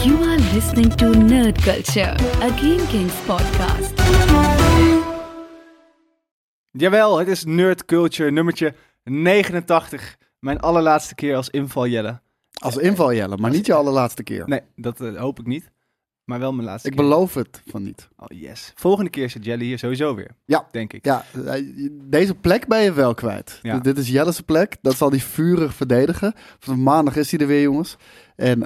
You are listening to Nerd Culture, a Game Kings podcast. Jawel, het is Nerd Culture nummertje 89. Mijn allerlaatste keer als Inval Jelle. Als Inval Jelle, maar niet je allerlaatste keer. Nee, dat hoop ik niet. Maar wel mijn laatste Ik keer. beloof het van niet. Oh yes. Volgende keer zit Jelly hier sowieso weer. Ja. Denk ik. Ja, deze plek ben je wel kwijt. Ja. Dit is Jelle's plek. Dat zal hij vurig verdedigen. Vanaf maandag is hij er weer, jongens. En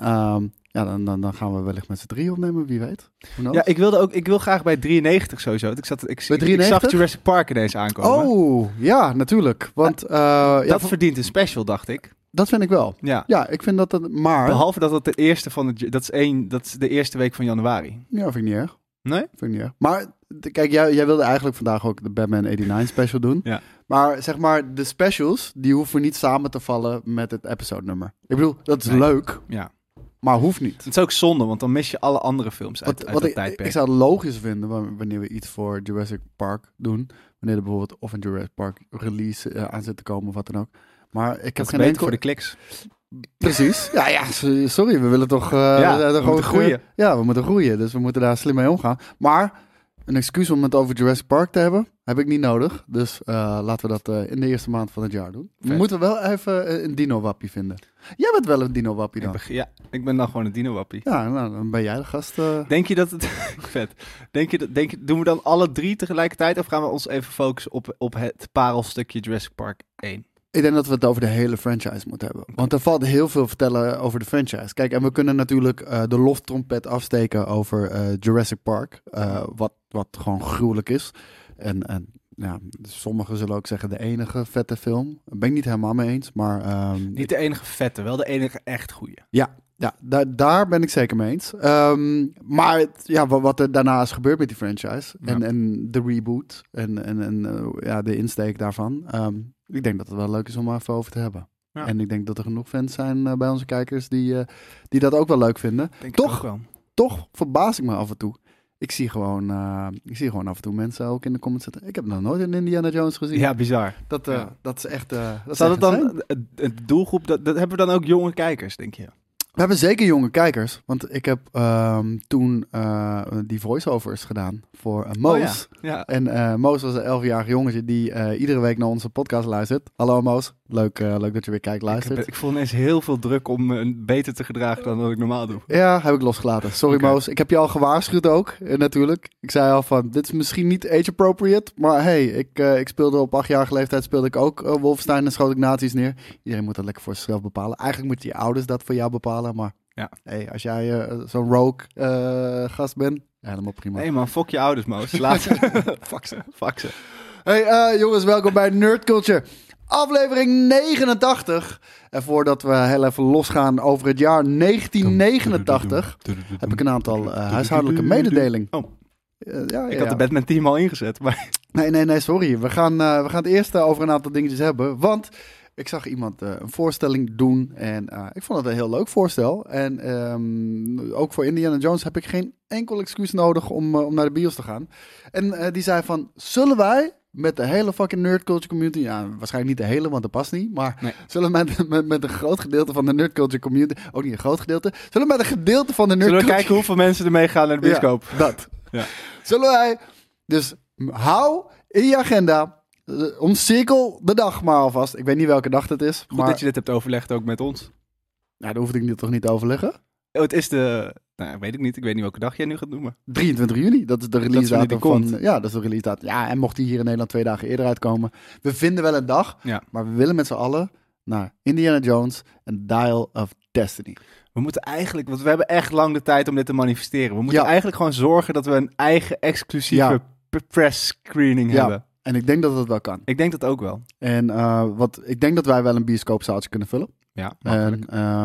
dan gaan we wellicht met z'n drie opnemen, wie weet. Ja, ik wil graag bij 93 sowieso. Ik zag 93? Jurassic Park ineens aankomen. Oh, ja, natuurlijk. Want Dat verdient een special, dacht ik. dat vind ik wel. Ja. Ja, ik vind dat het maar... Behalve dat het de eerste van dat is de eerste week van januari. Ja, vind ik niet erg. Nee? Vind ik niet erg. Maar kijk, jij wilde eigenlijk vandaag ook de Batman 89 special doen. Ja. Maar zeg maar, de specials, die hoeven niet samen te vallen met het episode nummer. Ik bedoel, dat is Nee. leuk, Ja. maar hoeft niet. Het is ook zonde, want dan mis je alle andere films uit dat tijdperk. Ik zou het logisch vinden wanneer we iets voor Jurassic Park doen. Wanneer er bijvoorbeeld of een Jurassic Park release aan zit te komen of wat dan ook. Maar ik heb Dat is geen beter enkel... voor de kliks. Precies. Ja, sorry, we willen toch... We moeten groeien. Ja, we moeten groeien, dus we moeten daar slim mee omgaan. Maar een excuus om het over Jurassic Park te hebben, heb ik niet nodig. Dus laten we dat in de eerste maand van het jaar doen. We Vet. moeten wel even een dino-wappie vinden. Jij bent wel een dino-wappie dan. Ik ben dan gewoon een dino-wappie. Ja, nou, dan ben jij de gast. Denk je dat het... Vet. Doen we dan alle drie tegelijkertijd? Of gaan we ons even focussen op het parelstukje Jurassic Park 1? Ik denk dat we het over de hele franchise moeten hebben. Want er valt heel veel vertellen over de franchise. Kijk, en we kunnen natuurlijk de loftrompet afsteken over Jurassic Park. Wat gewoon gruwelijk is. En ja, sommigen zullen ook zeggen de enige vette film. Daar ben ik niet helemaal mee eens. Maar, Niet de enige vette, wel de enige echt goeie. Ja, daar ben ik zeker mee eens. Maar ja, wat er daarna is gebeurd met die franchise. Ja. En de reboot. En de insteek daarvan. Ik denk dat het wel leuk is om er even over te hebben. Ja. En ik denk dat er genoeg fans zijn bij onze kijkers die dat ook wel leuk vinden. Denk Toch? ik ook wel. Toch verbaas ik me af en toe. Ik zie gewoon af en toe mensen ook in de comments zitten. Ik heb nog nooit een Indiana Jones gezien. Ja, bizar. Dat is echt... dat is Zou echt dat insane. dan het doelgroep... Dat hebben we dan ook jonge kijkers, denk je? We hebben zeker jonge kijkers. Want ik heb toen die voice-overs gedaan voor Moos. Oh, ja. En Moos was een 11-jarig jongetje die iedere week naar onze podcast luistert. Hallo Moos, leuk dat je weer kijkt, luistert. Ik voel ineens heel veel druk om me beter te gedragen dan wat ik normaal doe. Ja, heb ik losgelaten. Sorry Oké. Moos. Ik heb je al gewaarschuwd ook, natuurlijk. Ik zei al van, dit is misschien niet age-appropriate. Maar hey, ik speelde op 8-jarige leeftijd speelde ik ook Wolfenstein en schoot ik nazi's neer. Iedereen moet dat lekker voor zichzelf bepalen. Eigenlijk moeten je ouders dat voor jou bepalen. Maar Ja. hey, als jij zo'n rogue gast bent, helemaal prima. Nee man, fok je ouders, Moos. Laat Fuck ze. Hey jongens, welkom bij Nerd Culture. Aflevering 89. En voordat we heel even losgaan over het jaar 1989... heb ik een aantal huishoudelijke mededelingen. Oh. Ja, Ik had de Batman team al ingezet, maar... Nee, sorry. We gaan het eerst over een aantal dingetjes hebben. Want ik zag iemand een voorstelling doen. En ik vond het een heel leuk voorstel. En ook voor Indiana Jones heb ik geen enkel excuus nodig om naar de bios te gaan. En die zei van, zullen wij met de hele fucking nerd culture community... Ja, waarschijnlijk niet de hele, want dat past niet. Maar Nee. zullen we met een groot gedeelte van de nerd culture community... Ook niet een groot gedeelte. Zullen we met een gedeelte van de nerd Zullen we culture... kijken hoeveel mensen ermee gaan naar de bioscoop? Ja, dat. Ja. Zullen wij... Dus hou in je agenda... Omcirkel de dag maar alvast. Ik weet niet welke dag het is. Goed maar dat je dit hebt overlegd ook met ons. dat hoefde ik toch niet te overleggen? Oh, het is de... Nou, weet ik niet. Ik weet niet welke dag jij nu gaat noemen. 23 juni, dat is de release wanneer die datum van... komt. Ja, dat is de release datum. Ja, en mocht die hier in Nederland 2 dagen eerder uitkomen. We vinden wel een dag, Ja. maar we willen met z'n allen naar Indiana Jones en Dial of Destiny. We moeten eigenlijk... Want we hebben echt lang de tijd om dit te manifesteren. We moeten Ja. eigenlijk gewoon zorgen dat we een eigen exclusieve press screening Ja. hebben. En ik denk dat het wel kan. Ik denk dat ook wel. En ik denk dat wij wel een bioscoopzaaltje kunnen vullen. Ja, makkelijk.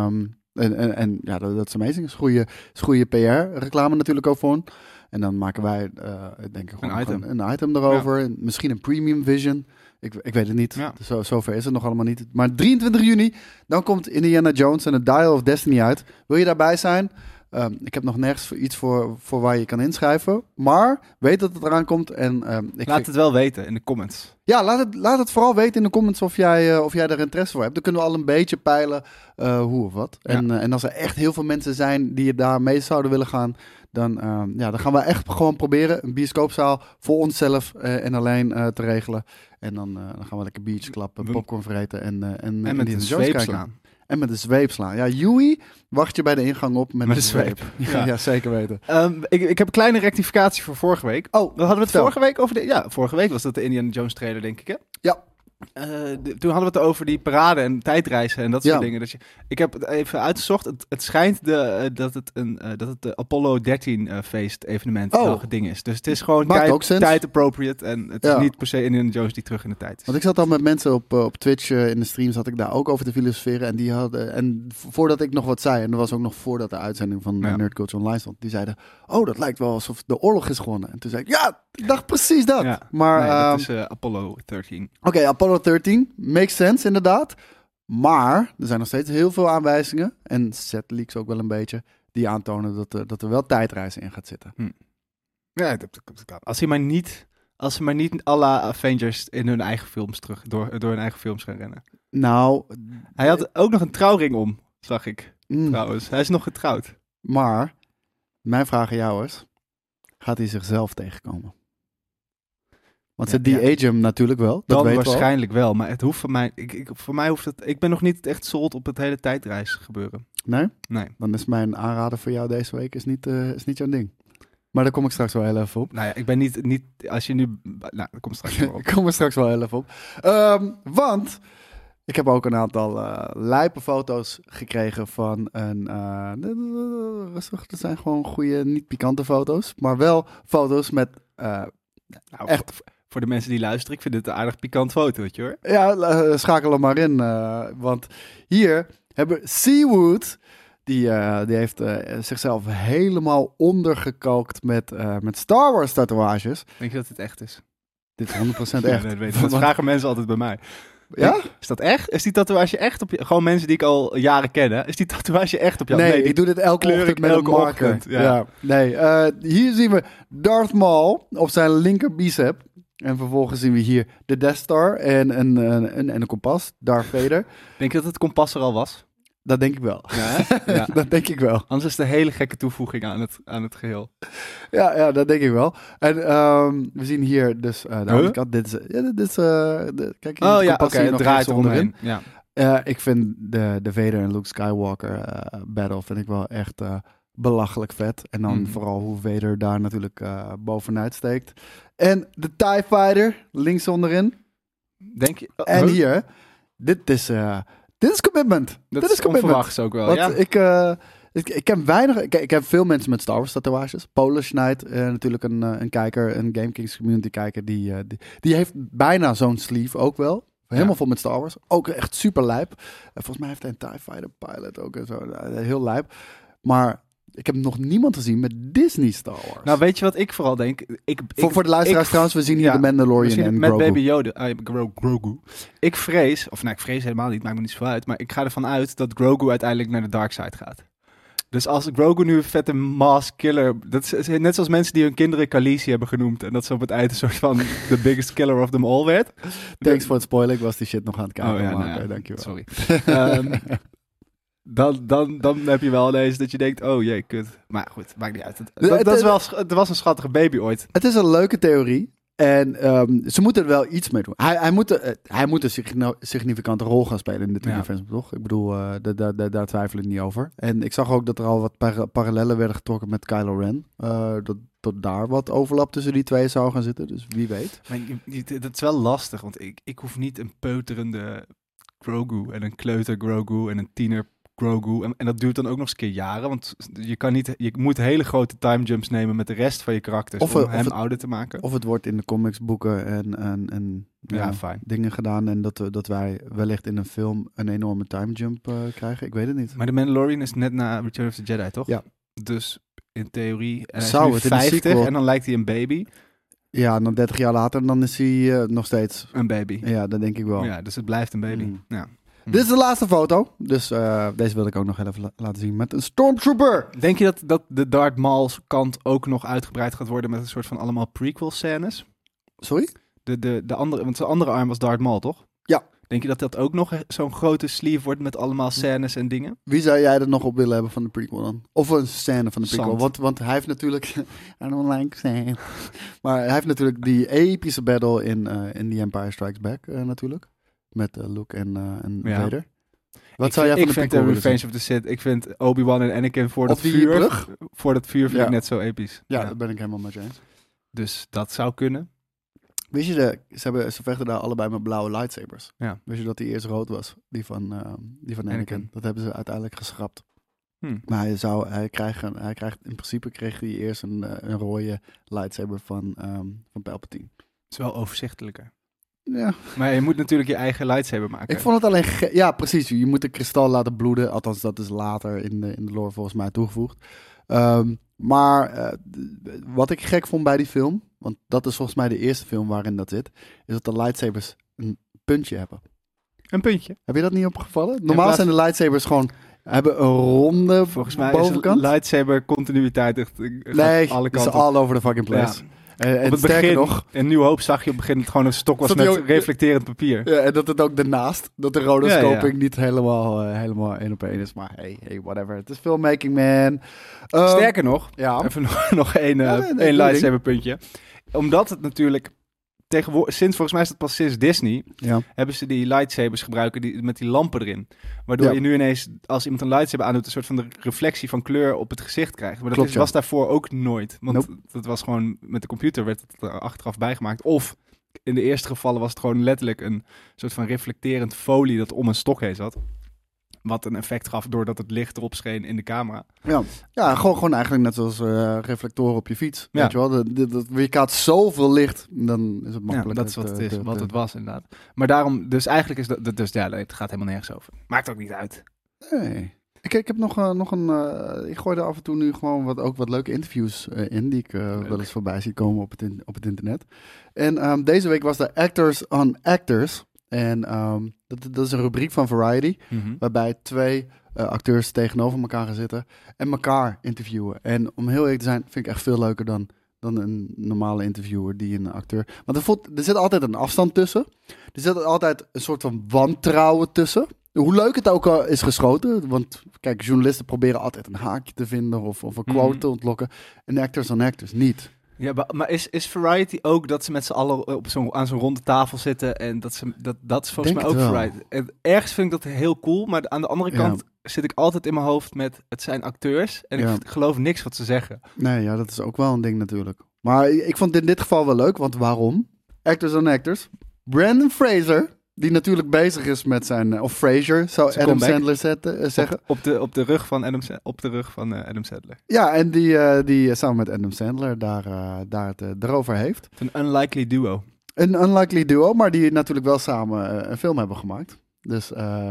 En ja, dat is amazing. Dat is goede PR-reclame natuurlijk ook voor. En dan maken wij, denk ik, gewoon een item erover. Ja. Misschien een premium vision. Ik weet het niet. Ja. Zover is het nog allemaal niet. Maar 23 juni, dan komt Indiana Jones en het Dial of Destiny uit. Wil je daarbij zijn? Ik heb nog nergens iets voor waar je kan inschrijven. Maar weet dat het eraan komt. En, Laat het wel weten in de comments. Ja, laat het vooral weten in de comments of jij er interesse voor hebt. Dan kunnen we al een beetje peilen hoe of wat. Ja. En als er echt heel veel mensen zijn die daar mee zouden willen gaan... Dan gaan we echt gewoon proberen een bioscoopzaal voor onszelf en alleen te regelen. En dan gaan we lekker biertjes klappen, popcorn vreten en En met Indiana een Jones zweep kijken. slaan. En met een zweep slaan. Ja, Joey wacht je bij de ingang op met Met een een zweep. zweep. Ja, Ja. ja, zeker weten. Ik heb een kleine rectificatie voor vorige week. Oh, We hadden het vertel. vorige week over ja, vorige week was dat de Indiana Jones trailer, denk ik, hè? Ja. Toen hadden we het over die parade en tijdreizen en dat soort Ja. dingen. Dus ik heb het even uitgezocht. Het schijnt dat het de Apollo 13 feest evenement welke ding is. Dus het is gewoon Maakt ook sens. tijd appropriate en het Ja. is niet per se Indiana Jones die terug in de tijd is. Want ik zat al met mensen op Twitch in de streams, had ik daar ook over te filosoferen. En die hadden, voordat ik nog wat zei, en dat was ook nog voordat de uitzending van Nerd Culture Online stond, die zeiden, oh, dat lijkt wel alsof de oorlog is gewonnen. En toen zei ik, ja, ik dacht precies dat. Ja. Maar Nee, dat is Apollo 13. Oké, Apollo 13, makes sense inderdaad. Maar er zijn nog steeds heel veel aanwijzingen, en setleaks ook wel een beetje, die aantonen dat er wel tijdreizen in gaat zitten. Ja, dat kan. Als ze maar niet à la Avengers in hun eigen films door hun eigen films gaan rennen. Nou, Hij had ook nog een trouwring om, zag ik mm, trouwens. Hij is nog getrouwd. maar mijn vraag aan jou is, gaat hij zichzelf tegenkomen? Want ze de-age hem natuurlijk wel, dat Dan weten we al. waarschijnlijk wel, maar het hoeft voor mij... voor mij hoeft het... Ik ben nog niet echt sold op het hele tijdreis gebeuren. Nee? Nee. Dan is mijn aanrader voor jou deze week is niet jouw ding. Maar daar kom ik straks wel heel even op. Nou ja, ik ben niet als je nu... Nou, dat komt straks wel op. Ik kom er straks wel heel even op. Want ik heb ook een aantal lijpe foto's gekregen van een... rustig, dat zijn gewoon goede, niet pikante foto's. Maar wel foto's met... Nou, echt... Voor de mensen die luisteren, ik vind dit een aardig pikant fotootje hoor. Ja, schakel er maar in. Want hier hebben Seawood... Die heeft zichzelf helemaal ondergekalkt met Star Wars tatoeages. Denk je dat het echt is? Dit is 100% echt. Ja, dat weet ik. Dat vragen mensen altijd bij mij. Ja? Is dat echt? Is die tatoeage echt op je... Gewoon mensen die ik al jaren ken, hè? Is die tatoeage echt op jou? Nee, die ik doe dit elke kleur ochtend ik met een elke marker. ochtend, ja. Nee, hier zien we Darth Maul op zijn linker bicep. En vervolgens zien we hier de Death Star en een kompas, Darth Vader. Denk je dat het kompas er al was? Dat denk ik wel. Ja, ja. Dat denk ik wel. Anders is het een hele gekke toevoeging aan het geheel. Ja, dat denk ik wel. En we zien hier dus de andere kant. Dit is kijk, hier Oh het ja, kompas oké, zie je het nog draait rechts onderin. onderin. Ja. Ik vind de Vader en Luke Skywalker battle vind ik wel echt belachelijk vet. En dan vooral hoe Vader daar natuurlijk bovenuit steekt. En de TIE Fighter links onderin. Denk je... En hier, dit is commitment. Dat dit is commitment. onverwachts ook wel, Want ja. ik ken weinig... Ik heb veel mensen met Star Wars tatoeages. Polish Knight, natuurlijk een kijker, een Game Kings community kijker. Die heeft bijna zo'n sleeve ook wel. Helemaal vol met Star Wars. Ook echt super lijp. Volgens mij heeft hij een TIE Fighter pilot ook en zo. Heel lijp. Maar ik heb nog niemand gezien met Disney Star Wars. Nou, weet je wat ik vooral denk? Voor de luisteraars trouwens, we zien hier de Mandalorian en met Grogu. Baby Yoda, Grogu. Ik vrees helemaal niet, maakt me niet zoveel uit. Maar ik ga ervan uit dat Grogu uiteindelijk naar de dark side gaat. Dus als Grogu nu een vette mass killer... Dat is net zoals mensen die hun kinderen Khaleesi hebben genoemd. En dat ze op het eind een soort van the biggest killer of them all werd. Thanks voor het spoilen, ik was die shit nog aan het kijken. Oh ja, maar, nou ja, dankjewel. sorry. Dan heb je wel ineens dat je denkt, oh jee, kut. Maar goed, maakt niet uit. Het was een schattige baby ooit. Het is een leuke theorie. En ze moeten er wel iets mee doen. Hij moet een significante rol gaan spelen in dit universum, toch? Ik bedoel, daar twijfel ik niet over. En ik zag ook dat er al wat parallellen werden getrokken met Kylo Ren. Dat daar wat overlap tussen die twee zou gaan zitten. Dus wie weet. Maar dat is wel lastig, want ik hoef niet een peuterende Grogu en een kleuter Grogu en een tiener Grogu. En dat duurt dan ook nog eens een keer jaren, want je moet hele grote time jumps nemen met de rest van je karakters om hem ouder te maken. Of het wordt in de comics, boeken en fijn. dingen gedaan en dat wij wellicht in een film een enorme time jump krijgen. Ik weet het niet. Maar de Mandalorian is net na Return of the Jedi, toch? Ja. Dus in theorie, en hij Zou is nu het in de 50 sequel... en dan lijkt hij een baby. Ja, en dan 30 jaar later, dan is hij nog steeds... Een baby. Ja, dat denk ik wel. Ja, dus het blijft een baby. Mm. Ja. Dit is de laatste foto. Dus deze wil ik ook nog even laten zien met een Stormtrooper. Denk je dat de Darth Maul kant ook nog uitgebreid gaat worden met een soort van allemaal prequel scènes? Sorry? De andere, want zijn andere arm was Darth Maul, toch? Ja. Denk je dat dat ook nog zo'n grote sleeve wordt met allemaal scènes en dingen? Wie zou jij er nog op willen hebben van de prequel dan? Of een scène van de prequel? Zand. Want hij heeft natuurlijk... I don't like sand. Maar hij heeft natuurlijk die epische battle in The Empire Strikes Back natuurlijk. Met Luke en Ja. Vader. Wat zou jij van ik de vind prequel willen Revenge zien? of the Sith, ik vind Obi-Wan en Anakin voor Op dat die vuur. brug? Voor dat vuur vind Ja. ik net zo episch. Ja, dat ben ik helemaal met je eens. Dus dat zou kunnen. Wist je, ze vechten daar allebei met blauwe lightsabers. Ja. Wist je dat die eerst rood was? Die van Anakin. Anakin. Dat hebben ze uiteindelijk geschrapt. Hm. Maar in principe kreeg hij eerst een rode lightsaber van Palpatine. Het is wel overzichtelijker. Ja, Maar je moet natuurlijk je eigen lightsaber maken. ik vond het alleen... ja, precies. Je moet de kristal laten bloeden. Althans, dat is later in de lore volgens mij toegevoegd. Maar wat ik gek vond bij die film... Want dat is volgens mij de eerste film waarin dat zit... Is dat de lightsabers een puntje hebben. Een puntje. Heb je dat niet opgevallen? Normaal plaats- zijn de lightsabers gewoon... Hebben een ronde Volgens mij bovenkant. is lightsaber continuïteit echt Nee, alle dat is kanten. all over the fucking place. Ja. En Op het sterker begin, nog... in Nieuw Hoop zag je op het begin dat het gewoon een stok was Zat die met ook- reflecterend papier. Ja, en dat het ook daarnaast, dat de rotoscoping Ja. niet helemaal één op één is. Maar hey, whatever. Het is filmmaking, man. Sterker nog, Ja. even nog één Ja, nee, één doe lightsaber puntje. Omdat het natuurlijk tegenwoordig, volgens mij is het pas sinds Disney, Ja. hebben ze die lightsabers gebruiken met die lampen erin. Waardoor Ja. je nu ineens, als iemand een lightsaber aandoet, een soort van de reflectie van kleur op het gezicht krijgt. Maar dat Klopt, ja. was daarvoor ook nooit. Want Nope. dat was gewoon, met de computer werd het er achteraf bijgemaakt. Of in de eerste gevallen was het gewoon letterlijk een soort van reflecterend folie dat om een stok heen zat. Wat een effect gaf doordat het licht erop scheen in de camera. Ja, gewoon eigenlijk net zoals reflectoren op je fiets. Ja. Weet je wel? Dat weerkaat zoveel licht, dan is het Ja, makkelijk. dat is wat het is, wat het was inderdaad. Maar daarom, dus eigenlijk is dat, dus ja, het gaat helemaal nergens over. Maakt ook niet uit. Nee. Ik heb nog een... ik gooi er af en toe nu gewoon wat leuke interviews in... die ik wel eens voorbij zie komen op het internet. En deze week was de Actors on Actors. En dat is een rubriek van Variety... waarbij twee acteurs tegenover elkaar gaan zitten... en elkaar interviewen. En om heel eerlijk te zijn, vind ik echt veel leuker dan een normale interviewer die een acteur... Want er zit altijd een afstand tussen. Er zit altijd een soort van wantrouwen tussen... Hoe leuk het ook al is geschoten. Want kijk, journalisten proberen altijd een haakje te vinden of een quote te ontlokken. En actors on actors niet. Ja, maar is Variety ook dat ze met z'n allen aan zo'n ronde tafel zitten en dat is volgens Denk mij ook het wel. Variety. En ergens vind ik dat heel cool, maar aan de andere Ja. kant zit ik altijd in mijn hoofd met het zijn acteurs en Ja. ik geloof niks wat ze zeggen. Nee, ja, dat is ook wel een ding natuurlijk. Maar ik vond het in dit geval wel leuk, want waarom? Actors on actors. Brandon Fraser, die natuurlijk bezig is met zijn... Of Fraser, zou Zijn Adam comeback. Sandler zeggen. Op de rug van Adam Sandler. Ja, en die samen met Adam Sandler daar het erover heeft. Een unlikely duo. Een unlikely duo, maar die natuurlijk wel samen een film hebben gemaakt. Dus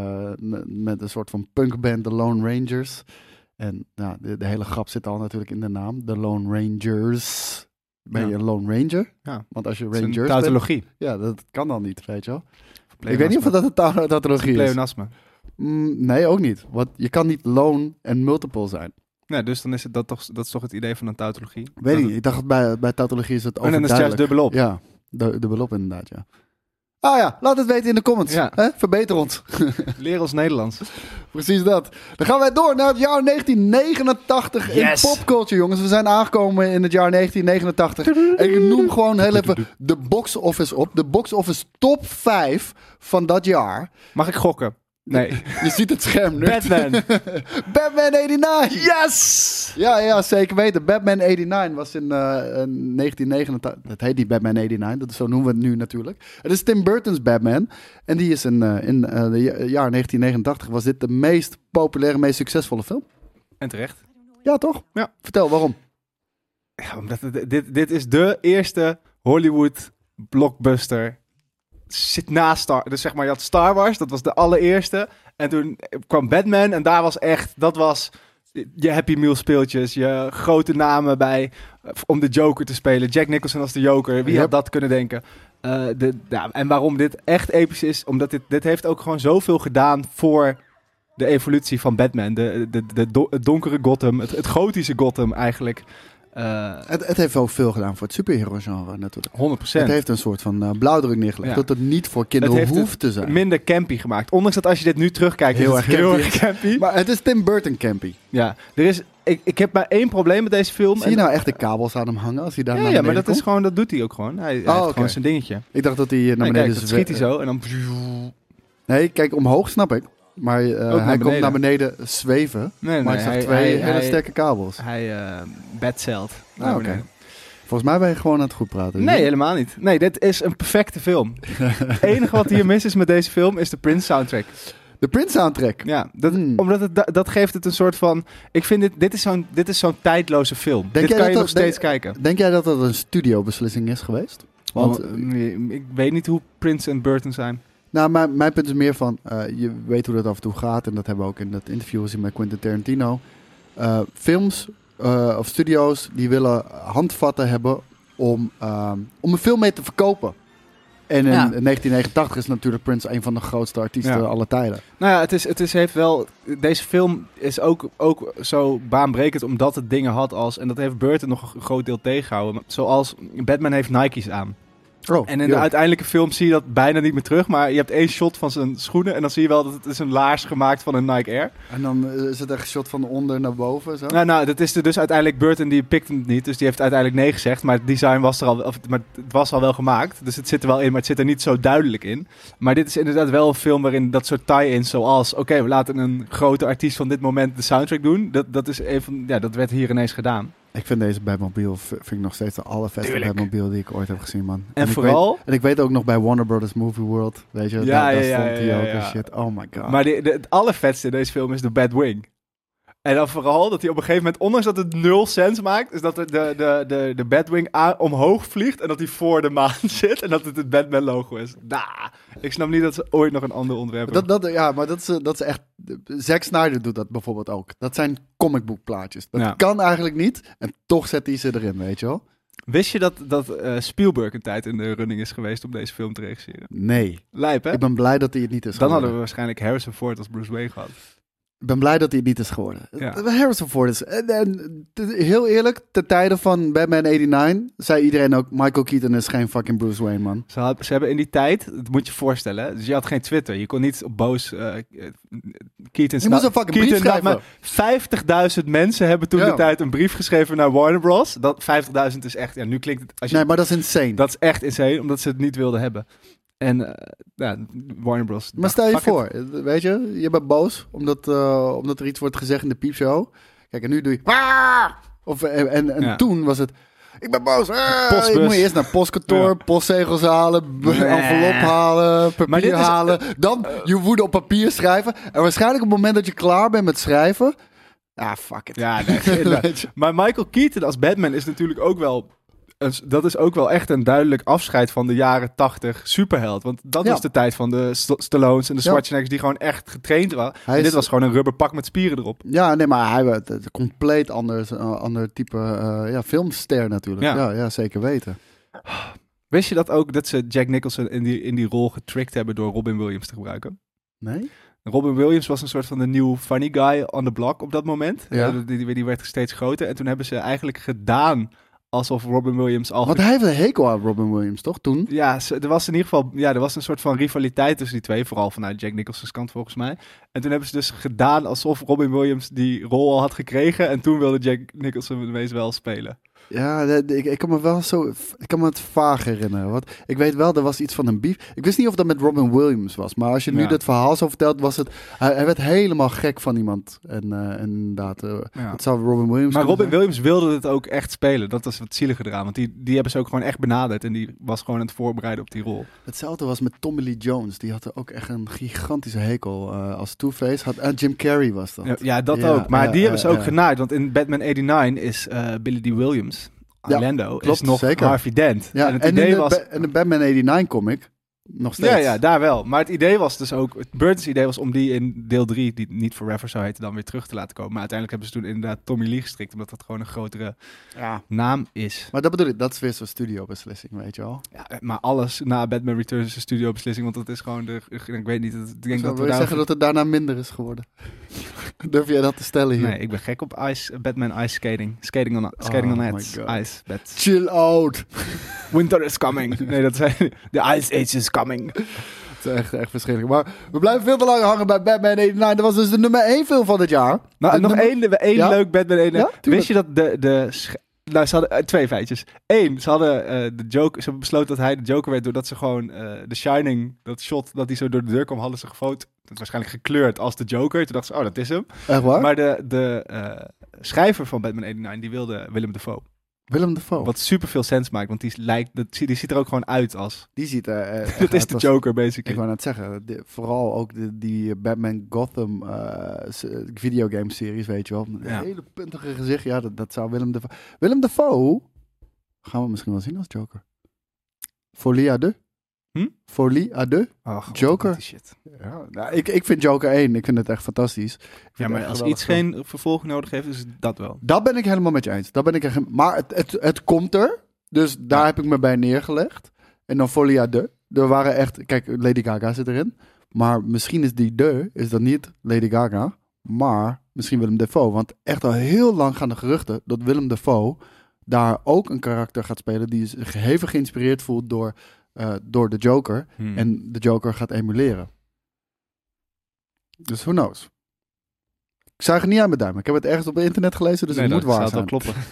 met een soort van punkband, The Lone Rangers. En nou, de hele grap zit al natuurlijk in de naam. The Lone Rangers. Ben je Ja. een Lone Ranger? Ja. Want als je Het is Rangers een bent... tautologie. Ja, dat kan dan niet, weet je wel. Ik weet niet of dat een tautologie is. Pleonasme. Nee, ook niet. Want je kan niet lone en multiple zijn. Nee, dus dan is het dat is toch het idee van een tautologie. Weet ik niet. Ik dacht bij tautologie is het En dan is het juist overduidelijk. dubbelop. Ja, dubbelop inderdaad, ja. Ah ja, laat het weten in de comments. Ja. Hè? Verbeter ons. Leer ons Nederlands. Precies dat. Dan gaan wij door naar het jaar 1989 Yes. in popculture, jongens. We zijn aangekomen in het jaar 1989. En ik noem gewoon heel even de box office op. De box office top 5 van dat jaar. Mag ik gokken? Nee. Je ziet het scherm nu. Batman. Batman 89. Yes! Ja, zeker weten. Batman 89 was in 1989. Het heet niet Batman 89, dat is, zo noemen we het nu natuurlijk. Het is Tim Burton's Batman. En die is in het jaar 1989 was dit de meest populaire, meest succesvolle film. En terecht. Ja, toch? Ja. Vertel, waarom? Ja, omdat dit is de eerste Hollywood blockbuster. Zit naast Star. Dus zeg maar, je had Star Wars, dat was de allereerste. En toen kwam Batman en daar was echt, dat was je Happy Meal speeltjes, je grote namen bij om de Joker te spelen. Jack Nicholson als de Joker, wie Yep. had dat kunnen denken? En waarom dit echt episch is, omdat dit heeft ook gewoon zoveel gedaan voor de evolutie van Batman. Het donkere Gotham, het gotische Gotham eigenlijk. Het heeft ook veel gedaan voor het superhero-genre natuurlijk. 100%. Het heeft een soort van blauwdruk neergelegd. Ja. Dat het niet voor kinderen hoeft te zijn. Minder campy gemaakt. Ondanks dat als je dit nu terugkijkt, is het heel erg campy. Maar het is Tim Burton campy. Ja, ik heb maar één probleem met deze film. Zie je nou echt de kabels aan hem hangen als hij daar naar Ja, beneden maar dat komt? is gewoon, dat doet hij ook gewoon. Hij heeft gewoon zijn dingetje. Ik dacht dat hij naar beneden Kijk, dat schiet hij zo en dan... Nee, kijk, omhoog snap ik. Maar hij komt naar beneden zweven. Nee, maar ik zag twee hele sterke kabels. Hij bedcelt. Oké. Volgens mij ben je gewoon aan het goed praten. Nee, helemaal niet. Nee, dit is een perfecte film. Het enige wat hier mis is met deze film is de Prince soundtrack. De Prince soundtrack? Ja, omdat dat geeft het een soort van... Ik vind dit is zo'n tijdloze film. Dit kan je nog steeds kijken. Denk jij dat dat een studiobeslissing is geweest? Want ik weet niet hoe Prince en Burton zijn. Nou, mijn punt is meer van... je weet hoe dat af en toe gaat. En dat hebben we ook in dat interview gezien met Quentin Tarantino. Films of studio's die willen handvatten hebben om een film mee te verkopen. En in 1989 is natuurlijk Prince een van de grootste artiesten aller tijden. Nou ja, heeft wel... Deze film is ook zo baanbrekend omdat het dingen had als... En dat heeft Burton nog een groot deel tegengehouden. Zoals Batman heeft Nike's aan. En in de uiteindelijke film zie je dat bijna niet meer terug. Maar je hebt één shot van zijn schoenen. En dan zie je wel dat het is een laars gemaakt van een Nike Air. En dan is het echt een shot van onder naar boven. Zo? Nou, dat is dus uiteindelijk Burton die pikte het niet. Dus die heeft uiteindelijk nee gezegd. Maar het design was er al... Maar het was al wel gemaakt. Dus het zit er wel in. Maar het zit er niet zo duidelijk in. Maar dit is inderdaad wel een film waarin dat soort tie-ins zoals... Oké, we laten een grote artiest van dit moment de soundtrack doen. Dat is een van... Ja, dat werd hier ineens gedaan. Ik vind deze Batmobile vind ik nog steeds de allervetste Batmobile die ik ooit heb gezien, man. En vooral... Ik weet ook nog bij Warner Brothers Movie World, weet je, daar stond hij ook en shit. Oh my god. Maar het allervetste in deze film is de Batwing. En dan vooral dat hij op een gegeven moment, ondanks dat het 0 sens maakt, is dat de Batwing omhoog vliegt en dat hij voor de maan zit en dat het Batman logo is. Ik snap niet dat ze ooit nog een ander ontwerp hebben. Maar dat is echt... Zack Snyder doet dat bijvoorbeeld ook. Dat zijn comicbook plaatjes. Dat kan eigenlijk niet en toch zet hij ze erin, weet je wel. Wist je dat Spielberg een tijd in de running is geweest om deze film te regisseren? Nee. Lijp, hè? Ik ben blij dat hij het niet is geworden. Dan hadden we waarschijnlijk Harrison Ford als Bruce Wayne gehad. Ik ben blij dat hij het niet is geworden. Ja. Harrison Ford is... heel eerlijk, ten tijde van Batman 89 zei iedereen ook... Michael Keaton is geen fucking Bruce Wayne, man. Ze hebben in die tijd... Dat moet je je voorstellen. Hè? Dus je had geen Twitter. Je kon niet op boos... Keaton... Je moest een fucking brief schrijven. 50.000 mensen hebben toen de tijd een brief geschreven naar Warner Bros. Dat 50.000 is echt... Ja, nu klinkt het... Nee, maar dat is insane. Dat is echt insane, omdat ze het niet wilden hebben. En Warner Bros. Maar stel je voor, weet je bent boos omdat er iets wordt gezegd in de piepshow. Kijk, en nu doe je... toen was het... Ik ben boos. Ik moet eerst naar postkantoor, postzegels halen, envelop halen, papier halen. Dan je woede op papier schrijven. En waarschijnlijk op het moment dat je klaar bent met schrijven... fuck it. Ja, nee, maar Michael Keaton als Batman is natuurlijk ook wel... Dat is ook wel echt een duidelijk afscheid van de jaren 80 superheld. Want dat was de tijd van de Stallones en de Schwarzeneggers die gewoon echt getraind waren. Dit was gewoon een rubberpak met spieren erop. Ja, nee, maar hij was een compleet ander type filmster natuurlijk. Ja, zeker weten. Wist je dat ook dat ze Jack Nicholson in die rol getricked hebben door Robin Williams te gebruiken? Nee? Robin Williams was een soort van de nieuwe funny guy on the block op dat moment. Ja. Die werd steeds groter. En toen hebben ze eigenlijk gedaan... alsof Robin Williams al... Want hij heeft een hekel aan Robin Williams, toch, toen? Ja, er was in ieder geval... Ja, er was een soort van rivaliteit tussen die twee. Vooral vanuit Jack Nicholson's kant, volgens mij. En toen hebben ze dus gedaan alsof Robin Williams die rol al had gekregen. En toen wilde Jack Nicholson ineens wel spelen. Ja, ik kan me wel zo... Ik kan me het vaag herinneren. Want ik weet wel, er was iets van een beef. Ik wist niet of dat met Robin Williams was. Maar als je nu dit verhaal zo vertelt, was het... Hij werd helemaal gek van iemand. En inderdaad, het zou Robin Williams Maar Robin zijn. Williams wilde het ook echt spelen. Dat was wat zieliger eraan. Want die hebben ze ook gewoon echt benaderd. En die was gewoon aan het voorbereiden op die rol. Hetzelfde was met Tommy Lee Jones. Die had er ook echt een gigantische hekel als Two-Face. Jim Carrey was dat. Ja, dat ook. Maar die hebben ze ook genaaid. Want in Batman 89 is Billy D. Williams... Orlando is nog zeker. Harvey Dent. Ja, en in de Batman 89 comic nog steeds. Ja, daar wel. Maar het idee was dus ook... Burton's idee was om die in deel 3, die niet Forever zou heten, dan weer terug te laten komen. Maar uiteindelijk hebben ze toen inderdaad Tommy Lee gestrikt, omdat dat gewoon een grotere naam is. Maar dat bedoel ik, dat is weer zo'n studiobeslissing, weet je wel. Ja, maar alles na Batman Returns is een studiobeslissing, want dat is gewoon ik weet niet. Ik denk Zou dat je zeggen dat het daarna minder is geworden? Durf jij dat te stellen hier? Nee, ik ben gek op Batman ice skating. Skating on ice. Ice bats. Chill out. Winter is coming. Nee, dat zijn... The Ice Age is coming. Het is echt verschrikkelijk. Maar we blijven veel te lang hangen bij Batman 89. Dat was dus de nummer 1 film van dit jaar. Nou, nog één Ja? leuk Batman 89. Ja, Wist je dat nou, ze hadden 2 feitjes. 1, ze hadden ze hebben besloten dat hij de Joker werd doordat ze gewoon The Shining, dat shot dat hij zo door de deur kwam, hadden ze gefotografeerd. Dat is waarschijnlijk gekleurd als de Joker. Toen dachten ze, dat is hem. Echt waar? Maar de schrijver van Batman 89, die wilde Willem Dafoe. Willem Dafoe. Wat super veel sens maakt, want die ziet er ook gewoon uit als... Die ziet er... dat is de Joker, basically. Ik wou net zeggen, vooral ook die Batman Gotham videogame series, weet je wel. Een hele puntige gezicht. Ja, dat zou Willem Dafoe... Willem Dafoe gaan we misschien wel zien als Joker. Folie à deux. Folie à deux. Oh, Joker. Shit. Ja, nou, ik vind Joker 1, ik vind het echt fantastisch. Ja, maar als iets geen vervolging nodig heeft, is dat wel. Dat ben ik helemaal met je eens. Maar het komt er. Dus daar heb ik me bij neergelegd. En dan Folie à deux. Er waren echt... Kijk, Lady Gaga zit erin. Maar misschien is die is dat niet Lady Gaga. Maar misschien Willem Dafoe. Want echt al heel lang gaan de geruchten dat Willem Dafoe daar ook een karakter gaat spelen die zich hevig geïnspireerd voelt door de Joker. En de Joker gaat emuleren. Dus who knows? Ik zuig er niet aan mijn duim. Ik heb het ergens op het internet gelezen, dus het moet waar zijn. Dat kloppen.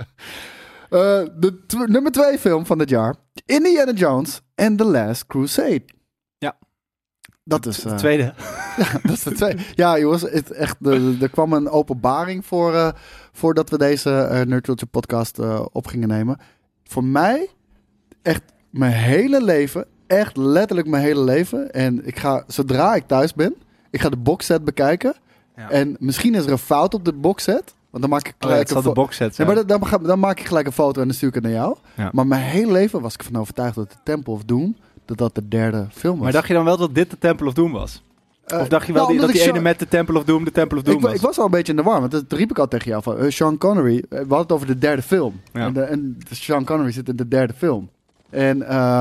Nummer 2 film van dit jaar. Indiana Jones and the Last Crusade. Ja. Dat is... de tweede. Ja, dat is de tweede. Ja, jongens. Er kwam een openbaring voordat we deze Nerd Culture podcast op gingen nemen. Voor mij, echt mijn hele leven, echt letterlijk mijn hele leven. En ik ga, zodra ik thuis ben, ik ga de boxset bekijken. Ja. En misschien is er een fout op de boxset. Want dan maak ik gelijk de boxset zijn. Ja, maar dan maak ik gelijk een foto en dan stuur ik het naar jou. Ja. Maar mijn hele leven was ik ervan overtuigd dat de Temple of Doom, dat de derde film was. Maar dacht je dan wel dat dit de Temple of Doom was? Of dacht je wel dat die ene met de Temple of Doom was? Ik was al een beetje in de war, want dat riep ik al tegen jou van Sean Connery. We hadden het over de derde film. Ja. En Sean Connery zit in de derde film. En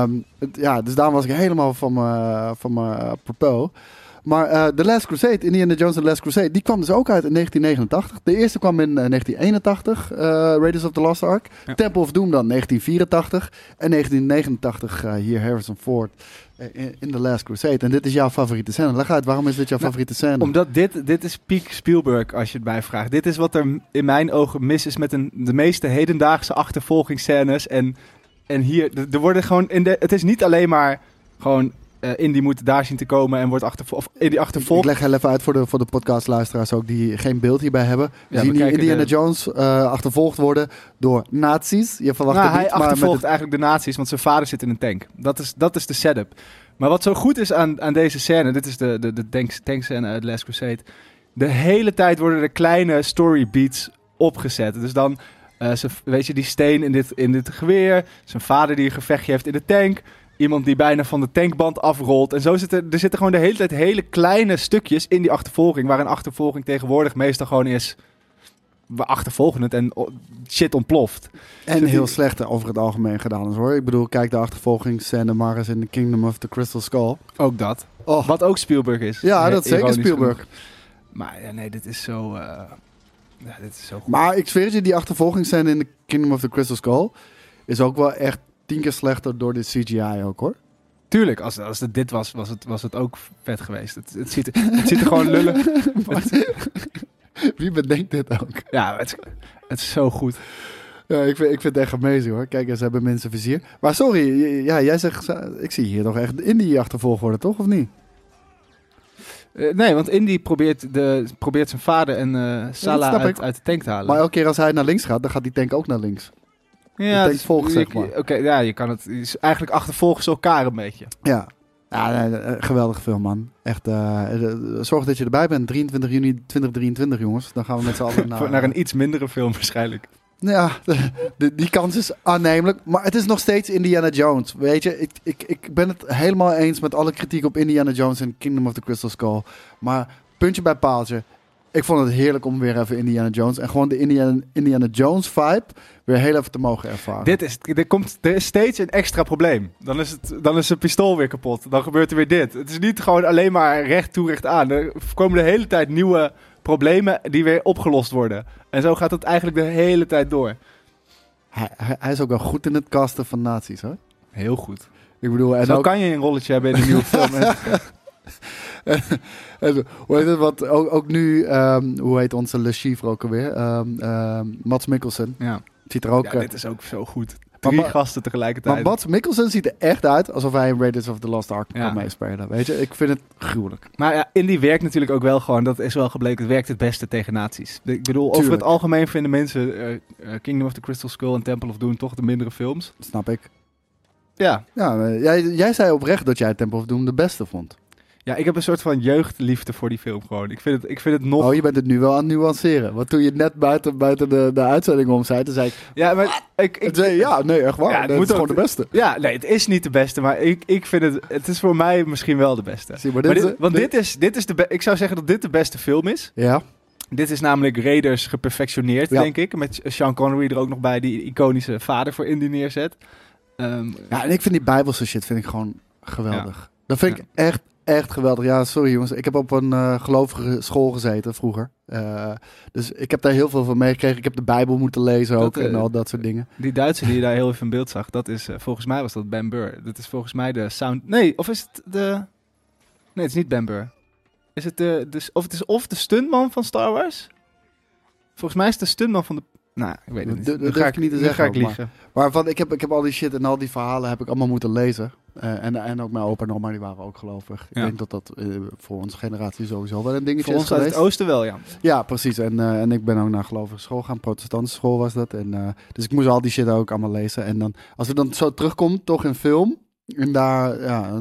dus daarom was ik helemaal van mijn propos. Maar The Last Crusade, Indiana Jones and The Last Crusade, die kwam dus ook uit in 1989. De eerste kwam in 1981, Raiders of the Lost Ark. Ja. Temple of Doom dan 1984. En 1989 hier Harrison Ford in The Last Crusade. En dit is jouw favoriete scène. Leg uit, waarom is dit jouw favoriete scène? Omdat dit is peak Spielberg, als je het mij vraagt. Dit is wat er in mijn ogen mis is met de meeste hedendaagse achtervolgingsscènes. En hier, er worden gewoon... het is niet alleen maar gewoon... Indy moet daar zien te komen en wordt achtervolgd. Ik leg heel even uit voor de podcastluisteraars ook die geen beeld hierbij hebben. We zien hier Indiana Jones achtervolgd worden door nazi's. Je verwacht het niet. Hij achtervolgt eigenlijk de nazi's, want zijn vader zit in een tank. Dat is de setup. Maar wat zo goed is aan deze scène, dit is de tankscène uit Last Crusade. De hele tijd worden er kleine story beats opgezet. Dus dan, weet je, die steen in dit geweer. Zijn vader die een gevechtje heeft in de tank. Iemand die bijna van de tankband afrolt. En zo zitten gewoon de hele tijd hele kleine stukjes in die achtervolging. Waar een achtervolging tegenwoordig meestal gewoon is... We achtervolgen het en shit ontploft. En heel slecht over het algemeen gedaan is, hoor. Ik bedoel, kijk de achtervolgingsscène maar eens in The Kingdom of the Crystal Skull. Ook dat. Oh. Wat ook Spielberg is. Ja, dat is zeker Spielberg. Genoeg. Maar ja, nee, dit is zo... dit is zo goed. Maar ik zweer je, die achtervolgingsscène in The Kingdom of the Crystal Skull... is ook wel echt 10 keer slechter door de CGI ook, hoor. Tuurlijk, als het dit was het ook vet geweest. Het ziet er gewoon lullig. Wie bedenkt dit ook? Ja, het is zo goed. Ja, ik vind het echt amazing, hoor. Kijk, ze hebben mensen vizier. Maar sorry, jij zegt... Ik zie hier toch echt Indy achtervolgd worden, toch? Of niet? Nee, want Indy probeert zijn vader en Salah uit de tank te halen. Maar elke keer als hij naar links gaat, dan gaat die tank ook naar links. Ja, de tank volgt, zeg maar. Oké, ja, je kan het... Eigenlijk achtervolgen ze elkaar een beetje. Ja. Ja, geweldige film, man. Echt, zorg dat je erbij bent. 23 juni 2023, jongens. Dan gaan we met z'n allen naar een iets mindere film waarschijnlijk. Ja, die kans is aannemelijk. Maar het is nog steeds Indiana Jones. Weet je, ik ben het helemaal eens met alle kritiek op Indiana Jones en Kingdom of the Crystal Skull. Maar puntje bij paaltje. Ik vond het heerlijk om weer even Indiana Jones en gewoon de Indiana Jones vibe weer heel even te mogen ervaren. Er is steeds een extra probleem. Dan is zijn pistool weer kapot. Dan gebeurt er weer dit. Het is niet gewoon alleen maar recht toe, recht aan. Er komen de hele tijd nieuwe problemen die weer opgelost worden. En zo gaat het eigenlijk de hele tijd door. Hij is ook wel goed in het casten van nazi's, hoor. Heel goed. Ik bedoel, en zo ook, kan je een rolletje hebben in een nieuwe film. en, hoe heet het, wat ook nu, hoe heet onze Le Chiffre ook alweer? Mads Mikkelsen. Ja. Ziet er ook... Ja, dit is ook zo goed. 3 gasten tegelijkertijd. Maar Mads Mikkelsen ziet er echt uit alsof hij in Raiders of the Lost Ark kan meespelen. Weet je, ik vind het gruwelijk. Maar ja, Indy werkt natuurlijk ook wel gewoon, dat is wel gebleken, het werkt het beste tegen nazi's. Ik bedoel, Tuurlijk. over het algemeen vinden mensen Kingdom of the Crystal Skull en Temple of Doom toch de mindere films. Snap ik. Ja. Ja, jij zei oprecht dat jij Temple of Doom de beste vond. Ja, ik heb een soort van jeugdliefde voor die film gewoon. Ik vind het nog... Oh, je bent het nu wel aan het nuanceren. Want toen je net buiten de uitzending om zei, toen zei ik... Ja, maar ja, nee, echt waar. Ja, het moet gewoon de beste. Ja, nee, het is niet de beste, maar ik vind het is voor mij misschien wel de beste. Zie, maar dit is ik zou zeggen dat dit de beste film is. Ja. Dit is namelijk Raiders geperfectioneerd, Ja. denk ik. Met Sean Connery er ook nog bij, die iconische vader voor Indy neerzet. Ja, en ik vind die Bijbelse shit vind ik gewoon geweldig. Ja. Dat vind ik echt geweldig. Ja, sorry jongens. Ik heb op een gelovige school gezeten vroeger. Dus ik heb daar heel veel van meegekregen. Ik heb de Bijbel moeten lezen ook en al dat soort dingen. Die Duitse die je daar heel even in beeld zag, dat is volgens mij was dat Ben Burr. Dat is volgens mij de sound... Nee, of is het de... Nee, het is niet Ben Burr. Is het of de stuntman van Star Wars? Volgens mij is het de stuntman van de... Nou, ik weet het niet. Dat ga ik niet te zeggen. Ga ik liegen. Maar van, ik heb al die shit en al die verhalen heb ik allemaal moeten lezen. En ook mijn opa en oma, die waren ook gelovig. Ik denk dat voor onze generatie sowieso wel een dingetje voor is ons uit geweest. het oosten wel, ja. Ja, precies. En ik ben ook naar gelovige school gaan. Protestantse school was dat. Dus ik moest al die shit ook allemaal lezen. En dan, als het dan zo terugkomt, toch in film. En daar,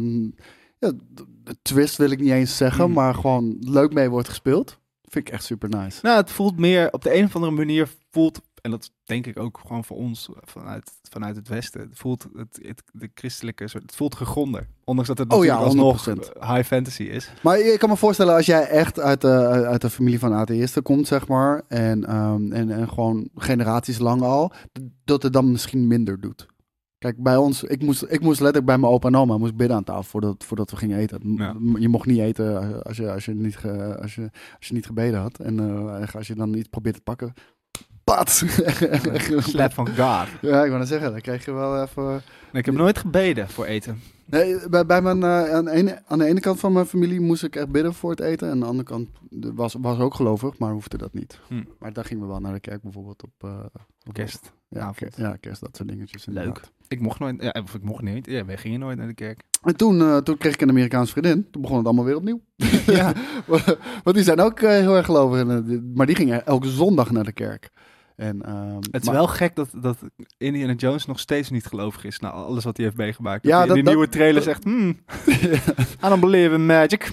de twist wil ik niet eens zeggen. Maar gewoon leuk mee wordt gespeeld. Vind ik echt super nice. Nou, het voelt meer, op de een of andere manier voelt, en dat denk ik ook gewoon voor ons vanuit het Westen, het voelt de christelijke soort, het voelt gegronder. Ondanks dat het natuurlijk alsnog high fantasy is. Maar ik kan me voorstellen als jij echt uit de familie van atheïsten komt, zeg maar, en gewoon generaties lang al, dat het dan misschien minder doet. Kijk, bij ons, ik moest letterlijk bij mijn opa en oma bidden aan tafel voordat we gingen eten. Ja. Je mocht niet eten als je niet gebeden had. En als je dan niet probeert te pakken, pat! Slap van God. Ja, ik wou net zeggen, dan krijg je wel even... Nee, ik heb nooit gebeden voor eten. Nee, bij mijn, aan de ene kant van mijn familie moest ik echt bidden voor het eten. En aan de andere kant was ook gelovig, maar hoefde dat niet. Maar daar gingen we wel naar de kerk bijvoorbeeld op kerst. Ja, kerst, dat soort dingetjes. Leuk. Ik mocht nooit, of ik mocht niet. Ja, wij gingen nooit naar de kerk. En toen kreeg ik een Amerikaanse vriendin. Toen begon het allemaal weer opnieuw. Ja, want die zijn ook heel erg gelovig. Maar die gingen elke zondag naar de kerk. Het is wel gek dat Indiana Jones nog steeds niet gelovig is. Nou, alles wat hij heeft meegemaakt. Ja, die nieuwe trailer zegt, I don't believe in magic.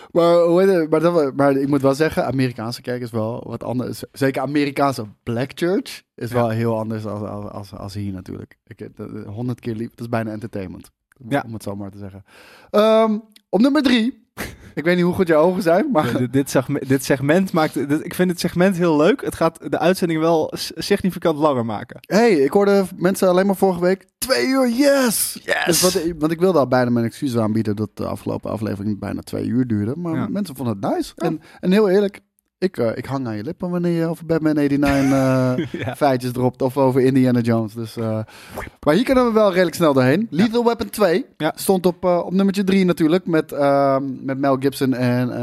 Maar ik moet wel zeggen, Amerikaanse kerk is wel wat anders. Zeker Amerikaanse Black Church is wel heel anders als hier natuurlijk. 100 keer lief, dat is bijna entertainment. Ja. Om het zo maar te zeggen. Op nummer 3. Ik weet niet hoe goed je ogen zijn, maar... Ja, dit segment maakt... ik vind het segment heel leuk. Het gaat de uitzending wel significant langer maken. Hey, ik hoorde mensen alleen maar vorige week... 2 uur, yes! Dus want ik wilde al bijna mijn excuses aanbieden... dat de afgelopen aflevering bijna 2 uur duurde. Maar mensen vonden het nice. Ja. En heel eerlijk... Ik hang aan je lippen wanneer je over Batman 89 feitjes dropt. Of over Indiana Jones. Dus, maar hier kunnen we wel redelijk snel doorheen. Lethal Weapon 2 stond op nummertje 3 natuurlijk. Met Mel Gibson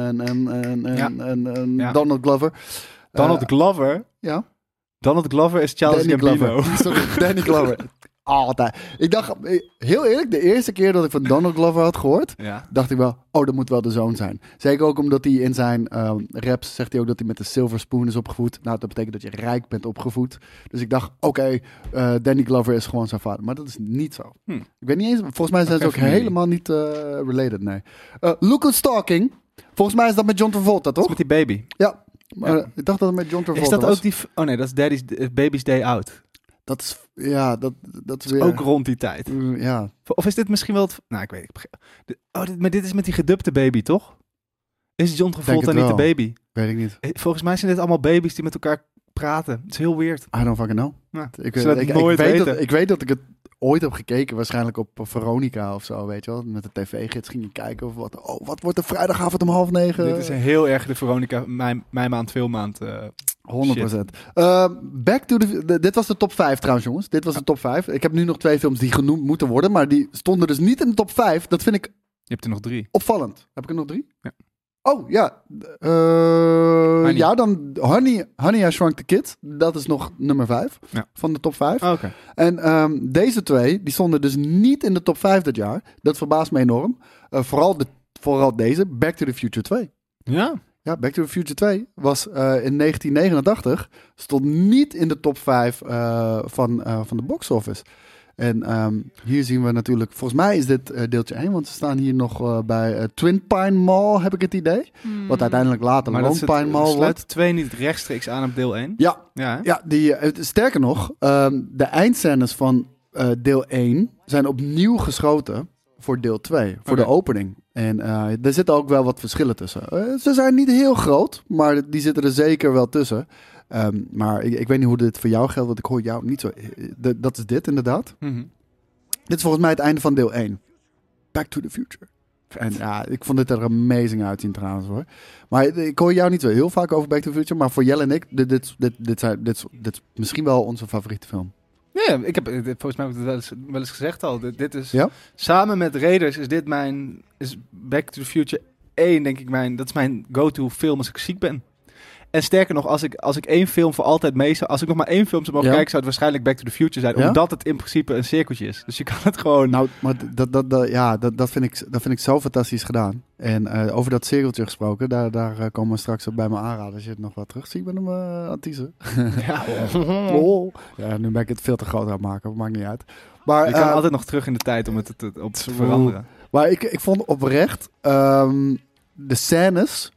en Donald Glover. Donald Glover? Ja. Donald Glover is Charles Gambino. Sorry, Danny Glover. Altijd. Ik dacht, heel eerlijk, de eerste keer dat ik van Donald Glover had gehoord, dacht ik wel, dat moet wel de zoon zijn. Zeker ook omdat hij in zijn raps zegt hij ook dat hij met de silver spoon is opgevoed. Nou, dat betekent dat je rijk bent opgevoed. Dus ik dacht, Danny Glover is gewoon zijn vader. Maar dat is niet zo. Ik weet niet eens, volgens mij zijn ze ook helemaal niet related, nee. Lucas Talking, volgens mij is dat met John Travolta, toch? Dat is met die baby. Ja. Maar Ja. ik dacht dat het met John Travolta Is dat was. ook die... Oh nee, dat is Baby's Day Out. Dat is... Ja, dat is weer... Ook rond die tijd. Ja. Of is dit misschien wel... Nou, ik weet het. Maar dit is met die gedubte baby, toch? Is John Travolta het niet de wel. baby? Weet ik niet. Volgens mij zijn dit allemaal baby's die met elkaar praten. Het is heel weird. I don't fucking know. Ja, Ik zou het nooit weten. ik weet dat ik het ooit heb gekeken, waarschijnlijk op Veronica of zo, weet je wel. Met de tv-gids ging je kijken of wat. Oh, wat wordt er vrijdagavond om 8:30? Dit is heel erg de Veronica, mijn maand, filmmaand. 100%. Back to dit was de top 5 trouwens, jongens. Dit was de top 5. Ik heb nu nog 2 films die genoemd moeten worden, maar die stonden dus niet in de top 5. Dat vind ik Je hebt er nog 3. opvallend. Heb ik er nog 3? Ja. Oh, ja. Ja, dan Honey, I Shrunk the Kids. Dat is nog nummer 5 van de top 5. Oh, oké. En deze 2, die stonden dus niet in de top 5 dit jaar. Dat verbaast me enorm. Vooral deze, Back to the Future 2. Ja. Ja, Back to the Future 2 was in 1989. Stond niet in de top 5 van de box office. En hier zien we natuurlijk... Volgens mij is dit deeltje 1. Want ze staan hier nog bij Twin Pine Mall, heb ik het idee. Wat uiteindelijk later Maar Lone Pine Mall wordt. sluit 2 niet rechtstreeks aan op deel 1? Ja, Ja, hè? ja sterker nog, de eindscènes van deel 1 zijn opnieuw geschoten voor deel 2, voor de opening. En er zitten ook wel wat verschillen tussen. Ze zijn niet heel groot, maar die zitten er zeker wel tussen. Maar ik weet niet hoe dit voor jou geldt, want ik hoor jou niet zo... Dat is dit inderdaad. Mhm. Dit is volgens mij het einde van deel 1. Back to the Future. En ja, ik vond dit er amazing uitzien trouwens hoor. Maar ik hoor jou niet zo heel vaak over Back to the Future. Maar voor Jelle en ik, dit is misschien wel onze favoriete film. Ja, ik heb volgens mij heb ik het wel eens gezegd al. Dit is Ja? samen met Raiders is Back to the Future 1 denk ik dat is mijn go-to film als ik ziek ben. En sterker nog, als ik één film voor altijd mee zou... Als ik nog maar één film zou mogen kijken, zou het waarschijnlijk Back to the Future zijn. Ja? Omdat het in principe een cirkeltje is. Dus je kan het gewoon... Nou, maar dat vind ik zo fantastisch gedaan. En over dat cirkeltje gesproken, daar komen we straks op bij me aanraden. Als je het nog wat terug ziet met hem aan het teasen. Ja, Lol. Ja, nu ben ik het veel te groot aan het maken. Maakt niet uit. Maar, je kan altijd nog terug in de tijd om het op te veranderen. Maar ik vond oprecht de scènes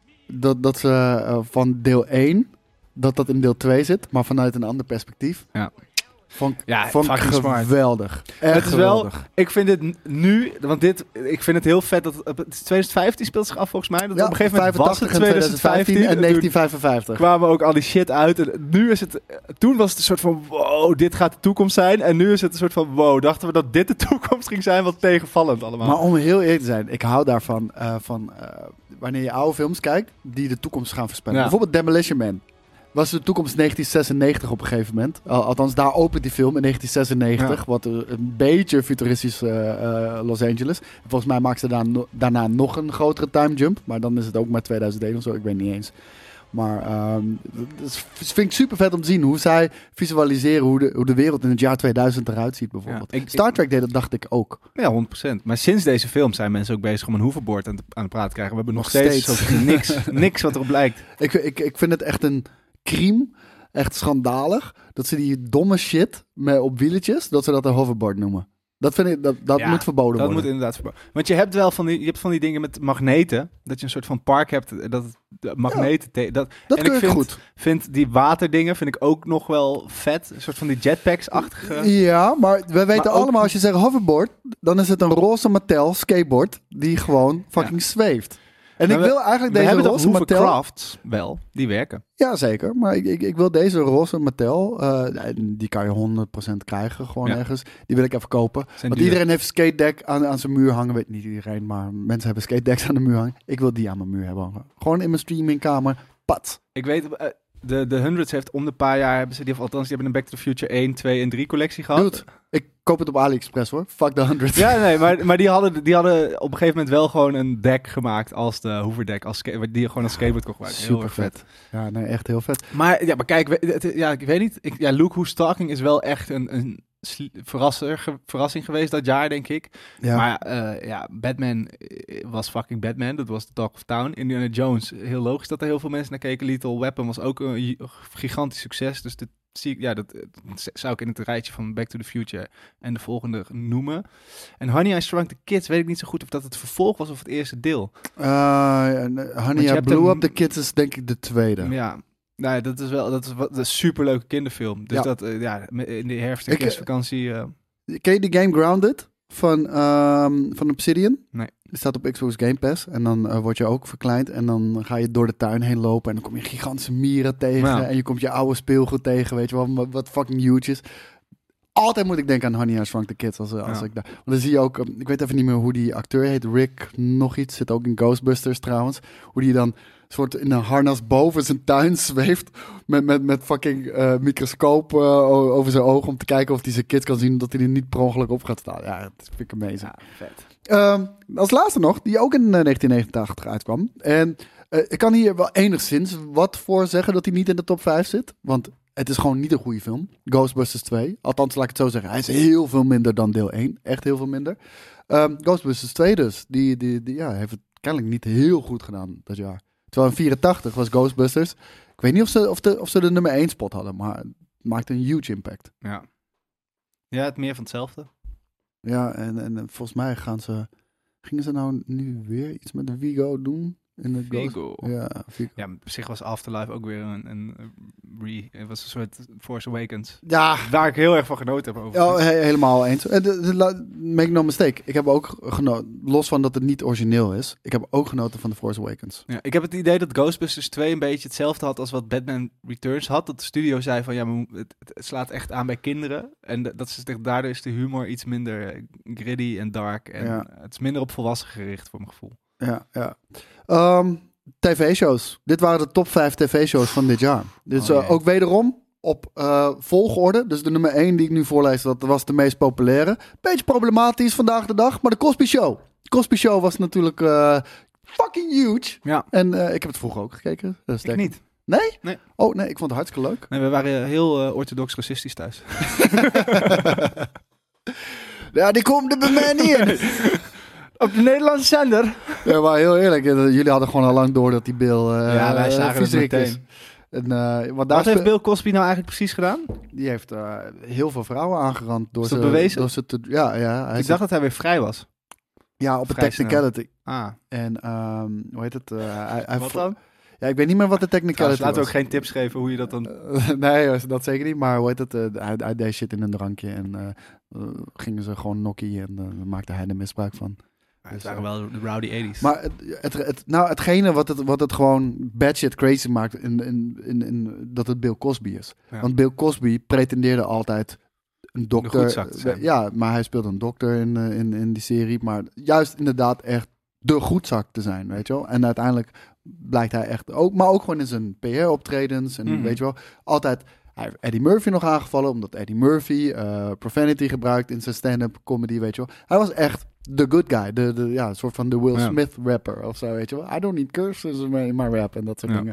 dat ze van deel 1 dat in deel 2 zit, maar vanuit een ander perspectief. Ja. Vond ik fucking smart. geweldig. Echt Het is wel, geweldig. ik vind het nu, want ik vind het heel vet dat het is 2015 speelt zich af volgens mij. Dat Ja, op een gegeven moment was het 2015 en toen 1955. kwamen ook al die shit uit. En nu is het, toen was het een soort van, wow, dit gaat de toekomst zijn. En nu is het een soort van, wow, dachten we dat dit de toekomst ging zijn? Wat tegenvallend allemaal. Maar om heel eerlijk te zijn, ik hou daarvan wanneer je oude films kijkt die de toekomst gaan voorspellen. Ja. Bijvoorbeeld Demolition Man. Was de toekomst 1996 op een gegeven moment. Althans, daar opent die film in 1996. Wat een beetje futuristisch Los Angeles. Volgens mij maakt ze daarna nog een grotere time jump. Maar dan is het ook maar 2001 of zo. Ik weet niet eens. Maar dat vind ik super vet om te zien. Hoe zij visualiseren hoe de wereld in het jaar 2000 eruit ziet bijvoorbeeld. Ja, Star Trek deed dat, dacht ik ook. Ja, 100%. Maar sinds deze film zijn mensen ook bezig om een hoverboard aan het praten krijgen. We hebben nog Nog steeds niks wat erop lijkt. Ik vind het echt een crime, echt schandalig, dat ze die domme shit op wieletjes, dat ze dat een hoverboard noemen. Dat vind ik, dat moet verboden dat worden. moet inderdaad verboden. Want je hebt wel van die dingen met magneten, dat je een soort van park hebt, dat magneten... Dat en kun ik goed. Vind die waterdingen vind ik ook nog wel vet. Een soort van die jetpacks-achtige... Ja, maar we weten Maar ook- allemaal, als je zegt hoverboard, dan is het een roze Mattel skateboard die gewoon fucking zweeft. En Maar ik wil eigenlijk We deze hebben toch roze Mattel... hovercrafts wel, die werken. Ja, zeker. Maar ik wil deze roze Mattel, die kan je 100% krijgen gewoon Ja. ergens. Die wil ik even kopen. Zijn Want duur. iedereen heeft skate deck aan zijn muur hangen. Weet niet iedereen, maar mensen hebben skate decks aan de muur hangen. Ik wil die aan mijn muur hebben hangen. Gewoon in mijn streamingkamer. Pat. Ik weet, de Hundreds heeft om de paar jaar, hebben ze die, of althans die hebben een Back to the Future 1, 2 en 3 collectie gehad. Dude, ik koop het op AliExpress hoor. Fuck the 100. Ja, nee, maar die hadden op een gegeven moment wel gewoon een deck gemaakt als de hoverdeck, die je gewoon als skateboard kon gebruiken. Heel Super erg vet. Ja, nee, echt heel vet. Maar kijk, ik weet niet. Luke Who's Talking is wel echt een verrassing geweest dat jaar, denk ik. Ja. Maar Batman was fucking Batman. Dat was de talk of town. Indiana Jones, heel logisch dat er heel veel mensen naar keken. Lethal Weapon was ook een gigantisch succes. Dus dat zou ik in het rijtje van Back to the Future en de volgende noemen. En Honey, I Shrunk the Kids, weet ik niet zo goed of dat het vervolg was of het eerste deel. Honey, I Blew Up the Kids is denk ik de tweede. Ja. Nou, dat is een superleuke kinderfilm. Dus in de herfst- en kerstvakantie... Ken je de game Grounded van Obsidian? Nee. Die staat op Xbox Game Pass. En dan word je ook verkleind. En dan ga je door de tuin heen lopen. En dan kom je gigantische mieren tegen. Ja. En je komt je oude speelgoed tegen. Weet je wel, wat fucking huge is. Altijd moet ik denken aan Honey, I Shrunk the Kids. Als ik daar. Want dan zie je ook... ik weet even niet meer hoe die acteur heet. Rick nog iets. Zit ook in Ghostbusters trouwens. Hoe die dan soort in een harnas boven zijn tuin zweeft. Met fucking microscoop over zijn ogen. Om te kijken of hij zijn kids kan zien. Dat hij er niet per ongeluk op gaat staan. Ja, dat vind ik amazing. Ja, vet. Als laatste nog, die ook in 1989 uitkwam. En ik kan hier wel enigszins wat voor zeggen dat hij niet in de top 5 zit. Want het is gewoon niet een goede film. Ghostbusters 2. Althans, laat ik het zo zeggen. Hij is heel veel minder dan deel 1. Echt heel veel minder. Ghostbusters 2 dus. Die heeft het kennelijk niet heel goed gedaan dat jaar. Terwijl in 84 was Ghostbusters. Ik weet niet of ze de nummer 1 spot hadden. Maar het maakte een huge impact. Ja. Ja, het meer van hetzelfde. Ja, en volgens mij gingen ze nou nu weer iets met de Vigo doen? In de Vigo. Ja, Vigo. Ja, op zich was Afterlife ook weer het was een soort Force Awakens. Ja, Waar ik heel erg van genoten heb over. oh, helemaal eens. Make no mistake. Ik heb ook genoten, los van dat het niet origineel is, ik heb ook genoten van The Force Awakens. Ja, ik heb het idee dat Ghostbusters 2 een beetje hetzelfde had als wat Batman Returns had. Dat de studio zei van, ja, maar het slaat echt aan bij kinderen. En daardoor is de humor iets minder gritty en dark. En het is minder op volwassen gericht, voor mijn gevoel. Ja. TV-shows. Dit waren de top 5 TV-shows van dit jaar. Dus ook wederom op volgorde. Dus de nummer 1 die ik nu voorlees, dat was de meest populaire. Beetje problematisch vandaag de dag, maar de Cosby Show. De Cosby Show was natuurlijk fucking huge. Ja. En ik heb het vroeger ook gekeken. Ik niet. Nee? Nee. Oh nee, ik vond het hartstikke leuk. Nee, we waren heel orthodox racistisch thuis. Ja, die komt er bij mij niet in. Op de Nederlandse zender. Ja, maar heel eerlijk, jullie hadden gewoon al lang door dat die Bill wij zagen het viezerik meteen. is. En, Wat heeft Bill Cosby nou eigenlijk precies gedaan? Die heeft heel veel vrouwen aangerand. Door Is dat bewezen? Ja. Ik dacht dat hij weer vrij was. Ja, op een Vrij technicality. Ah. En hoe heet het? Wat dan? Ja, ik weet niet meer wat de technicality Laten we was. ook geen tips geven hoe je dat dan... Nee, dat zeker niet. Maar hoe heet het? Hij deed shit in een drankje en gingen ze gewoon nokkie en daar maakte hij er misbruik van. Het waren wel de rowdy 80s. Maar hetgene wat het gewoon bad shit crazy maakt, in dat het Bill Cosby is. Ja. Want Bill Cosby pretendeerde altijd een dokter. De goedzak te zijn. Ja, maar hij speelde een dokter in die serie. Maar juist inderdaad echt de goedzak te zijn, weet je wel. En uiteindelijk blijkt hij echt ook, maar ook gewoon in zijn PR-optredens. En weet je wel, altijd... Hij heeft Eddie Murphy nog aangevallen, omdat Eddie Murphy profanity gebruikt in zijn stand-up comedy, weet je wel. Hij was echt the good guy, een soort van de Will Smith rapper of zo, weet je wel. I don't need curses in my rap en dat soort dingen.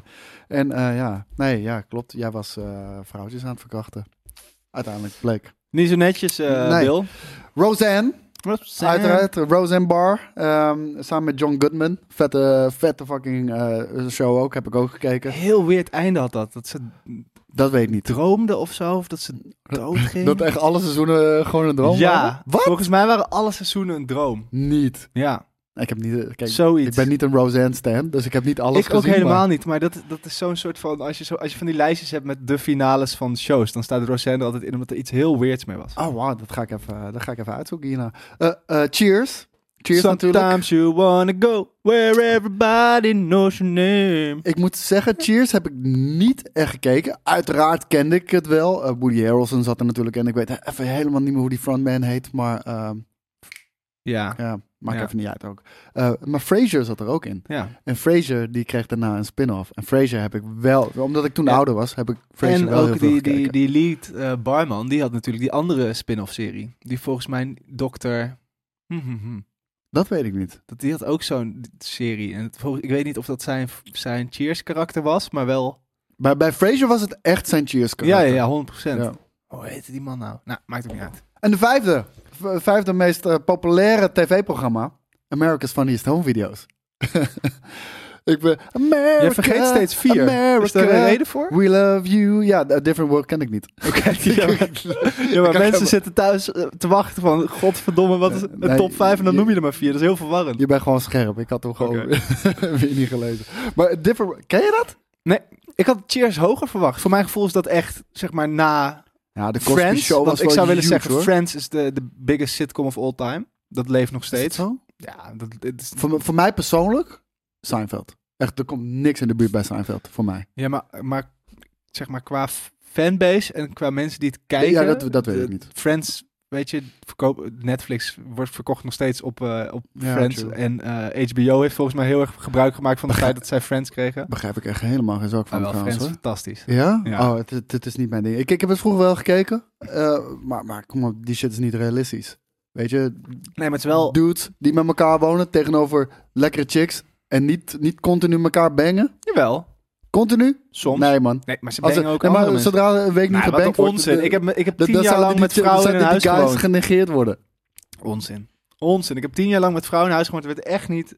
En klopt. Jij was vrouwtjes aan het verkrachten. Uiteindelijk bleek. Niet zo netjes, Nee. Bill. Roseanne. Uiteraard, Roseanne Barr. Samen met John Goodman. Vette fucking show ook. Heb ik ook gekeken. Heel weird einde had dat. Dat ze Dat weet ik niet. droomde of zo. Of dat ze dood ging. Dat echt alle seizoenen gewoon een droom Ja. waren? Wat? Volgens mij waren alle seizoenen een droom. Niet. Ja. Ik heb niet... Kijk, Zoiets. ik ben niet een Roseanne stan, dus ik heb niet alles Ik gezien. ook helemaal maar- niet. Maar dat is zo'n soort van... Als je van die lijstjes hebt met de finales van shows... dan staat Roseanne er altijd in omdat er iets heel weirds mee was. Oh, wow, dat ga ik even uitzoeken hierna. Cheers. Cheers natuurlijk. Sometimes you wanna go where everybody knows your name. Ik moet zeggen, Cheers heb ik niet echt gekeken. Uiteraard kende ik het wel. Woody Harrelson zat er natuurlijk in. Ik weet even helemaal niet meer hoe die frontman heet. Maar Ja. maakt Ja. even niet uit ook. Maar Frasier zat er ook in. Ja. En Frasier die kreeg daarna een spin-off. En Frasier heb ik wel, omdat ik toen Ja. ouder was, heb ik Frasier En wel heel ook veel gekeken. die lead barman, die had natuurlijk die andere spin-off serie. Die volgens mij dokter... Dat weet ik niet. Die had ook zo'n serie. En ik weet niet of dat zijn Cheers karakter was, maar wel... Bij Frasier was het echt zijn Cheers karakter. Ja, 100%. Ja. Hoe heette die man nou? Nou, maakt ook niet uit. En de vijfde meest populaire tv-programma. America's Funniest Home Videos. Ik ben America. Je vergeet steeds 4. America, Is er een reden voor? We love you. Ja, A Different World ken ik niet. Oké, ja, maar mensen zitten thuis te wachten van... Godverdomme, wat is een Nee, top 5 en dan noem je er maar 4. Dat is heel verwarrend. Je bent gewoon scherp. Ik had hem gewoon weer niet gelezen. Maar A Different... Ken je dat? Nee, ik had Cheers hoger verwacht. Voor mijn gevoel is dat echt, zeg maar, na Ja, de Cosby Friends. Show Want was ik wel zou willen huge, zeggen, hoor. Friends is de biggest sitcom of all time. Dat leeft nog Is het steeds. zo? Ja, het is... Voor mij persoonlijk, Seinfeld. Echt, er komt niks in de buurt bij Seinfeld, voor mij. Ja, maar zeg maar qua fanbase en qua mensen die het kijken... Ja, dat weet ik niet. Friends, weet je, Netflix wordt verkocht nog steeds op Ja, Friends. true. En HBO heeft volgens mij heel erg gebruik gemaakt van het feit dat zij Friends kregen. Begrijp ik echt helemaal geen zak van Maar wel, trouwens, Friends is hoor. fantastisch. Ja? Ja. Oh, het is niet mijn ding. Ik heb het vroeger wel gekeken. Maar kom op, die shit is niet realistisch. Weet je, Nee, maar het is wel... dudes die met elkaar wonen tegenover lekkere chicks. En niet continu elkaar bangen. Jawel, Continu? soms. Nee, man. Nee, maar ze Als bangen er- ook nee, maar andere mensen. zodra een week niet Nou, wat gebankt een wordt... onzin. Ik heb 10 jaar zouden lang die- met vrouwen in zouden een huis die guys gewoond. genegeerd worden. Onzin. Ik heb 10 jaar lang met vrouwen in huis gewoond. Het werd echt niet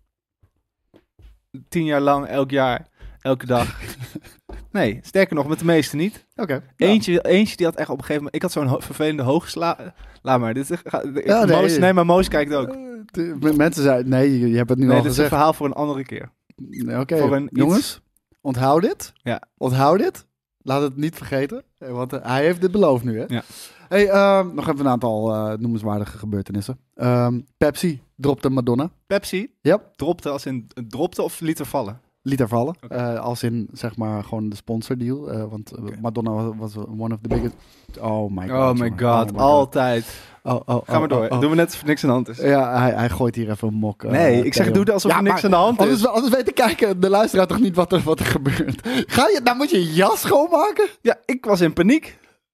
10 jaar lang, elk jaar, elke dag. Nee, sterker nog, met de meeste niet. Oké. Eentje die had echt op een gegeven moment... Ik had zo'n vervelende hoogslaap. Laat maar. Dit is, Ja, nee. Moos, nee, maar Moos kijkt ook. Mensen zeiden... Nee, je hebt het nu Nee, al dit is een gezegd. verhaal voor een andere keer. Nee, Oké, voor een iets- jongens. Onthoud dit. Ja. Onthoud dit. Laat het niet vergeten. Want hij heeft dit beloofd nu, hè? Ja. Hey, nog even een aantal noemenswaardige gebeurtenissen. Pepsi dropte Madonna. Pepsi Yep. dropte of liet er vallen? Liet er vallen. Oké. Als in, zeg maar, gewoon de sponsordeal. Want Oké. Madonna was one of the biggest... Oh my god. Oh my jongen. god, Oh my altijd. Ga maar door. Doen we net of niks aan de hand is. Ja, hij gooit hier even een mok. Nee, ik zeg tegen. doe alsof er niks maar aan de hand is. Anders weet de kijker, de luisteraar toch niet wat er gebeurt. Nou moet je jas schoonmaken? Ja, ik was in paniek.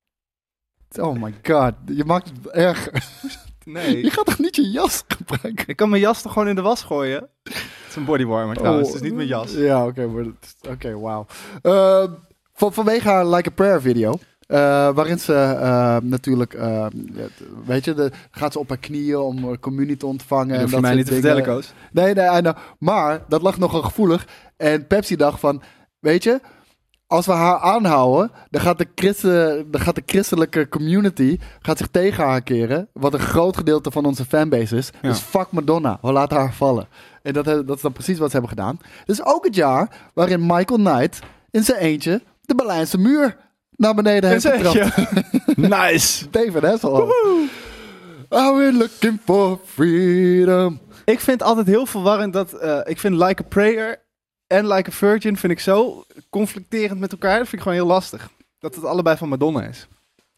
Oh my god, je maakt het erger. Nee. Je gaat toch niet je jas gebruiken? Ik kan mijn jas toch gewoon in de was gooien? Het is een bodywarmer trouwens, het is niet mijn jas. Ja, oké, wauw. Vanwege haar Like a Prayer video... waarin ze natuurlijk, weet je, gaat ze op haar knieën om communie te ontvangen. Dat en hoef je dat mij soort niet te dingen. vertellen, Koos. Nee, I know. Maar dat lag nogal gevoelig. En Pepsi dacht van, weet je, als we haar aanhouden, dan gaat de christelijke community gaat zich tegen haar keren. Wat een groot gedeelte van onze fanbase is. Ja. Dus fuck Madonna, we laten haar vallen. En dat is dan precies wat ze hebben gedaan. Dit is ook het jaar waarin Michael Knight in zijn eentje de Berlijnse muur naar beneden heeft Zeg je? getrapt. Nice. David Hasselhoff. We're looking for freedom. Ik vind altijd heel verwarrend dat... ik vind Like a Prayer en Like a Virgin vind ik zo conflicterend met elkaar. Dat vind ik gewoon heel lastig. Dat het allebei van Madonna is.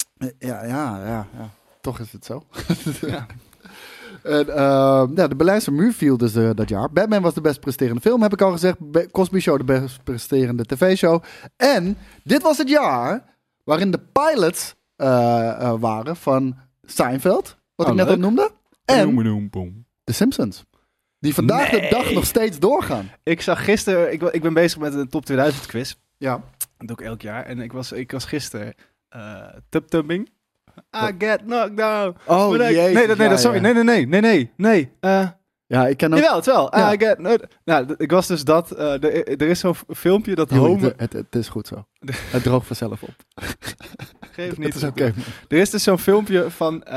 Ja. Toch is het zo. Ja. En, de Berlijnse muur viel dus dat jaar. Batman was de best presterende film, heb ik al gezegd. Cosby Show de best presterende tv-show. En dit was het jaar waarin de pilots waren van Seinfeld, wat ik net al leuk. noemde. En The Simpsons. Die vandaag de Nee. dag nog steeds doorgaan. Ik zag gisteren... Ik ben bezig met een top 2000 quiz. Ja. Dat doe ik elk jaar. En ik was gisteren tub-tubbing. I get knocked down. Oh, Maar jezus. sorry. Nee. Ja, ik ken ook... Jawel, het wel. Ja. I get nou, ik was dus dat... er is zo'n filmpje dat Joey, Homer... het is goed zo. Het droogt vanzelf op. Geef niet. Het is oké. Er is dus zo'n filmpje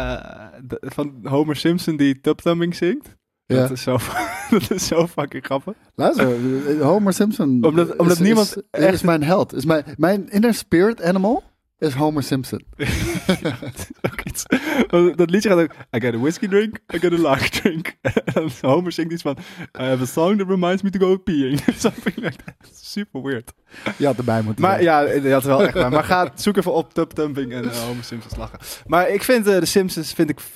van Homer Simpson die tub-thumbing zingt. Ja. Dat is zo fucking grappig. Luister, Homer Simpson Omdat niemand is echt- mijn held. Is mijn inner spirit animal is Homer Simpson. Ook iets. Dat liedje gaat ook... I got a whiskey drink, I got a lager drink. En Homer zingt iets van... I have a song that reminds me to go peeing. Something like that. Super weird. Je had erbij moeten Maar zijn. ja, je had wel echt waar. Maar zoek even op tub-thumping en Homer Simpsons lachen. Maar ik vind de Simpsons,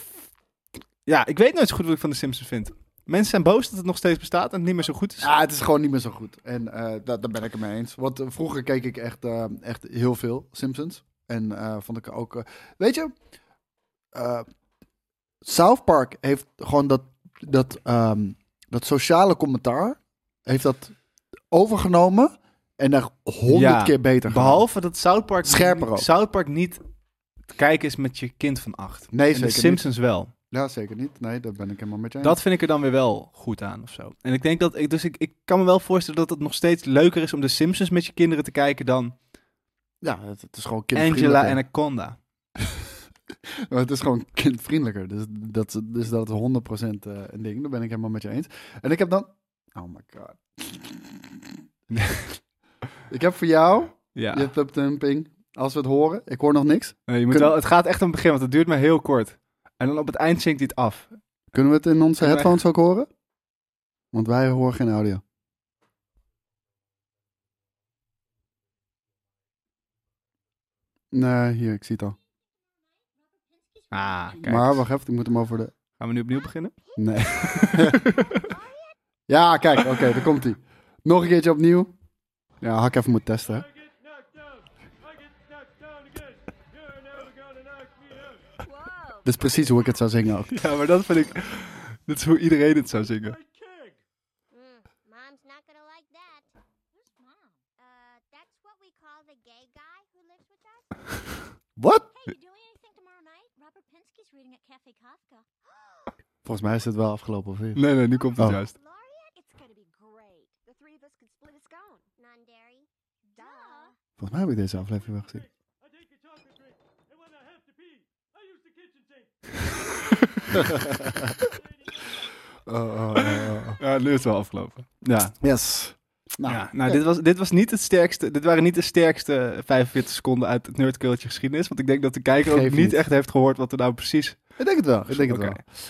Ja, ik weet nooit zo goed wat ik van de Simpsons vind. Mensen zijn boos dat het nog steeds bestaat en het niet meer zo goed is. Ja, het is gewoon niet meer zo goed. En daar ben ik het mee eens. Want vroeger keek ik echt heel veel Simpsons. En vond ik ook... weet je... South Park heeft gewoon dat sociale commentaar... heeft dat overgenomen... en daar 100 Ja, keer beter gedaan. Behalve dat Scherper ook. South Park niet te kijken is met je kind van 8. Nee, en zeker de Simpsons wel. Ja, zeker niet. Nee, daar ben ik helemaal met je eens. Dat vind ik er dan weer wel goed aan of zo. En ik denk dat ik kan me wel voorstellen dat het nog steeds leuker is om de Simpsons met je kinderen te kijken dan Ja, het is gewoon Angela kindvriendelijker. Anaconda. Maar het is gewoon kindvriendelijker. Dus dat is 100% een ding. Daar ben ik helemaal met je eens. En ik heb dan... Oh my god. Ik heb voor jou... Ja. Je thumbtumping. Als we het horen. Ik hoor nog niks. Nee, je moet Kun- wel, het gaat echt aan het begin, want het duurt maar heel kort. En dan op het eind zingt hij het af. Kunnen we het in onze Kunnen wij- headphones ook horen? Want wij horen geen audio. Nee, hier, ik zie het al. Ah, kijk. Maar wacht even, ik moet hem over de... Gaan we nu opnieuw beginnen? Nee. Ja, kijk, oké, daar komt hij. Nog een keertje opnieuw. Ja, had ik even moeten testen, hè. Dit is precies hoe ik het zou zingen ook. Ja, maar dat vind ik... Dat is hoe iedereen het zou zingen. Mom's not gonna like that. Who's mom? That's what we call the gay guy who lives with us. Wat? Hey, you doing anything tomorrow night? Robert Pinsky's reading at Cafe Kafka. Volgens mij is het wel afgelopen, of niet? Nee, nu komt het Oh. juist. Laureate? It's gonna be great. The three of us could split a scone. Non-dairy? Duh. Volgens mij heb ik deze aflevering wel gezien. Ja, nu is het wel afgelopen. Ja. Yes. Nou, Ja, nou, dit was niet het sterkste. Dit waren niet de sterkste 45 seconden uit het nerdculture geschiedenis. Want ik denk dat de kijker ook Geeft niet niet. echt heeft gehoord wat er nou precies... ik denk het wel. Ik denk het Oké.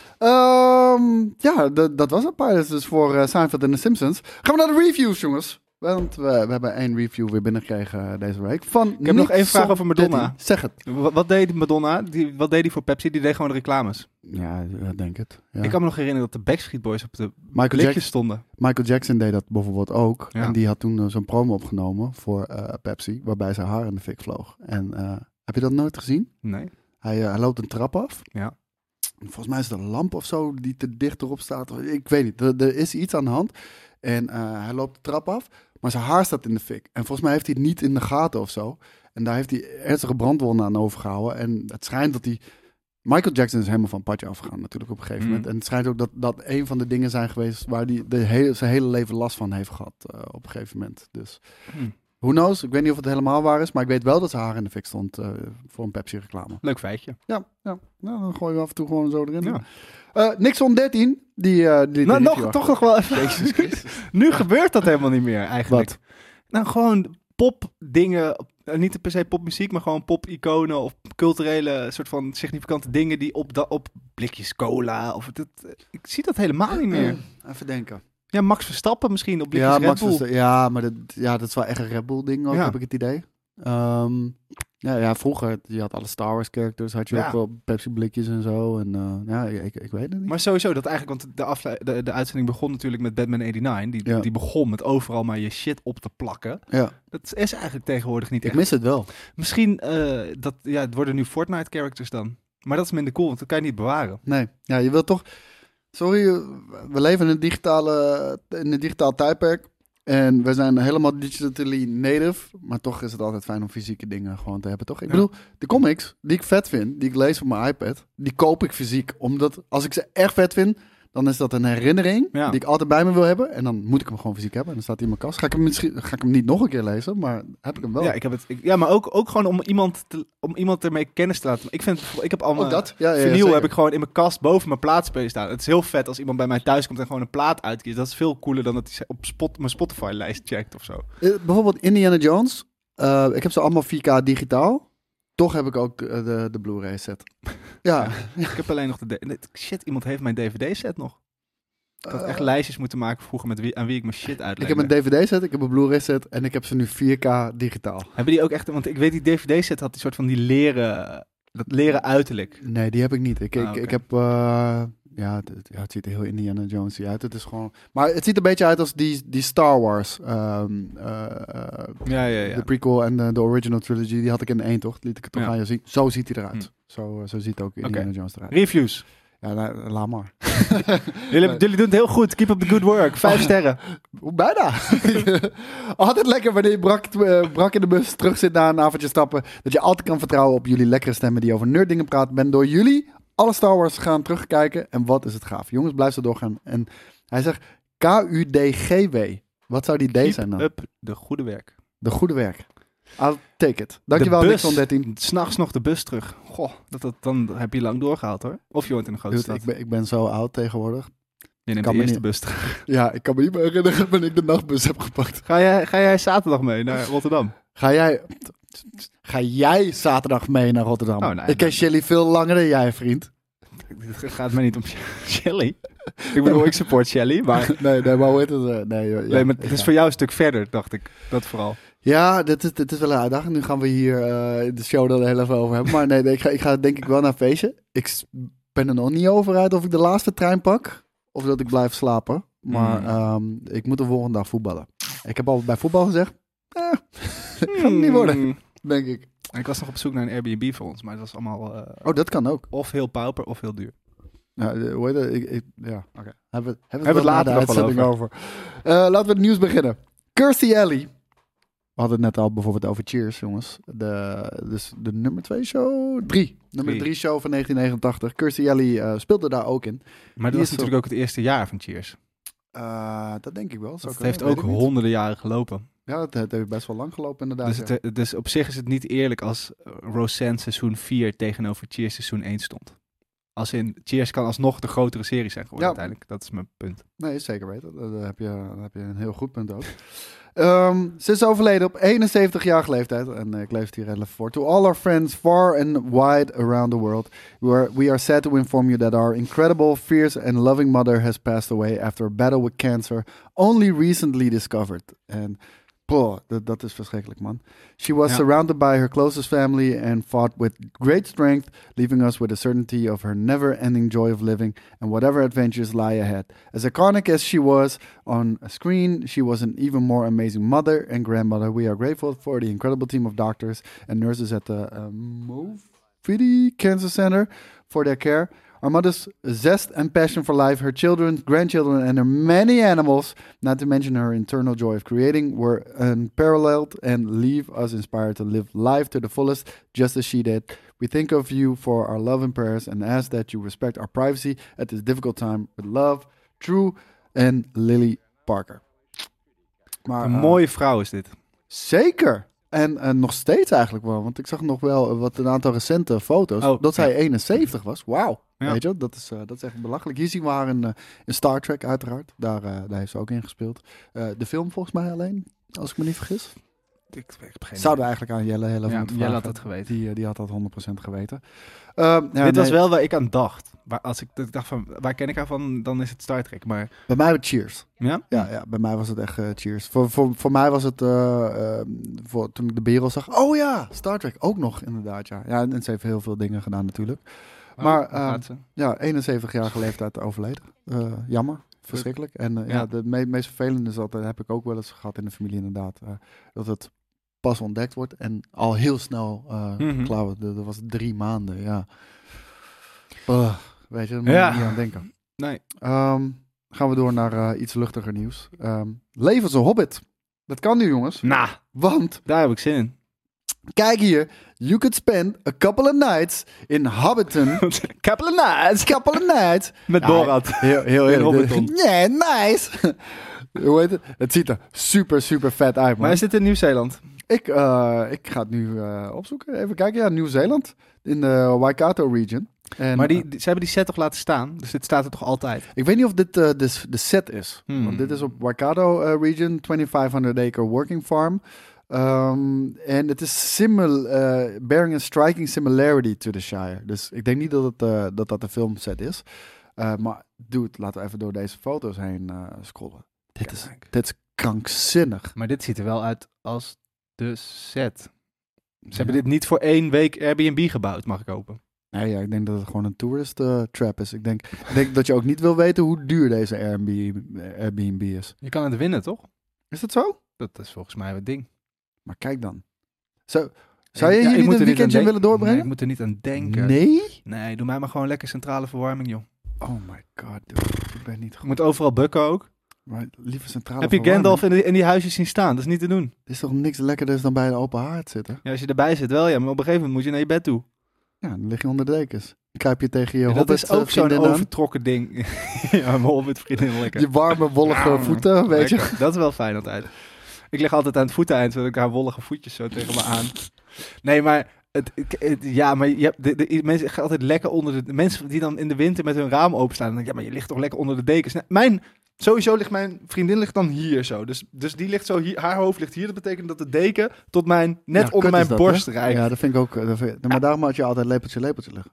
wel. Ja, dat was het Pirates dus voor Seinfeld en The Simpsons. Gaan we naar de reviews, jongens. Want we hebben 1 review weer binnengekregen deze week. Ik heb nog één vraag over Madonna. Zeg het. Wat deed Madonna? Wat deed die voor Pepsi? Die deed gewoon de reclames. Ja, denk het. Ja. Ik kan me nog herinneren dat de Backstreet Boys op de Michael, blikjes stonden. Michael Jackson deed dat bijvoorbeeld ook. Ja. En die had toen zo'n promo opgenomen voor Pepsi. Waarbij zijn haar in de fik vloog. En heb je dat nooit gezien? Nee. Hij loopt een trap af. Ja. Volgens mij is het een lamp of zo die te dicht erop staat. Ik weet niet. Er is iets aan de hand. En hij loopt de trap af. Maar zijn haar staat in de fik. En volgens mij heeft hij het niet in de gaten of zo. En daar heeft hij ernstige brandwonden aan overgehouden. En het schijnt dat hij... Michael Jackson is helemaal van het padje afgegaan natuurlijk op een gegeven moment. En het schijnt ook dat een van de dingen zijn geweest... waar hij zijn hele leven last van heeft gehad op een gegeven moment. Dus who knows? Ik weet niet of het helemaal waar is. Maar ik weet wel dat zijn haar in de fik stond voor een Pepsi-reclame. Leuk feitje. Ja. Nou, dan gooien we af en toe gewoon zo erin. Ja. Nixon 13, die Nou, review toch nog wel even. Jezus Christus. Nu gebeurt dat helemaal niet meer eigenlijk. Wat? Nou, gewoon popdingen. Niet per se popmuziek, maar gewoon pop-iconen of culturele soort van significante dingen die op blikjes cola of ik zie dat helemaal niet meer. Even denken. Ja, Max Verstappen misschien op blikjes Ja, Red Max Bull. Verstappen, ja, maar dat is wel echt een Red Bull ding ook, Ja. heb ik het idee. Ja, vroeger, je had alle Star Wars characters, had je Ja. ook wel Pepsi blikjes en zo. En ja, ik weet het niet. Maar sowieso dat eigenlijk, want de uitzending begon natuurlijk met Batman 89. Ja. Die begon met overal maar je shit op te plakken. Ja, Dat is eigenlijk tegenwoordig niet ik echt. mis het wel. Misschien, het worden nu Fortnite characters dan. Maar dat is minder cool, want dat kan je niet bewaren. Nee, ja, je wilt toch... Sorry, we leven in een digitaal tijdperk. En we zijn helemaal digitally native. Maar toch is het altijd fijn om fysieke dingen gewoon te hebben, toch? Ik bedoel, de comics die ik vet vind, die ik lees op mijn iPad, die koop ik fysiek. Omdat als ik ze echt vet vind, dan is dat een herinnering Ja. die ik altijd bij me wil hebben. En dan moet ik hem gewoon fysiek hebben. En dan staat hij in mijn kast. Ga ik hem niet nog een keer lezen, maar heb ik hem wel. Ja, maar ook gewoon om iemand ermee kennis te laten. Ik heb allemaal Ook dat? Ja, vinyl zeker. heb ik gewoon in mijn kast boven mijn plaatspeler staan. Het is heel vet als iemand bij mij thuis komt en gewoon een plaat uitkiest. Dat is veel cooler dan dat hij op mijn Spotify-lijst checkt of zo. Bijvoorbeeld Indiana Jones. Ik heb ze allemaal 4K digitaal. Toch heb ik ook de Blu-ray set. Ja. Ik heb alleen nog shit, iemand heeft mijn DVD-set nog. Ik had echt Eh, lijstjes moeten maken vroeger met aan wie ik mijn shit Ik uitlegde. heb een DVD-set, ik heb een Blu-ray set en ik heb ze nu 4K digitaal. Hebben die ook echt... Want ik weet, die DVD-set had die soort van dat leren uiterlijk. Nee, die heb ik niet. Ik Oké. heb... het ziet er heel Indiana Jones uit. Het is gewoon... Maar het ziet een beetje uit als die Star Wars. Ja. De prequel en de original trilogy. Die had ik in 1, toch? Liet ik het toch Ja. aan je zien. Zo ziet hij eruit. Zo ziet ook Indiana Oké. Jones eruit. Reviews. Ja, nou, laat maar. Jullie doen het heel goed. Keep up the good work. 5 sterren. Bijna. Altijd lekker wanneer je brak in de bus terug zit na een avondje stappen. Dat je altijd kan vertrouwen op jullie lekkere stemmen die over nerddingen praten. Ben door jullie alle Star Wars gaan terugkijken. En wat is het gaaf. Jongens, blijf zo doorgaan. En hij zegt KUDGW. Wat zou die D zijn dan? Keep up de goede werk. De goede werk. I'll take it. Dankjewel, De Nixon 13. S'nachts nog de bus terug. Goh, dan heb je lang doorgehaald hoor. Of je woont in een grote Dude, stad. ik ben zo oud tegenwoordig. Je neemt kan de me eerste niet- bus terug. Ja, ik kan me niet meer herinneren wanneer ik de nachtbus heb gepakt. Ga jij zaterdag mee naar Rotterdam? Ga jij zaterdag mee naar Rotterdam? Oh, nee, ik ken nee. Shelly veel langer dan jij, vriend. Het gaat mij niet om Shelly. Ik bedoel, ik support Shelly, maar... Nee, maar hoe heet het? Nee, joh, ja, nee, maar ik het is ga. voor jou een stuk verder, dacht ik. Dat vooral. Ja, dit is wel een uitdaging. Nu gaan we hier in de show er heel even over hebben. Maar nee, ik ga denk ik wel naar een feestje. Ik ben er nog niet over uit of ik de laatste trein pak. Of dat ik blijf slapen. Maar ik moet de volgende dag voetballen. Ik heb al bij voetbal gezegd. Gaat het niet worden, denk ik. Ik was nog op zoek naar een Airbnb voor ons, maar dat was allemaal Oh, dat kan ook. of heel pauper of heel duur. Ja, hoe heet het? Ja, oké. Hebben we het het later later de nog wel uitzending over. Laten we het nieuws beginnen. Kirstie Alley. We hadden het net al bijvoorbeeld over Cheers, jongens. Dus de nummer 2 show? 3. Nummer 3 show van 1989. Kirstie Alley speelde daar ook in. Maar dat Die was is natuurlijk ook het eerste jaar van Cheers. Dat denk ik wel. Het heeft ook honderden jaren gelopen. Ja, het heeft best wel lang gelopen inderdaad. Dus, dus op zich is het niet eerlijk als Roseanne seizoen 4 tegenover Cheers seizoen 1 stond. Als in, Cheers kan alsnog de grotere serie zijn geworden Ja. uiteindelijk. Dat is mijn punt. Nee, zeker weten. Daar heb je een heel goed punt ook. Ze is overleden op 71-jarige leeftijd. En ik lees het hier even voor. To all our friends far and wide around the world. We are sad to inform you that our incredible, fierce and loving mother has passed away after a battle with cancer only recently discovered. En dat is verschrikkelijk, man. She was surrounded by her closest family and fought with great strength, leaving us with a certainty of her never-ending joy of living and whatever adventures lie ahead. As iconic as she was on screen, she was an even more amazing mother and grandmother. We are grateful for the incredible team of doctors and nurses at the Moffitt Cancer Center for their care. Our mother's zest and passion for life, her children, grandchildren, and her many animals, not to mention her internal joy of creating, were unparalleled and leave us inspired to live life to the fullest, just as she did. We think of you for our love and prayers and ask that you respect our privacy at this difficult time. With love, True and Lily Parker. Maar, Een mooie vrouw is dit. Zeker. En nog steeds eigenlijk wel. Want ik zag nog wel een aantal recente foto's. Oh, dat zij ja. 71 was. Wauw. Ja. Weet je, dat is echt belachelijk. Hier zien we haar in Star Trek uiteraard. Daar heeft ze ook in gespeeld. De film volgens mij alleen, als ik me niet vergis. Ik heb geen Zouden we eigenlijk aan Jelle heel even Ja, moeten Jelle vragen. had dat geweten. Die had dat 100% geweten. Dit was wel waar ik aan dacht. Als ik dacht van, waar ken ik haar van? Dan is het Star Trek. Maar Bij mij was Cheers. ja? Ja, bij mij was het echt Cheers. Voor mij was het, toen ik de Berel zag, oh ja, Star Trek ook nog inderdaad, ja. Ja, en ze heeft heel veel dingen gedaan natuurlijk. Maar, hoe gaat ze? Ja, 71-jarige leeftijd overleden. Jammer, verschrikkelijk. En Ja. de meest vervelende is altijd, heb ik ook wel eens gehad in de familie inderdaad, dat het pas ontdekt wordt en al heel snel klaar wordt. Dat was 3 maanden, ja. Weet je, daar moet je niet aan denken. Nee. Gaan we door naar iets luchtiger nieuws. Leven als een hobbit. Dat kan nu, jongens. Nou, Want, daar heb ik zin in. kijk hier. You could spend a couple of nights in Hobbiton. Couple of nights. Couple of nights. Met Ja, Borat. Heel In Hobbiton. Ja, nice. Hoe heet het? Het ziet er super, super vet uit, man. Maar is dit in Nieuw-Zeeland? Ik ga het nu opzoeken. Even kijken. Ja, Nieuw-Zeeland. In de Waikato region. En, Maar ze hebben die set toch laten staan? Dus dit staat er toch altijd? ik weet niet of dit de set is. Hmm. Want dit is op Waikato region. 2500 acre working farm. En het is bearing a striking similarity to the Shire. Dus ik denk niet dat de filmset is. Maar dude, laten we even door deze foto's heen scrollen. Dit is krankzinnig. Maar dit ziet er wel uit als de set. Ze hebben dit niet voor 1 week Airbnb gebouwd, mag ik hopen. Nee, ja, ik denk dat het gewoon een tourist trap is. Ik denk dat je ook niet wil weten hoe duur deze Airbnb is. Je kan het winnen, toch? Is dat zo? Dat is volgens mij het ding. Maar kijk dan. Zou je Ja, hier ik niet moet een er weekendje aan willen Nee, ik doorbrengen? moet er niet aan denken. Nee? Nee, doe mij maar gewoon lekker centrale verwarming, joh. Oh my god, dude. Ik ben niet Je goed. moet overal bukken ook. Maar lieve centrale Heb je verwarming. Gandalf in die huisjes zien staan? Dat is niet te doen. Er is toch niks lekkerders dan bij een open haard zitten? Ja, als je erbij zit wel, ja. Maar op een gegeven moment moet je naar je bed toe. Ja, dan lig je onder de dekens. Dan kruip je tegen je Ja, dat is ook zo'n vriendin aan. overtrokken ding. Ja, mijn Hobbit-vriendin lekker. Je warme, wollige voeten, weet je. Lekker. Dat is wel fijn altijd. Ik lig altijd aan het voeteneind, zodat ik haar wollige voetjes zo tegen me aan. Nee, maar... maar je hebt de mensen gaan altijd lekker onder de mensen die dan in de winter met hun raam openstaan. Dan denk ik, ja, maar je ligt toch lekker onder de dekens. Nee, sowieso ligt mijn vriendin ligt dan hier zo. Dus die ligt zo hier, haar hoofd ligt hier. Dat betekent dat de deken tot net Ja, onder kut mijn is dat, borst hè? reikt. Ja, dat vind ik ook. Maar daarom had je altijd lepeltje liggen.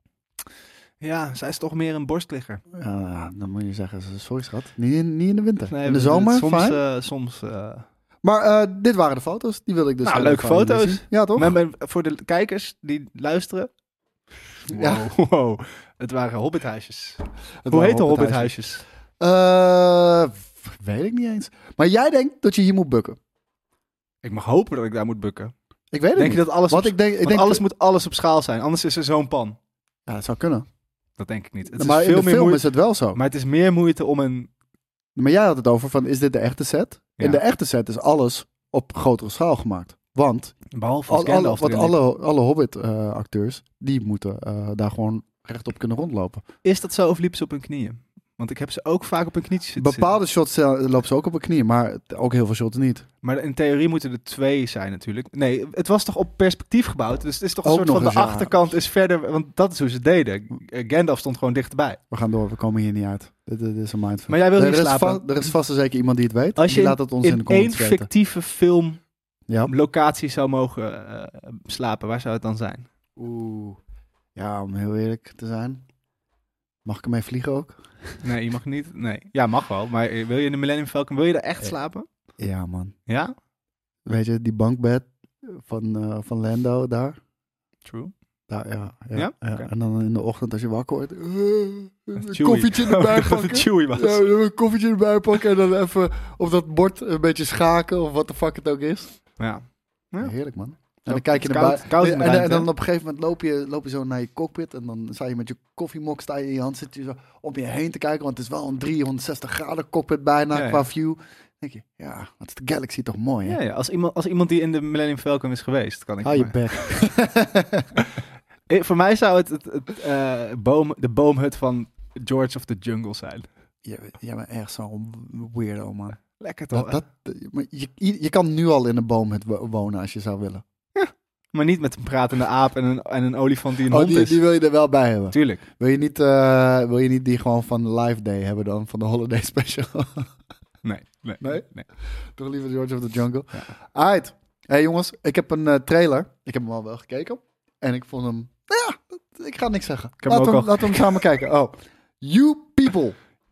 Ja, zij is toch meer een borstligger. Ja, dan moet je zeggen, sorry schat. Niet in de winter. Nee, in de zomer, soms, fijn. soms Maar dit waren de foto's. Die wil ik dus Nou, heel leuke even aan jullie foto's. zien. Ja, toch? voor de kijkers die luisteren. Ja. Wow. Het waren hobbithuisjes. Het Hoe waren heet de hobbithuisjes. hobbithuisjes? Weet ik niet eens. Maar jij denkt dat je hier moet bukken. Ik mag hopen dat ik daar moet bukken. Ik weet het Denk je niet. dat alles Want op, ik denk want alles moet alles op schaal zijn, anders is er zo'n pan. Ja, dat zou kunnen. Dat denk ik niet. Het Maar is in veel de meer film moeite, is het wel zo. maar het is meer moeite om een... Maar jij had het over van, is dit de echte set? Ja. In de echte set is alles op grotere schaal gemaakt. Want Behalve als Gandalf erin zit. alle Hobbit-acteurs, die moeten daar gewoon rechtop kunnen rondlopen. Is dat zo of liepen ze op hun knieën? Want ik heb ze ook vaak op hun knietjes zitten Bepaalde shots lopen ze ook op hun knieën, maar ook heel veel shots niet. zitten. Maar in theorie moeten er 2 zijn natuurlijk. Nee, het was toch op perspectief gebouwd? Dus het is toch een Ook soort nog van de eens, ja. achterkant is verder... Want dat is hoe ze het deden. Gandalf stond gewoon dichterbij. We gaan door, we komen hier niet uit. Dit is een mindfuck. Maar jij wil er, hier is slapen. er is vast en zeker iemand die het weet. Als je die laat het ons in de in één comments weten. fictieve film Ja. locatie zou mogen slapen, waar zou het dan zijn? Oeh. Ja, om heel eerlijk te zijn. Mag ik ermee vliegen ook? Nee, je mag niet. Nee. Ja, mag wel. Maar wil je in de Millennium Falcon, wil je daar echt slapen? Ja, man. Ja? Weet je, die bankbed van Lando daar. True. Daar, ja. Ja? Oké. En dan in de ochtend als je wakker wordt. Een Chewie. koffietje erbij Dat het pakken. Chewie was. Ja, een koffietje erbij pakken en dan even op dat bord een beetje schaken of wat de fuck het ook is. Ja. Ja. Heerlijk, man. Zo, En dan kijk je het naar is koud in de en ruimte, dan hè? op een gegeven moment loop je zo naar je cockpit en dan sta je met je koffiemok sta je in je hand, zit je zo om je heen te kijken, want het is wel een 360 graden cockpit bijna Ja, qua ja. view. Dan denk je, ja, wat is de Galaxy toch mooi, hè? Ja, als iemand die in de Millennium Falcon is geweest, kan ik... Hou je maar- bek. Voor mij zou het de boomhut van George of the Jungle zijn. Jij bent echt zo'n weirdo, man. Lekker toch? Maar je kan nu al in een boom wonen als je zou willen. Maar niet met een pratende aap en een olifant die een hond is. Die wil je er wel bij hebben. Tuurlijk. Wil je niet die gewoon van Live Day hebben dan, van de Holiday Special? Nee? Nee? Toch liever George of the Jungle? Ja. Alright. Hey jongens, ik heb een trailer. Ik heb hem al wel gekeken. En ik vond hem... Nou ja, ik ga niks zeggen. heb hem ook al Laten we hem samen kijken. Oh. You People.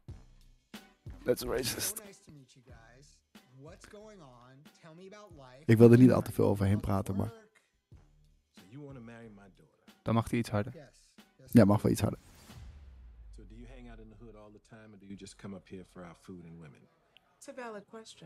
That's racist. Nice to meet you guys. What's going on? Tell me about life. Ik wil er niet al te veel overheen praten, maar... So you want to marry my daughter? Dan mag hij iets harder. Yes. Ja, mag wel iets harder. So do you hang out in the hood all the time, or do you just come up here for our food and women? It's a valid question.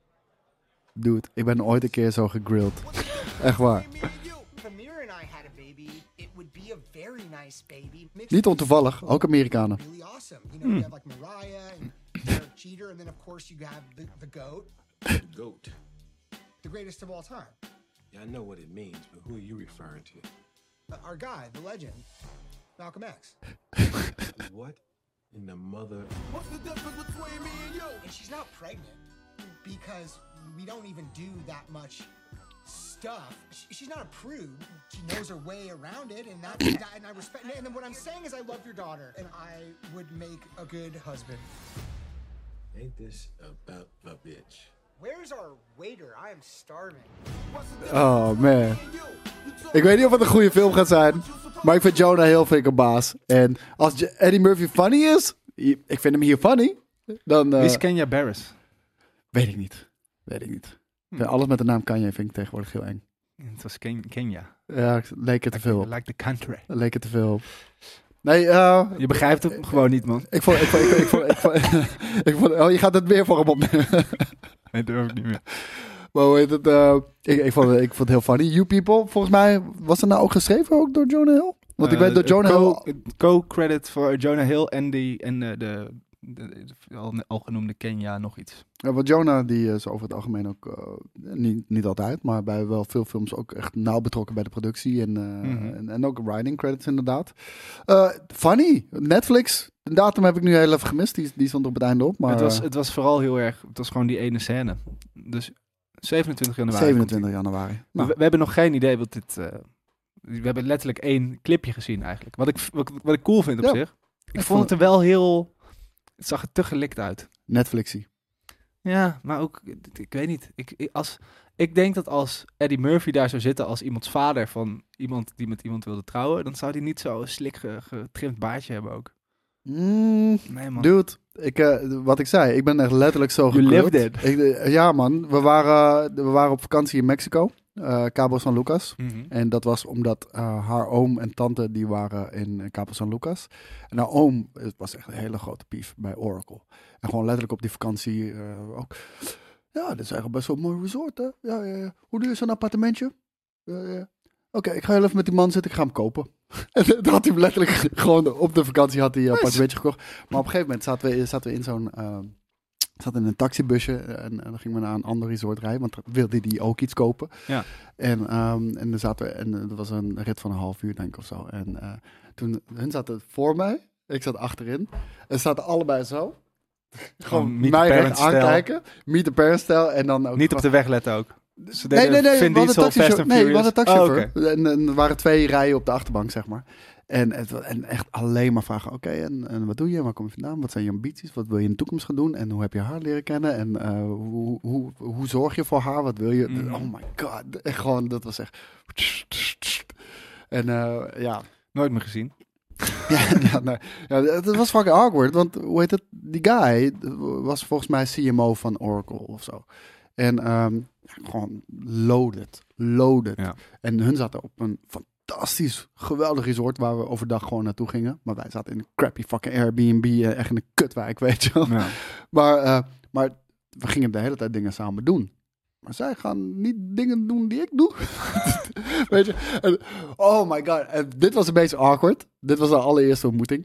Dude, ik ben ooit een keer zo gegrilled. Echt waar. If Amir and I had a baby, it would be a very nice baby. Mixed Niet ontoevallig, ook Amerikanen. really awesome. You know, you have like Mariah and Derek Jeter, and then of course you have the GOAT, The goat. the greatest of all time. Yeah, I know what it means, but who are you referring to? Our guy, the legend, Malcolm X. What in the mother? And she's not pregnant because we don't even do that much stuff. She's not a prude. She knows her way around it, and and I respect. And then what I'm saying is, I love your daughter, and I would make a good husband. Ain't this about a bitch? Where's our waiter? I am starving. Oh man. Ik weet niet of het een goede film gaat zijn. Maar ik vind Jonah Hill een baas. En als Eddie Murphy funny is. Ik vind hem hier funny. Dan Wie is Kenya Barris? weet ik niet. Ik vind alles met de naam Kanye vind ik tegenwoordig heel eng. Het was Kenya. Ja, ik leek er te veel op. Like the country. Leek er te veel op. Nee, Je begrijpt het gewoon niet, man. ik vond, oh, je gaat het weer voor hem opnemen. Nee, durf ik niet meer. Maar hoe heet het? Ik vond het heel funny. You People, volgens mij was het nou ook geschreven ook door Jonah Hill? Want ik weet dat Jonah Hill... Co-credit voor Jonah Hill en de al genoemde Kenya nog iets. Ja, want Jonah die is over het algemeen ook, niet altijd, maar bij wel veel films ook echt nauw betrokken bij de productie en ook writing credits inderdaad. Funny, Netflix, de datum heb ik nu heel even gemist, die stond op het einde op. Maar, het was vooral heel erg, het was gewoon die ene scène. Dus 27 januari. 27 januari. Nou, We hebben nog geen idee wat dit... we hebben letterlijk 1 clipje gezien eigenlijk. Wat ik cool vind op Ja. zich. Ik vond het er wel heel... Het zag er te gelikt uit. Netflixie. Ja, maar ook... Ik weet niet. Ik denk dat als Eddie Murphy daar zou zitten als iemands vader van iemand die met iemand wilde trouwen, dan zou hij niet zo'n slik getrimd baartje hebben ook. Nee, man. Dude, wat ik zei, ik ben echt letterlijk zo You gekruld. lived it. Ja man, we waren op vakantie in Mexico, Cabo San Lucas. Mhm. En dat was omdat haar oom en tante die waren in Cabo San Lucas. En haar oom, het was echt een hele grote pief bij Oracle. En gewoon letterlijk op die vakantie ook. Ja, dit is eigenlijk best wel een mooi resort, hè? Ja. Hoe duur is zo'n appartementje? Ja. Oké, ik ga heel even met die man zitten, ik ga hem kopen. En dan had hij hem letterlijk gewoon op de vakantie had hij een appartementje gekocht. Maar op een gegeven moment zaten we in zo'n... zaten in een taxibusje en dan gingen we naar een ander resort rijden, want wilde die ook iets kopen. Ja. En dan zaten we, en dat was een rit van een half uur denk ik of zo. En toen, hun zaten voor mij, ik zat achterin. En ze zaten allebei zo. Gewoon meet the mij recht parent style. aankijken. Meet the parent style. En dan ook Niet op de weg letten ook. Ze Nee, deden Vin we hadden Diesel, Fast and we Furious. hadden een taxichauffeur. Oh, oké. En er waren 2 rijen op de achterbank, zeg maar. En echt alleen maar vragen, oké, en wat doe je? Waar kom je vandaan? Wat zijn je ambities? Wat wil je in de toekomst gaan doen? En hoe heb je haar leren kennen? En hoe zorg je voor haar? Wat wil je? Mhm. Oh my god. Echt gewoon, dat was echt... En ja... Nooit meer gezien. Ja, het was fucking awkward, want hoe heet het? Die guy was volgens mij CMO van Oracle of zo. En gewoon loaded. Ja. En hun zaten op een fantastisch, geweldig resort waar we overdag gewoon naartoe gingen. Maar wij zaten in een crappy fucking Airbnb, echt in een kutwijk, weet je wel. Ja. Maar we gingen de hele tijd dingen samen doen. Maar zij gaan niet dingen doen die ik doe. Weet je? En, oh my god. En dit was een beetje awkward. Dit was de allereerste ontmoeting.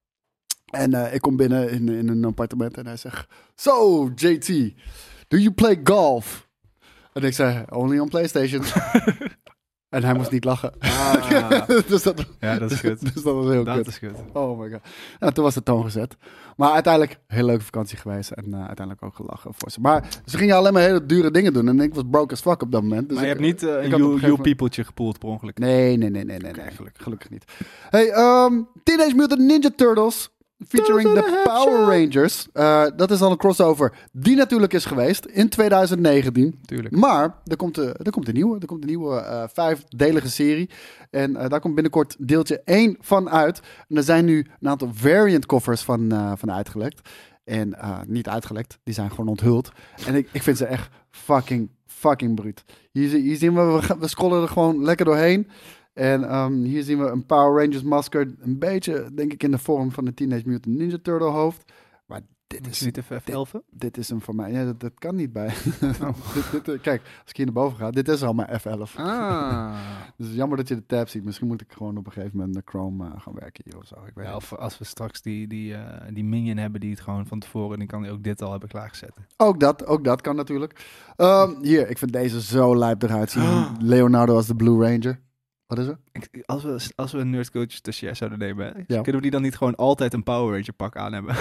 En ik kom binnen in een appartement en hij zegt... So, JT, do you play golf? En ik zei, only on PlayStation. En hij moest niet lachen. Dus dat, Ja, dat is goed. dus dat was heel Dat kut. is goed. Oh my god. Nou, toen was de toon gezet. Maar uiteindelijk een hele leuke vakantie geweest. En uiteindelijk ook gelachen voor ze. Maar ze gingen alleen maar hele dure dingen doen. En ik was broke as fuck op dat moment. Dus Maar je ik- hebt niet ik een had op een gegeven you moment- people'tje gepoeld per ongeluk. Nee. Gelukkig niet. Hey, Teenage Mutant Ninja Turtles. Featuring de Power Rangers. Dat is al een crossover die natuurlijk is geweest in 2019. Tuurlijk. Maar er komt een nieuwe 5-delige serie. En daar komt binnenkort deeltje 1 van uit. En er zijn nu een aantal variant koffers van uitgelekt. En niet uitgelekt, die zijn gewoon onthuld. En ik vind ze echt fucking bruut. Hier zien we scrollen er gewoon lekker doorheen. En hier zien we een Power Rangers masker. Een beetje, denk ik, in de vorm van een Teenage Mutant Ninja Turtle hoofd. Maar dit Is is... het niet even F11? Dit is hem voor mij. Ja, dat kan niet bij. Kijk, als ik hier naar boven ga, dit is al mijn F11. Ah. Dus jammer dat je de tab ziet. Misschien moet ik gewoon op een gegeven moment met Chrome gaan werken hier of zo. Ik weet Ja, het. of als we straks die minion hebben die het gewoon van tevoren, dan kan hij ook dit al hebben klaargezet. Ook dat kan natuurlijk. Hier, ik vind deze zo lijp eruit zien. Leonardo als de Blue Ranger. Wat is er? Als we een nerdcoach stagiair zouden nemen, hè, Ja. kunnen we die dan niet gewoon altijd een Power Ranger pak aan hebben?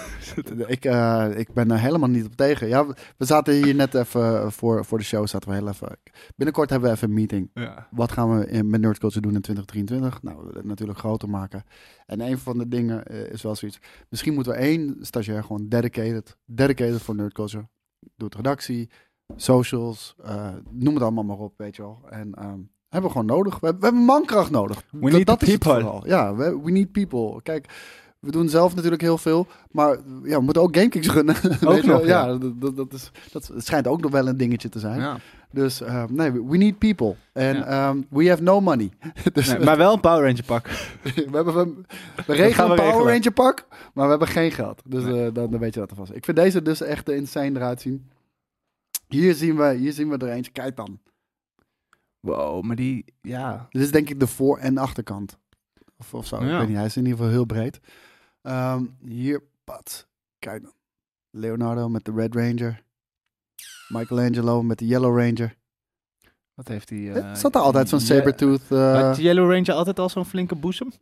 Ik ben er helemaal niet op tegen. Ja, we zaten hier net even voor de show. Zaten we heel even. Binnenkort hebben we even een meeting. Ja. Wat gaan we met Nerdculture doen in 2023? Nou, we willen het natuurlijk groter maken. En een van de dingen is wel zoiets. Misschien moeten we 1 stagiair gewoon dedicated voor Nerdculture. Doet redactie, socials, noem het allemaal maar op, weet je wel. En hebben we gewoon nodig. We hebben mankracht nodig. We need dat is het people. vooral. Ja, we need people. Kijk, we doen zelf natuurlijk heel veel, maar ja, we moeten ook GameKings gunnen. Weet je wel? nog, ja. Ja, dat schijnt ook nog wel een dingetje te zijn. Ja. Dus nee, we need people. En we have no money. Dus Nee, maar wel een Power Ranger pak. we regelen gaan een we Power regelen. Ranger pak, maar we hebben geen geld. Dus Nee. dan weet je dat alvast. Ik vind deze dus echt insane eruit zien. Hier zien we er eentje. Kijk dan. Wow, maar die, ja. Dit is denk ik de voor- en achterkant. Of zo, Ja. ik weet niet. Hij is in ieder geval heel breed. Hier, pat. Kijk dan. Leonardo met de Red Ranger. Michelangelo met de Yellow Ranger. Wat heeft hij? Zat er altijd zo'n Sabertooth? Had de Yellow Ranger altijd al zo'n flinke boezem?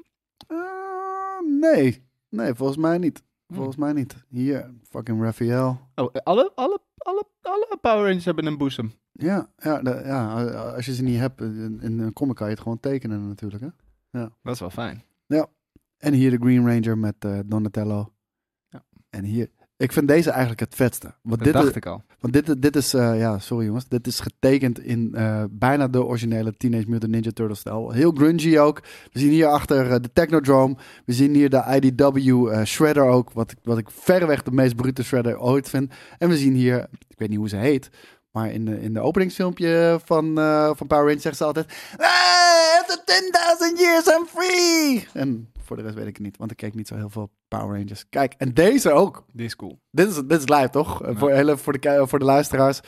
Nee. Nee, volgens mij niet. Volgens mij niet. Hier, fucking Raphael. Oh, alle Power Rangers hebben een boezem. Ja, als je ze niet hebt in een comic kan je het gewoon tekenen natuurlijk. Hè? Dat is wel fijn. En hier de Green Ranger met Donatello. Ja. En hier, ik vind deze eigenlijk het vetste. Want Dat dacht ik al. Want dit is, sorry jongens, dit is getekend in bijna de originele Teenage Mutant Ninja Turtles stijl. Heel grungy ook. We zien hier achter de Technodrome. We zien hier de IDW Shredder ook, wat ik verreweg de meest brute Shredder ooit vind. En we zien hier, ik weet niet hoe ze heet, maar in de openingsfilmpje van Power Rangers zegt ze altijd after 10,000 years I'm free! En voor de rest weet ik het niet, want ik keek niet zo heel veel Power Rangers. Kijk, en deze ook. Dit is cool. Dit is live, toch? Ja. Voor de luisteraars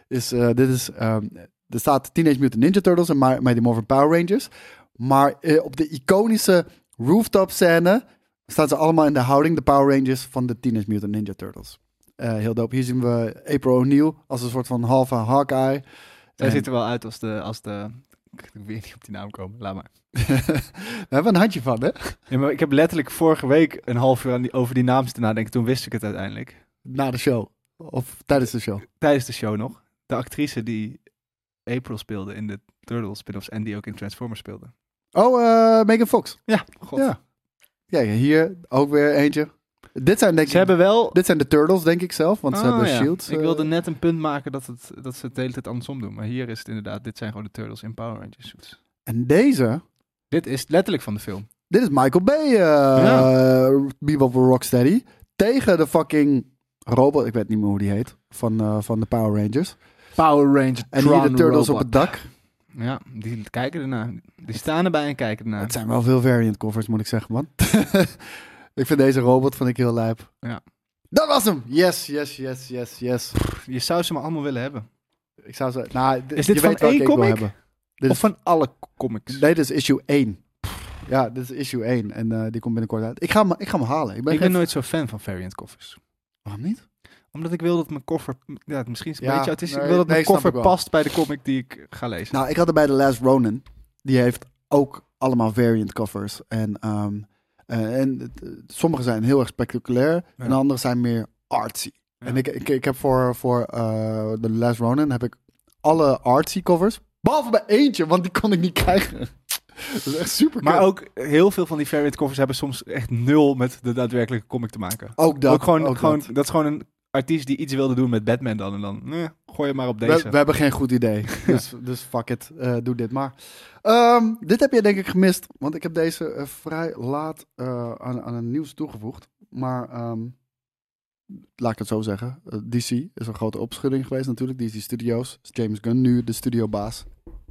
er staat Teenage Mutant Ninja Turtles en Mighty Morphin Power Rangers. Maar op de iconische rooftop scène staan ze allemaal in de houding, de Power Rangers van de Teenage Mutant Ninja Turtles. Heel dope. Hier zien we April O'Neil als een soort van halve Hawkeye. Zij ziet er wel uit als de... Ik wil niet op die naam komen, laat maar. We hebben een handje van, hè? Ja, maar ik heb letterlijk vorige week een half uur over die naam zitten nadenken. Toen wist ik het uiteindelijk. Na de show. Of tijdens de show. Tijdens de show nog. De actrice die April speelde in de Turtles spin-offs en die ook in Transformers speelde. Oh, Megan Fox. Ja, god. Ja, hier ook weer eentje. Dit zijn denk Ze hebben wel... Dit zijn de Turtles, denk ik zelf, want ze hebben ja. shields. Ik wilde net een punt maken dat ze het de hele tijd andersom doen. Maar hier is het inderdaad, dit zijn gewoon de Turtles in Power Rangers suits. En deze, Dit is letterlijk van de film. dit is Michael Bay, Bebop Rocksteady, tegen de fucking robot, ik weet niet meer hoe die heet, van de Power Rangers. Power Ranger En hier de Turtles op het dak. Ja, die kijken ernaar. Die staan erbij en kijken ernaar. Het zijn wel veel variant covers, moet ik zeggen, man. Ik vind deze robot ik heel lijp. Ja. Dat was hem! Yes. Je zou ze maar allemaal willen hebben. Ik zou ze... Nou, Is dit je van weet welke één ik wil comic? hebben. Dit Of is, van alle comics? nee, dit is issue 1. Ja, dit is issue 1. En die komt binnenkort uit. Ik ga hem halen. Ik Ik ben geen- nooit zo fan van variant covers. Waarom niet? Omdat ik wil dat mijn koffer... Ja, misschien is het een Ja, beetje autistisch. nee, Ik wil dat mijn snap koffer ik wel. past bij de comic die ik ga lezen. Nou, ik had er bij The Last Ronin. Die heeft ook allemaal variant covers. En sommige zijn heel erg spectaculair. Ja. En andere zijn meer artsy. Ja. En ik heb voor The Last Ronin heb ik alle artsy covers. Behalve bij eentje, want die kon ik niet krijgen. Dat is echt super Maar kut. ook heel veel van die variant covers hebben soms echt nul met de daadwerkelijke comic te maken. Ook dat. ook gewoon, ook gewoon, dat. dat is gewoon een artiest die iets wilde doen met Batman dan. En dan, gooi je maar op We deze. hebben geen goed idee. Dus fuck it. Doe dit maar. Dit heb je denk ik gemist. Want ik heb deze vrij laat aan een nieuws toegevoegd. Maar laat ik het zo zeggen. DC is een grote opschudding geweest natuurlijk. DC Studios. Is James Gunn nu de studiobaas.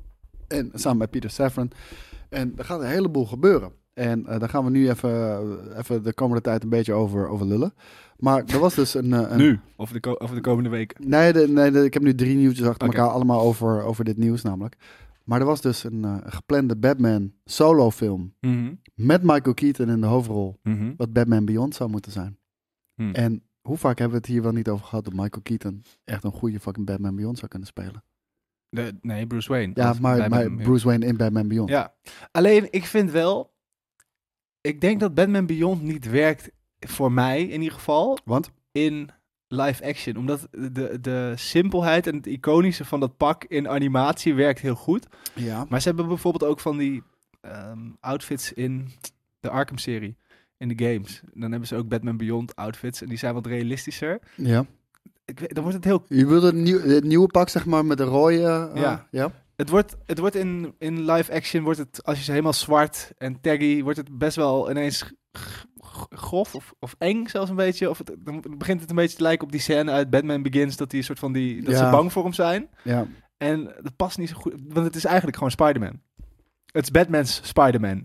En samen met Peter Safran. En er gaat een heleboel gebeuren. En daar gaan we nu even de komende tijd een beetje over lullen. Maar er was dus een Nu? Of de komende weken? Nee, ik heb nu 3 nieuwtjes achter Oké. elkaar, allemaal over dit nieuws namelijk. Maar er was dus een geplande Batman solo film met Michael Keaton in de hoofdrol, wat Batman Beyond zou moeten zijn. En hoe vaak hebben we het hier wel niet over gehad dat Michael Keaton echt een goede fucking Batman Beyond zou kunnen spelen? Nee, Bruce Wayne. Ja, Als maar Batman, ja. Bruce Wayne in Batman Beyond. Ja, alleen ik vind wel... Ik denk dat Batman Beyond niet werkt, voor mij in ieder geval, Want? in live action. Omdat de simpelheid en het iconische van dat pak in animatie werkt heel goed. Ja. Maar ze hebben bijvoorbeeld ook van die outfits in de Arkham-serie, in de games. Dan hebben ze ook Batman Beyond outfits en die zijn wat realistischer. Ja. Dan wordt het heel... Je wilde het nieuwe pak, zeg maar, met de rode... Ja. Het wordt in live action, wordt het, als je ze helemaal zwart en taggy, wordt het best wel ineens grof of eng zelfs een beetje. Dan begint het een beetje te lijken op die scène uit Batman Begins, dat die een soort van dat ze bang voor hem zijn. Ja. En dat past niet zo goed, want het is eigenlijk gewoon Spider-Man. Het is Batman's Spider-Man.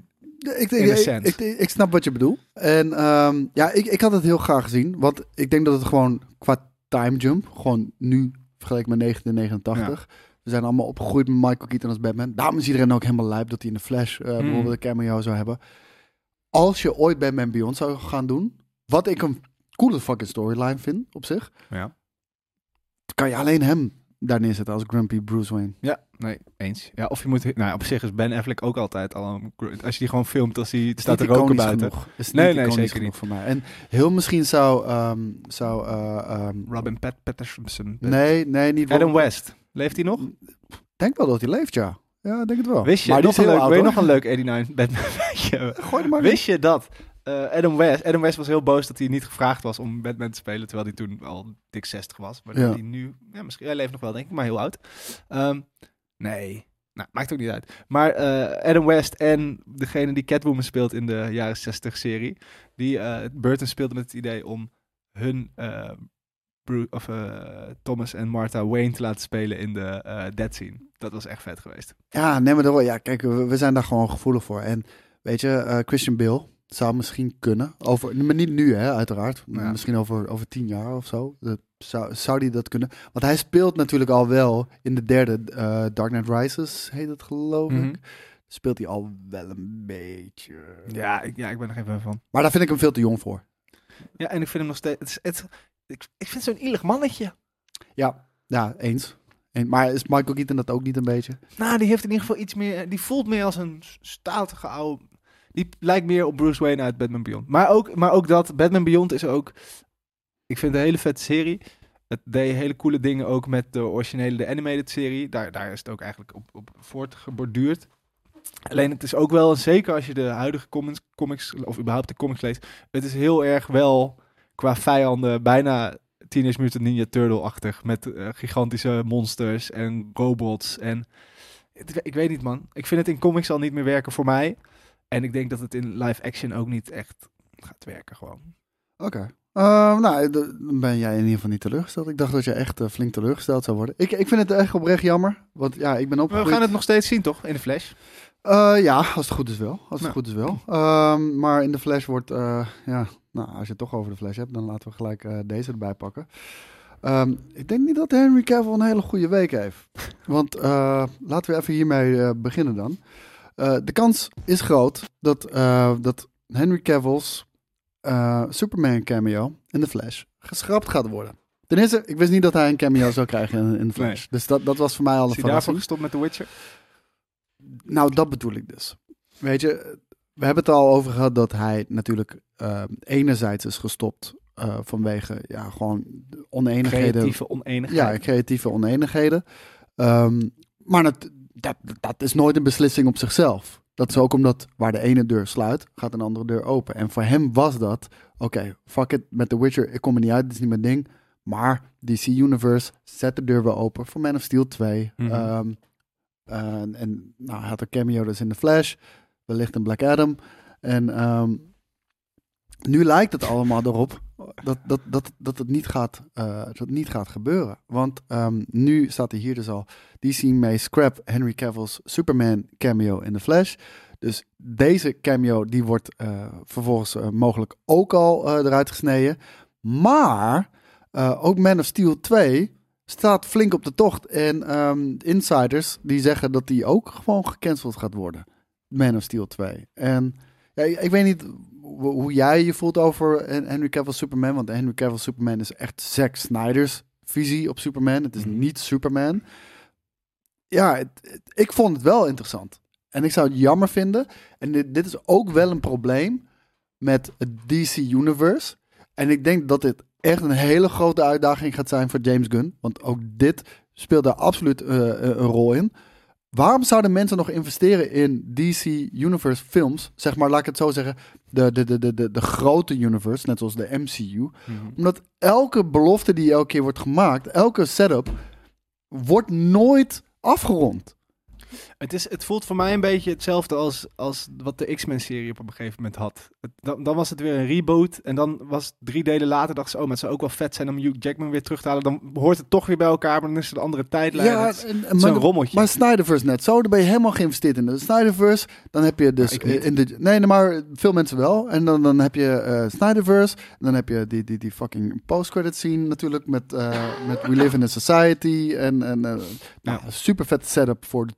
Ik snap wat je bedoelt. En ik had het heel graag gezien. Want ik denk dat het gewoon qua time jump, gewoon nu vergeleken met 1989. We zijn allemaal opgegroeid met Michael Keaton als Batman. Daarom is iedereen ook helemaal lijp dat hij in de Flash bijvoorbeeld een cameo zou hebben. als je ooit Batman Beyond zou gaan doen, wat ik een coole fucking storyline vind op zich, Ja. kan je alleen hem daar neerzetten als Grumpy Bruce Wayne. Ja, nee, eens. Ja, of je moet... Nou, op zich is Ben Affleck ook altijd al... Als je die gewoon filmt, als hij staat te Niet roken iconisch buiten. genoeg. Is Nee, niet nee, iconisch zeker genoeg niet. voor mij. En heel misschien zou Robin Pattinson. nee, niet Adam Robin. West. Leeft hij nog? Ik denk wel dat hij leeft, ja. Ja, ik denk het wel. Wist je, maar die nog is heel een leuk, oud, wil je hoor. nog een leuk 89 Batman feitje hebben? Gooi er maar Wist je dat Adam West was heel boos dat hij niet gevraagd was om Batman te spelen, terwijl hij toen al dik 60 was. Maar Ja. dat hij nu, ja, misschien, hij leeft nog wel denk ik, maar heel oud. Nee, nou, maakt ook niet uit. Maar Adam West en degene die Catwoman speelt in de jaren 60 serie, die Burton speelde met het idee om hun Thomas en Martha Wayne te laten spelen in de death scene. Dat was echt vet geweest. Ja, nee, maar kijk, we zijn daar gewoon gevoelig voor. En weet je, Christian Bale zou misschien kunnen. Maar niet nu, hè, uiteraard. Ja. Misschien over 10 jaar of zo. Zou die dat kunnen? Want hij speelt natuurlijk al wel in de derde Dark Knight Rises, heet het geloof Mhm. ik. Speelt hij al wel een beetje. Ja, ik ben er geen fan van. Maar daar vind ik hem veel te jong voor. Ja, en ik vind hem nog steeds... Ik vind zo'n ielig mannetje. Ja, eens. Maar is Michael Keaton dat ook niet een beetje? Nou, die heeft in ieder geval iets meer... Die voelt meer als een statige oude... Die lijkt meer op Bruce Wayne uit Batman Beyond. Maar ook dat, Batman Beyond is ook... Ik vind het een hele vette serie. Het deed hele coole dingen ook met de originele, de animated serie. Daar is het ook eigenlijk op voortgeborduurd. Alleen het is ook wel, zeker als je de huidige comics of überhaupt de comics leest, het is heel erg wel qua vijanden bijna Teenage Mutant Ninja Turtle-achtig. Met gigantische monsters en robots. En ik weet niet, man. Ik vind het in comics al niet meer werken voor mij. En ik denk dat het in live action ook niet echt gaat werken gewoon. Oké. Dan ben jij in ieder geval niet teleurgesteld. Ik dacht dat je echt flink teleurgesteld zou worden. Ik vind het echt oprecht jammer. Want ja, ik ben We opgegroeid... gaan het nog steeds zien, toch? In de Flash. Ja, als het goed is wel. Maar in de Flash wordt... als je het toch over de Flash hebt, dan laten we gelijk deze erbij pakken. Ik denk niet dat Henry Cavill een hele goede week heeft. Want laten we even hiermee beginnen dan. De kans is groot dat Henry Cavill's Superman cameo in de Flash geschrapt gaat worden. Ten eerste, ik wist niet dat hij een cameo zou krijgen in de Flash. Nee. Dus dat was voor mij al een Is hij daarvoor verrassing. gestopt met The Witcher? Nou, dat bedoel ik dus. Weet je, we hebben het al over gehad dat hij natuurlijk enerzijds is gestopt vanwege gewoon oneenigheden. Creatieve oneenigheid. Ja, creatieve oneenigheden. Maar dat is nooit een beslissing op zichzelf. Dat is ook omdat waar de ene deur sluit, gaat een andere deur open. En voor hem was dat, oké, fuck it, met The Witcher, ik kom er niet uit, dit is niet mijn ding. Maar DC Universe zet de deur weer open voor Man of Steel 2. Mhm. En hij had een cameo dus in The Flash, wellicht een Black Adam. En nu lijkt het allemaal erop dat het niet gaat gebeuren. Want nu staat hij hier dus al. DC may scrap Henry Cavill's Superman cameo in The Flash. Dus deze cameo die wordt vervolgens mogelijk ook al eruit gesneden. Maar ook Man of Steel 2 staat flink op de tocht. En insiders die zeggen dat die ook gewoon gecanceld gaat worden. Man of Steel 2. En ja, ik weet niet hoe jij je voelt over Henry Cavill Superman. Want Henry Cavill Superman is echt Zack Snyder's visie op Superman. Het is niet Superman. Ja, ik vond het wel interessant. En ik zou het jammer vinden. En dit is ook wel een probleem met het DC Universe. En ik denk dat dit echt een hele grote uitdaging gaat zijn voor James Gunn. Want ook dit speelt daar absoluut een rol in. Waarom zouden mensen nog investeren in DC Universe films? Zeg maar, laat ik het zo zeggen, de grote universe, net zoals de MCU. Mhm. Omdat elke belofte die elke keer wordt gemaakt, elke setup, wordt nooit afgerond. Het voelt voor mij een beetje hetzelfde als wat de X-Men-serie op een gegeven moment had. Dan was het weer een reboot. En dan was 3 delen later, dacht ze, oh, maar het zou ook wel vet zijn om Hugh Jackman weer terug te halen. Dan hoort het toch weer bij elkaar, maar dan is het een andere tijdlijn. Ja, het is een rommeltje. Maar Snyderverse net zo, daar ben je helemaal geïnvesteerd in. De Snyderverse, dan heb je dus nee, maar veel mensen wel. En dan heb je Snyderverse, dan heb je die fucking post-credit scene natuurlijk met We Live in a Society en super vette setup voor de toekomst.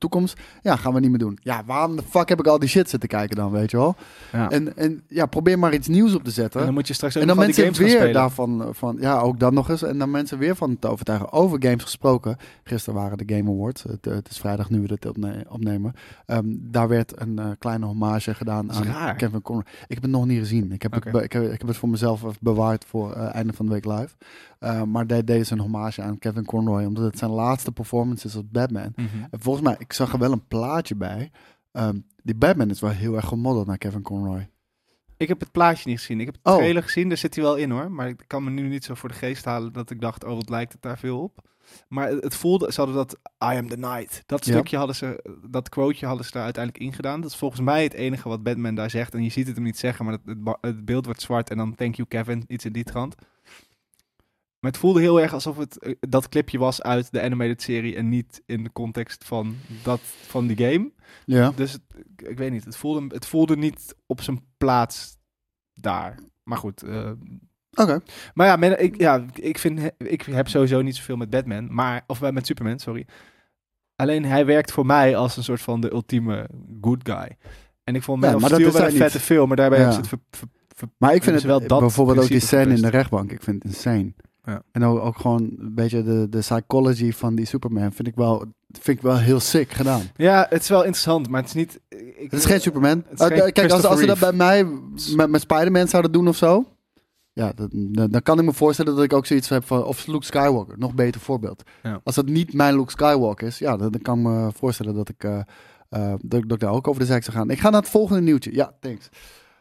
Ja, gaan we niet meer doen. Ja, waarom de fuck heb ik al die shit zitten kijken dan, weet je wel? Ja. En ja, probeer maar iets nieuws op te zetten. En dan moet je straks ook En dan nog al die mensen games gaan weer spelen. daarvan, ja, ook dat nog eens. En dan mensen weer van te overtuigen. Over games gesproken. Gisteren waren de Game Awards. Het is vrijdag nu we dit opnemen. Daar werd een kleine hommage gedaan Dat is aan raar. Kevin Conroy. Ik heb het nog niet gezien. Ik heb, Oké. ik heb het voor mezelf bewaard voor einde van de week live. Maar deze is een hommage aan Kevin Conroy. Omdat het zijn laatste performance is als Batman. Mhm. En volgens mij, ik zag er wel een plaatje bij. Die Batman is wel heel erg gemodeld naar Kevin Conroy. Ik heb het plaatje niet gezien. Ik heb de Oh. trailer gezien, daar zit hij wel in hoor. Maar ik kan me nu niet zo voor de geest halen dat ik dacht, oh wat lijkt het daar veel op. Maar het voelde, ze hadden dat I am the Knight. Dat Ja. stukje hadden ze, dat quoteje hadden ze daar uiteindelijk ingedaan. Dat is volgens mij het enige wat Batman daar zegt. En je ziet het hem niet zeggen, maar het beeld wordt zwart en dan thank you Kevin, iets in die trant. Maar het voelde heel erg alsof het dat clipje was uit de animated serie en niet in de context van die game. Ja. Dus ik weet niet, het voelde niet op zijn plaats daar. Maar goed. Oké. Maar ja, ik heb sowieso niet zoveel met Batman, of met Superman, sorry. Alleen hij werkt voor mij als een soort van de ultieme good guy. En ik vond Man of maar dat Steel is wel een hij niet. vette film, maar daarbij Ja. hebben ze het Maar ik vind hebben ze wel het dat bijvoorbeeld ook die principe scène in de verpest. rechtbank. Ik vind het insane. Ja. En ook gewoon een beetje de psychology van die Superman vind ik wel heel sick gedaan. Ja, het is wel interessant, maar het is niet... Het is geen Superman. Het is geen Kijk, als ze Christopher dat bij mij met Spider-Man zouden doen of zo. Ja, dan kan ik me voorstellen dat ik ook zoiets heb van... Of Luke Skywalker, nog beter voorbeeld. Ja. Als dat niet mijn Luke Skywalker is... Ja, dan kan ik me voorstellen dat ik daar ook over de zijk zou gaan. Ik ga naar het volgende nieuwtje. Ja, thanks.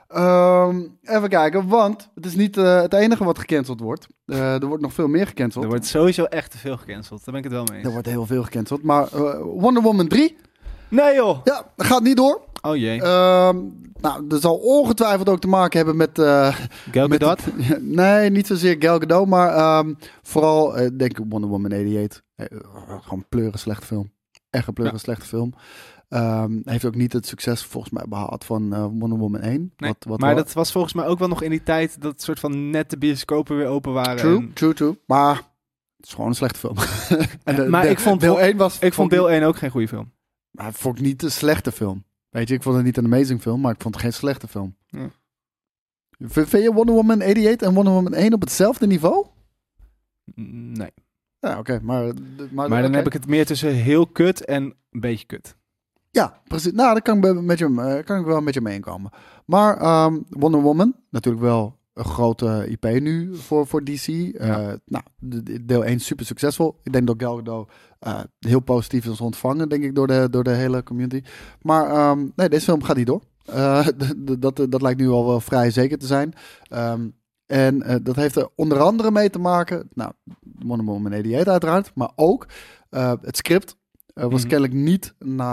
Even kijken, want het is niet het enige wat gecanceld wordt. Er wordt nog veel meer gecanceld. Er wordt sowieso echt te veel gecanceld. Daar ben ik het wel mee eens. Er wordt heel veel gecanceld. Maar Wonder Woman 3, Nee joh! ja, gaat niet door. Oh jee. Nou, dat zal ongetwijfeld ook te maken hebben met... Gal met Gadot? nee, niet zozeer Gal Gadot, maar vooral, denk ik, Wonder Woman 88. Gewoon pleuren slechte film. Echt een pleuren slechte film. Heeft ook niet het succes volgens mij behaald van Wonder Woman 1. Nee, wat maar wel- dat was volgens mij ook wel nog in die tijd dat soort van net de bioscopen weer open waren. True. Maar het is gewoon een slechte film. Maar ik vond deel wel- 1 was... Ik vond deel 1 ook geen goede film. Maar vond ik niet een slechte film. Weet je, ik vond het niet een amazing film, maar ik vond het geen slechte film. Ja. Vind je Wonder Woman 88 en Wonder Woman 1 op hetzelfde niveau? Nee. Ja, oké. Maar Maar dan oké. heb ik het meer tussen heel kut en een beetje kut. Ja, precies. Nou, daar kan ik wel met je mee inkomen. Maar Wonder Woman, natuurlijk wel een grote IP nu voor DC. Nou, deel 1 super succesvol. Ik denk dat Gal Gadot heel positief is ontvangen, denk ik, door de hele community. Maar nee, deze film gaat niet door. Dat lijkt nu al wel vrij zeker te zijn. En dat heeft er onder andere mee te maken, nou, Wonder Woman 88 uiteraard, maar ook het script. Was kennelijk niet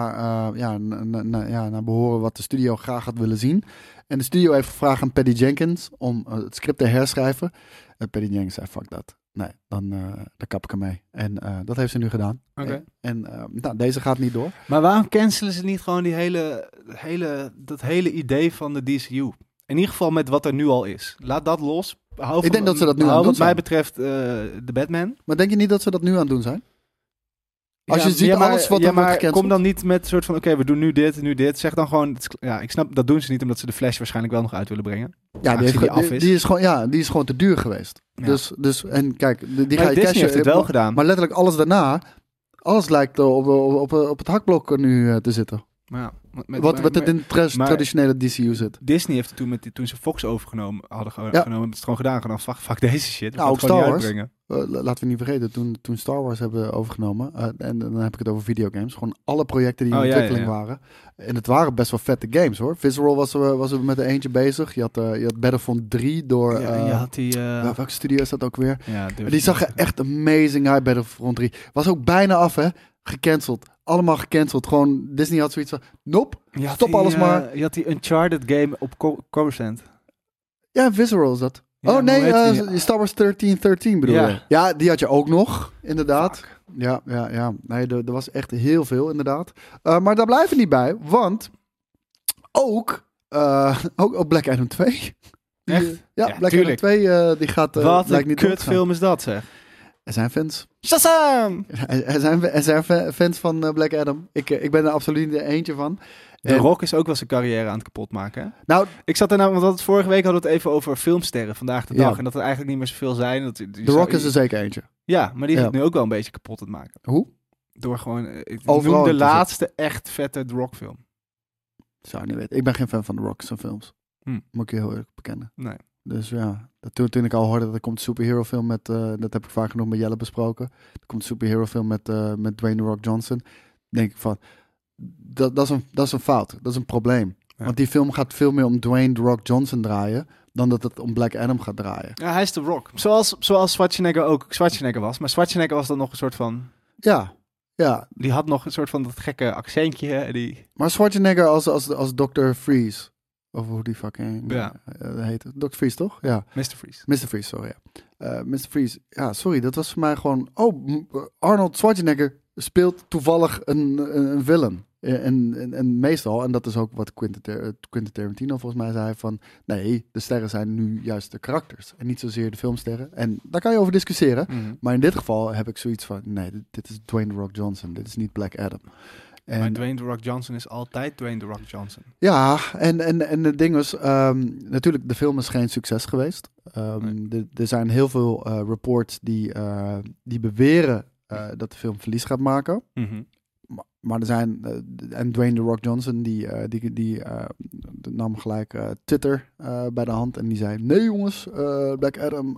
naar behoren wat de studio graag had willen zien. En de studio heeft gevraagd aan Patty Jenkins om het script te herschrijven. Patty Jenkins zei, fuck dat. Nee, dan kap ik ermee. En dat heeft ze nu gedaan. Oké. En nou, deze gaat niet door. Maar waarom cancelen ze niet gewoon dat hele idee van de DCU? In ieder geval met wat er nu al is. Laat dat los. Ik denk dat ze dat nu aan het doen wat mij zijn. betreft de Batman. Maar denk je niet dat ze dat nu aan het doen zijn? Als je ziet maar, alles wat er wordt maar gecanceld. kom dan niet met een soort van, oké, we doen nu dit. Zeg dan gewoon, ja, ik snap, dat doen ze niet omdat ze de Flash waarschijnlijk wel nog uit willen brengen. Ja, Aangezien die af is. die is gewoon te duur geweest. Ja. Dus en kijk, die Maar ga je Disney cashen. heeft het wel gedaan. Maar letterlijk alles daarna, alles lijkt op het hakblok nu te zitten. Maar ja, Wat het in de maar- traditionele DCU zit. Disney heeft het toen ze Fox overgenomen hadden Ja. genomen, hebben het gewoon gedaan. Gewoon, fuck deze shit. We Nou, gaan het ook gewoon Star niet Wars. uitbrengen. Laten we niet vergeten, toen Star Wars hebben overgenomen, en dan heb ik het over videogames, gewoon alle projecten die in Oh, ja, ontwikkeling ja, ja. waren. En het waren best wel vette games hoor. Visceral was er met er eentje bezig. Je had Battlefront 3 door... Ja, en je had die... welke studio is dat ook weer? ja, Die zag er echt amazing uit, Battlefront 3. Was ook bijna af, hè? Gecanceld. Allemaal gecanceld. Gewoon, Disney had zoiets van, nope, Je had stop die, alles maar. Je had die Uncharted game op Coruscant. Ja, Visceral is dat. Ja, oh maar nee, hoe heet die? Star Wars 1313 bedoel Ja. je? Ja, die had je ook nog, inderdaad. Fuck. Ja. Nee, er was echt heel veel, inderdaad. Maar daar blijven we niet bij, want ook Black Adam 2. Echt? Ja, Ja, Black tuurlijk. Adam 2 die gaat... Wat lijkt een niet door te gaan. kutfilm is dat, zeg. Er zijn fans. Shazam! Er zijn fans van Black Adam. Ik ben er absoluut niet eentje van. The Rock is ook wel zijn carrière aan het kapot maken. Hè? Nou, Ik zat er nou, want vorige week hadden we het even over filmsterren vandaag de dag. Ja. En dat er eigenlijk niet meer zoveel zijn. Dat, The Rock is er zeker eentje. Ja, maar die is Ja. het nu ook wel een beetje kapot aan het maken. Hoe? Door gewoon... ik Overal noem de te laatste echt vette The Rock film. Zou ik niet weten. Ik ben geen fan van The Rock zijn films. Moet ik je heel eerlijk bekennen. Nee. Dus ja, toen ik al hoorde dat er komt een superhero film met... dat heb ik vaak genoeg met Jelle besproken. Er komt een superhero film met Dwayne The Rock Johnson. Denk ik van... Dat is een fout. Dat is een probleem. Ja. Want die film gaat veel meer om Dwayne The Rock Johnson draaien... dan dat het om Black Adam gaat draaien. Ja, hij is The Rock. Zoals Schwarzenegger ook Schwarzenegger was. Maar Schwarzenegger was dan nog een soort van... Ja. Die had nog een soort van dat gekke accentje. Die... Maar Schwarzenegger als Dr. Freeze... Of hoe die fucking heet. Dr. Freeze, toch? Ja. Mr. Freeze. Mr. Freeze, sorry. Ja. Mr. Freeze, ja, sorry. Dat was voor mij gewoon... Arnold Schwarzenegger speelt toevallig een villain. En meestal, en dat is ook wat Quentin Tarantino volgens mij zei van... Nee, de sterren zijn nu juist de karakters. En niet zozeer de filmsterren. En daar kan je over discussiëren. Mhm. Maar in dit geval heb ik zoiets van... Nee, dit is Dwayne The Rock Johnson. Dit is niet Black Adam. Maar Dwayne The Rock Johnson is altijd Dwayne The Rock Johnson. Ja, en het ding is, natuurlijk, de film is geen succes geweest. Er zijn heel veel reports die beweren dat de film verlies gaat maken. Maar er zijn, en Dwayne The Rock Johnson, die nam gelijk Twitter bij de hand en die zei, nee jongens, Black Adam,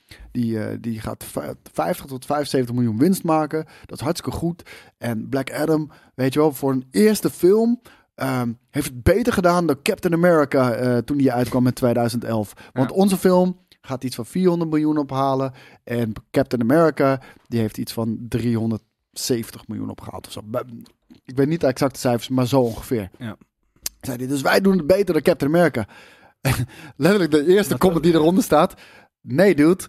die gaat 50 tot 75 miljoen winst maken. Dat is hartstikke goed. En Black Adam, weet je wel, voor een eerste film... heeft het beter gedaan dan Captain America toen die uitkwam in 2011. Want onze film gaat iets van 400 miljoen ophalen. En Captain America, die heeft iets van 370 miljoen opgehaald of zo. Ik weet niet de exacte cijfers, maar zo ongeveer. Ja. Zei hij, dus wij doen het beter dan Captain America. Letterlijk de eerste comment die eronder staat. Nee dude,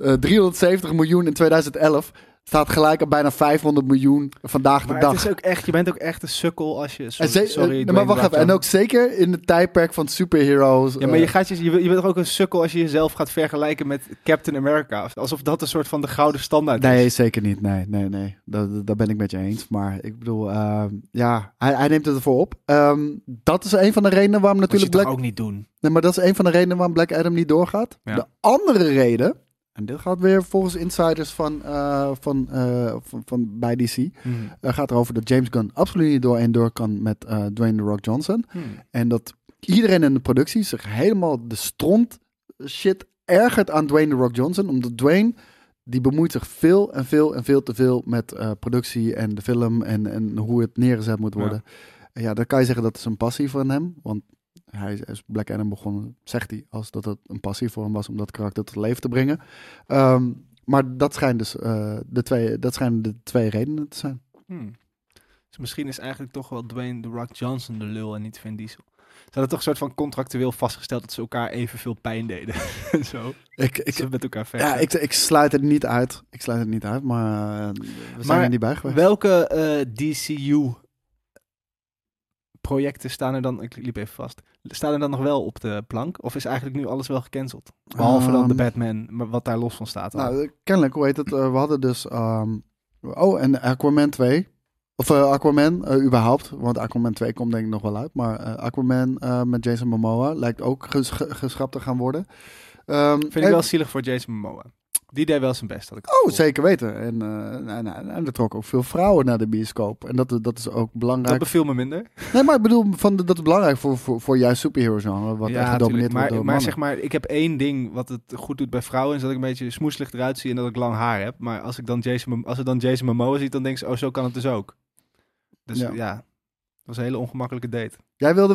370 miljoen in 2011... staat gelijk op bijna 500 miljoen vandaag de Maar dag. het is ook echt, je bent ook echt een sukkel als je... Nee, maar wacht even. En ook zeker in het tijdperk van superheroes. Ja, maar je bent toch ook een sukkel als je jezelf gaat vergelijken met Captain America. Alsof dat een soort van de gouden standaard is. Nee, zeker niet. Nee. Daar ben ik met je eens. Maar ik bedoel, hij neemt het ervoor op. Dat is een van de redenen waarom natuurlijk Black... ook niet doen. Nee, maar dat is een van de redenen waarom Black Adam niet doorgaat. Ja. De andere reden... En dit gaat weer volgens insiders van bij DC. Gaat erover dat James Gunn absoluut niet door kan met Dwayne The Rock Johnson. En dat iedereen in de productie zich helemaal de stront shit ergert aan Dwayne The Rock Johnson. Omdat Dwayne, die bemoeit zich veel te veel met productie en de film en hoe het neergezet moet worden. Ja, dan kan je zeggen dat is een passie van hem. Want hij is Black Adam begonnen, zegt hij, als dat het een passie voor hem was om dat karakter tot leven te brengen. Maar dat schijnt dus de twee redenen te zijn. Dus misschien is eigenlijk toch wel Dwayne The Rock Johnson de lul en niet Vin Diesel. Ze hadden toch een soort van contractueel vastgesteld dat ze elkaar evenveel pijn deden. Zo. Ze met elkaar vechten. Ja, ik sluit het niet uit. Maar we zijn er niet bij geweest. Welke DCU projecten staan er dan, ik liep even vast, staan er dan nog wel op de plank? Of is eigenlijk nu alles wel gecanceld? Behalve dan de Batman, maar wat daar los van staat. Nou, kennelijk, hoe heet het? We hadden dus... en Aquaman 2. Of Aquaman, überhaupt. Want Aquaman 2 komt denk ik nog wel uit. Maar Aquaman met Jason Momoa lijkt ook geschrapt te gaan worden. Vind ik wel zielig voor Jason Momoa. Die deed wel zijn best. Had ik zeker weten. En er trokken ook veel vrouwen naar de bioscoop. En dat is ook belangrijk. Dat beviel me minder. Nee, maar ik bedoel, dat is belangrijk voor juist superhero genre. Wat echt gedomineerd wordt door maar zeg maar, ik heb één ding wat het goed doet bij vrouwen. Is dat ik een beetje smoeselig eruit zie en dat ik lang haar heb. Maar als ik dan Jason Momoa ziet, dan denk ik, zo kan het dus ook. Dus ja, dat was een hele ongemakkelijke date. Jij wilde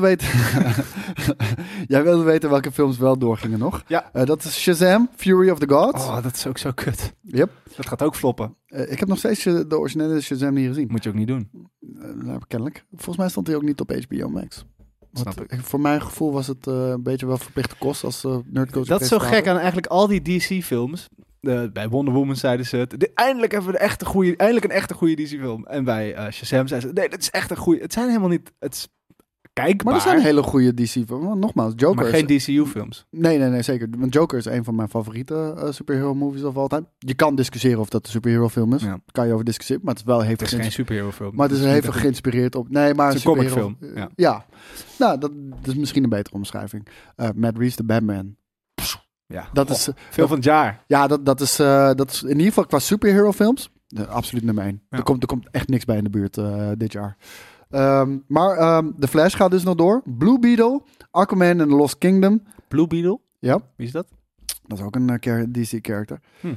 weten welke films wel doorgingen nog. Ja. Dat is Shazam, Fury of the Gods. Oh, dat is ook zo kut. Yep. Dat gaat ook floppen. Ik heb nog steeds de originele Shazam niet gezien. Moet je ook niet doen. Kennelijk. Volgens mij stond hij ook niet op HBO Max. Snap ik. Voor mijn gevoel was het een beetje wel verplichte kost als Nerdcoach. Dat is zo gek aan eigenlijk al die DC-films. Bij Wonder Woman zeiden ze het. Eindelijk hebben we eindelijk een echte goede DC-film. En bij Shazam zeiden ze, nee, dat is echt een goede. Het zijn helemaal niet... kijkbaar. Maar er zijn hele goede DC-films. Nogmaals, Joker maar is... geen DCU-films. Nee, zeker. Want Joker is een van mijn favoriete superhero movies of all time. Je kan discussiëren of dat een superhero film is. Ja. Kan je over discussiëren, maar het is wel heeft Het is geen superhero-film. Maar het is niet even echt- geïnspireerd op... Nee, maar Het is een superhero- comicfilm, Ja. Nou, dat is misschien een betere omschrijving. Matt Reeves, de Batman. Ja. Dat Goh, is... veel van het jaar. Ja, dat is in ieder geval qua superhero films absoluut nummer 1. Ja. Er komt echt niks bij in de buurt dit jaar. Maar The Flash gaat dus nog door. Blue Beetle, Aquaman and the Lost Kingdom. Blue Beetle? Ja, Wie is dat? dat is ook een DC-character. Hm.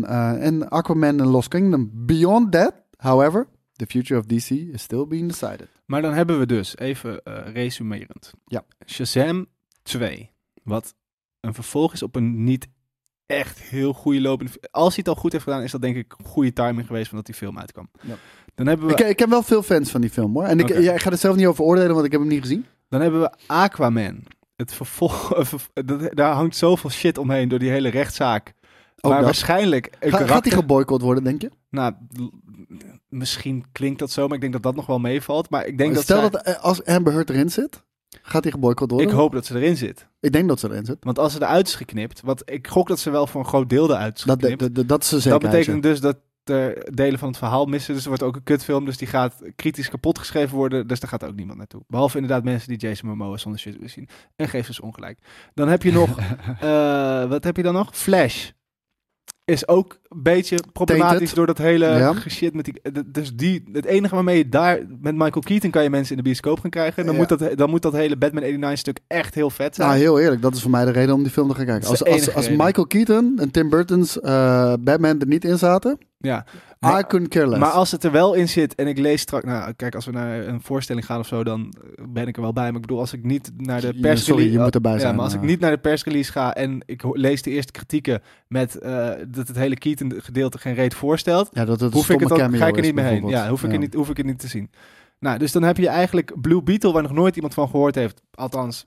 En Aquaman and the Lost Kingdom. Beyond that, however, the future of DC is still being decided. Maar dan hebben we dus, even resumerend. Ja. Shazam 2. Wat een vervolg is op een niet echt heel goede lopende... Als hij het al goed heeft gedaan, is dat denk ik goede timing geweest van dat die film uitkwam. Ja. Dan hebben we... Ik ken wel veel fans van die film, hoor. En Oké. ik ga er zelf niet over oordelen, want ik heb hem niet gezien. Dan hebben we Aquaman. Het vervolg... daar hangt zoveel shit omheen door die hele rechtszaak. Ook maar dat. waarschijnlijk... een Gaat karakter- hij geboycott worden, denk je? Nou, misschien klinkt dat zo, maar ik denk dat dat nog wel meevalt. Maar ik denk dat Stel zij- dat als Amber Heard erin zit, gaat hij geboycott worden? Ik hoop dat ze erin zit. Ik denk dat ze erin zit. Want als ze eruit is geknipt... Want ik gok dat ze wel voor een groot deel eruit is geknipt. Dat is ze Dat zeker. betekent dus dat er delen van het verhaal missen. Dus er wordt ook een kutfilm. Dus die gaat kritisch kapot geschreven worden. Dus daar gaat ook niemand naartoe. Behalve inderdaad mensen die Jason Momoa zonder shit willen zien. En geef dus ongelijk. Dan heb je nog... wat heb je dan nog? Flash. Is ook een beetje problematisch Tainted. door dat hele Ja. shit met die... Dus het enige waarmee je daar... Met Michael Keaton kan je mensen in de bioscoop gaan krijgen. Dan, Ja. moet dat hele Batman 89 stuk echt heel vet zijn. Nou, heel eerlijk, dat is voor mij de reden om die film te gaan kijken. Dat is de enige Als reden. Michael Keaton en Tim Burton's Batman er niet in zaten, Ja. I couldn't care less. Maar als het er wel in zit en ik lees straks... Nou, kijk, als we naar een voorstelling gaan of zo, dan ben ik er wel bij. Maar ik bedoel, als ik niet naar de Ja, persrelease... sorry, je moet erbij zijn, Ja, maar als ik maar- niet naar de persrelease ga en ik lees de eerste kritieken met dat het hele Keaton-gedeelte geen reet voorstelt, ja, dat het hoef ik het stomme ook, cameo ga ik er is, niet meer heen. bijvoorbeeld. Ja, hoef ik het niet te zien. Nou, dus dan heb je eigenlijk Blue Beetle, waar nog nooit iemand van gehoord heeft. Althans,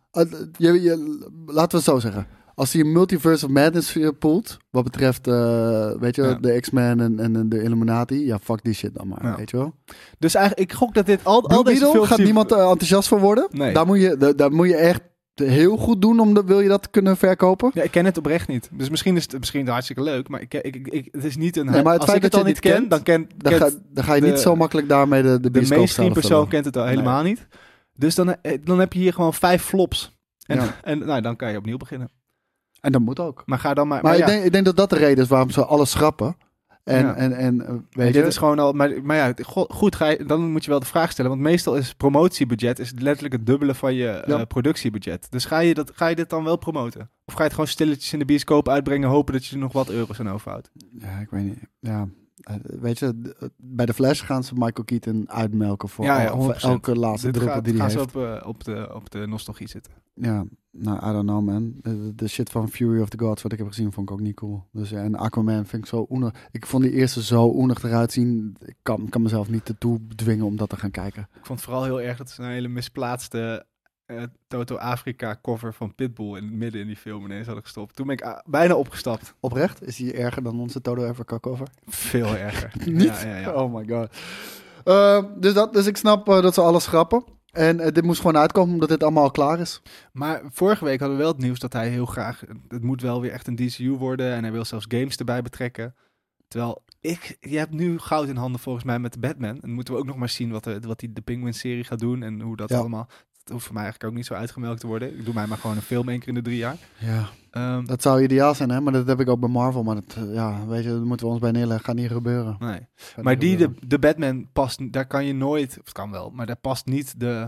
Laten we het zo zeggen. Als hij een Multiverse of Madness poelt, wat betreft, weet je, Ja. de X-Men en de Illuminati, ja, fuck die shit dan maar, Ja. weet je wel. dus eigenlijk, ik gok dat dit al Blue deze Beetle films... gaat die- niemand enthousiast voor worden. Nee. Daar moet je echt heel goed doen wil je dat kunnen verkopen. Ja, ik ken het oprecht niet. Dus misschien is het hartstikke leuk, maar het is niet een... Nee, maar het als feit ik het dat al je niet dit ken, kent, dan Dan ga je de- niet zo makkelijk daarmee de de bioscoopzalen mainstream persoon vullen. kent het al helemaal niet. Dus dan heb je hier gewoon 5 flops. En, Ja. en nou, dan kan je opnieuw beginnen. En dat moet ook. Maar ga dan maar... Maar ja, ik denk dat dat de reden is waarom ze alles schrappen. En, Ja. weet dit je... is gewoon al... Maar ja, goed, dan moet je wel de vraag stellen. Want meestal is promotiebudget is letterlijk het dubbele van je Ja. productiebudget. Dus ga je dit dan wel promoten? Of ga je het gewoon stilletjes in de bioscoop uitbrengen, hopen dat je er nog wat euro's aan overhoudt? Ja, ik weet niet. Ja. Weet je, bij de Flash gaan ze Michael Keaton uitmelken voor Ja, voor 100%. elke laatste Dit druppel die hij gaan heeft. ze op de nostalgie zitten. Ja, nou, I don't know, man. De shit van Fury of the Gods, wat ik heb gezien, vond ik ook niet cool. Dus, ja, en Aquaman vind ik zo oenig. Ik vond die eerste zo oenig eruit zien. Ik kan mezelf niet ertoe dwingen om dat te gaan kijken. Ik vond het vooral heel erg dat ze een hele misplaatste Toto Afrika cover van Pitbull in het midden in die film ineens hadden gestopt. Toen ben ik bijna opgestapt. Oprecht? Is die erger dan onze Todo Africa cover? Veel erger. Niet? Ja. Oh my god. Dus ik snap dat ze alles schrappen. En dit moest gewoon uitkomen omdat dit allemaal al klaar is. Maar vorige week hadden we wel het nieuws dat hij heel graag... Het moet wel weer echt een DCU worden en hij wil zelfs games erbij betrekken. Terwijl je hebt nu goud in handen volgens mij met de Batman. En moeten we ook nog maar zien wat die de Penguin-serie gaat doen en hoe dat Ja. allemaal... Het hoeft voor mij eigenlijk ook niet zo uitgemelkt te worden. Ik doe mij maar gewoon een film 1 keer in de 3 jaar. Ja. Dat zou ideaal zijn, hè? Maar dat heb ik ook bij Marvel. Maar dat, ja, weet je, daar moeten we ons bij neerleggen. Gaat niet gebeuren. Nee. Gaat Maar niet gebeuren. de Batman past, daar kan je nooit, of het kan wel, maar daar past niet de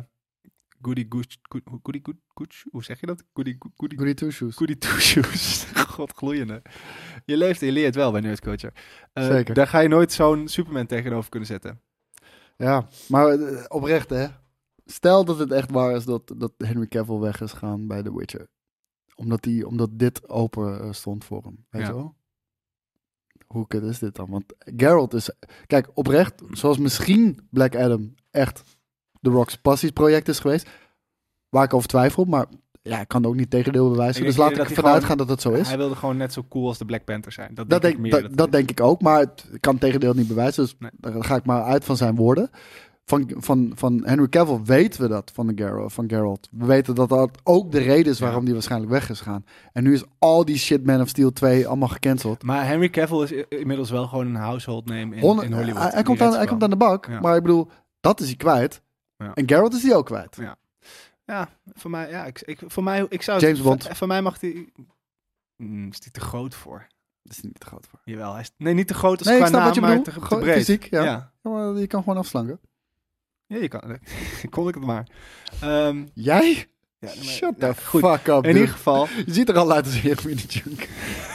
hoe zeg je dat? Goody two shoes. Goody two shoes. God, gloeiende. Je leeft en je leert wel bij Nerdculture. Zeker. Daar ga je nooit zo'n Superman tegenover kunnen zetten. Ja, maar oprecht, hè? Stel dat het echt waar is dat Henry Cavill weg is gaan bij The Witcher. Omdat dit open stond voor hem. Weet Ja. je wel? Hoe kut is dit dan? Want Geralt is... Kijk, oprecht, zoals misschien Black Adam echt The Rock's passiesproject is geweest. Waar ik over twijfel, maar ja, ik kan ook niet tegendeel bewijzen. Ik Dus denk laat ik dat hij ervan gewoon- uitgaan dat het zo is. Hij wilde gewoon net zo cool als de Black Panther zijn. Dat denk ik meer denk ik ook, maar ik kan het tegendeel niet bewijzen. Dus Nee. daar ga ik maar uit van zijn woorden. Van Henry Cavill weten we dat van Geralt. We weten dat dat ook de reden is waarom die waarschijnlijk weg is gegaan. En nu is al die shit Man of Steel 2 allemaal gecanceld. Maar Henry Cavill is inmiddels wel gewoon een household name in Hollywood. Hij komt aan de bak, Ja. maar ik bedoel, dat is hij kwijt. Ja. En Geralt is die ook kwijt. Ja. Ja, voor mij, ja, ik zou James Bond. Voor mij mag die... is die te groot voor? Dat is niet te groot voor. Jawel, hij is... Nee, niet te groot als Nee, ik qua snap naam, wat je maar bedoelt. te Gewoon breed. fysiek, ja. Ja. Ja, maar je kan gewoon afslanken. Ja, je kan. Kon ik het maar. Jij? Ja, nee, maar- Shut the ja, goed. fuck up, In dude. ieder geval... Je ziet er al uit als een heroïne junk.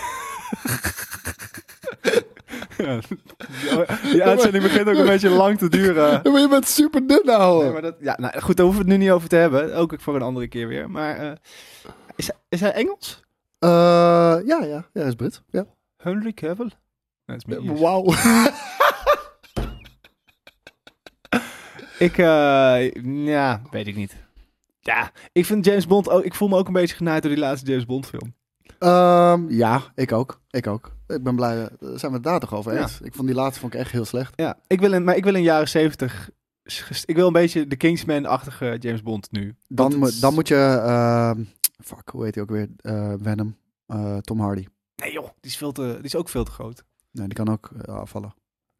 Ja, die uitzending begint ook een beetje lang te duren. Maar je bent super dun nou. Nee, maar dat, ja, nou, goed, daar hoeven we het nu niet over te hebben. Ook voor een andere keer weer. Maar is hij Engels? Ja, hij is Brits. Ja. Henry Cavill? Nee, dat is meer Iers. Wauw. Ja, weet ik niet. Ja, ik vind James Bond ook... Ik voel me ook een beetje genaaid door die laatste James Bond film. Ja, ik ook. Ik ben blij, daar zijn we het daar toch over eens. Ik vond die laatste vond ik echt heel slecht. Ja, ik wil in jaren 70... Ik wil een beetje de Kingsman-achtige James Bond nu. Dan moet je... fuck, hoe heet hij ook weer? Venom. Tom Hardy. Nee joh, die is ook veel te groot. Nee, die kan ook afvallen.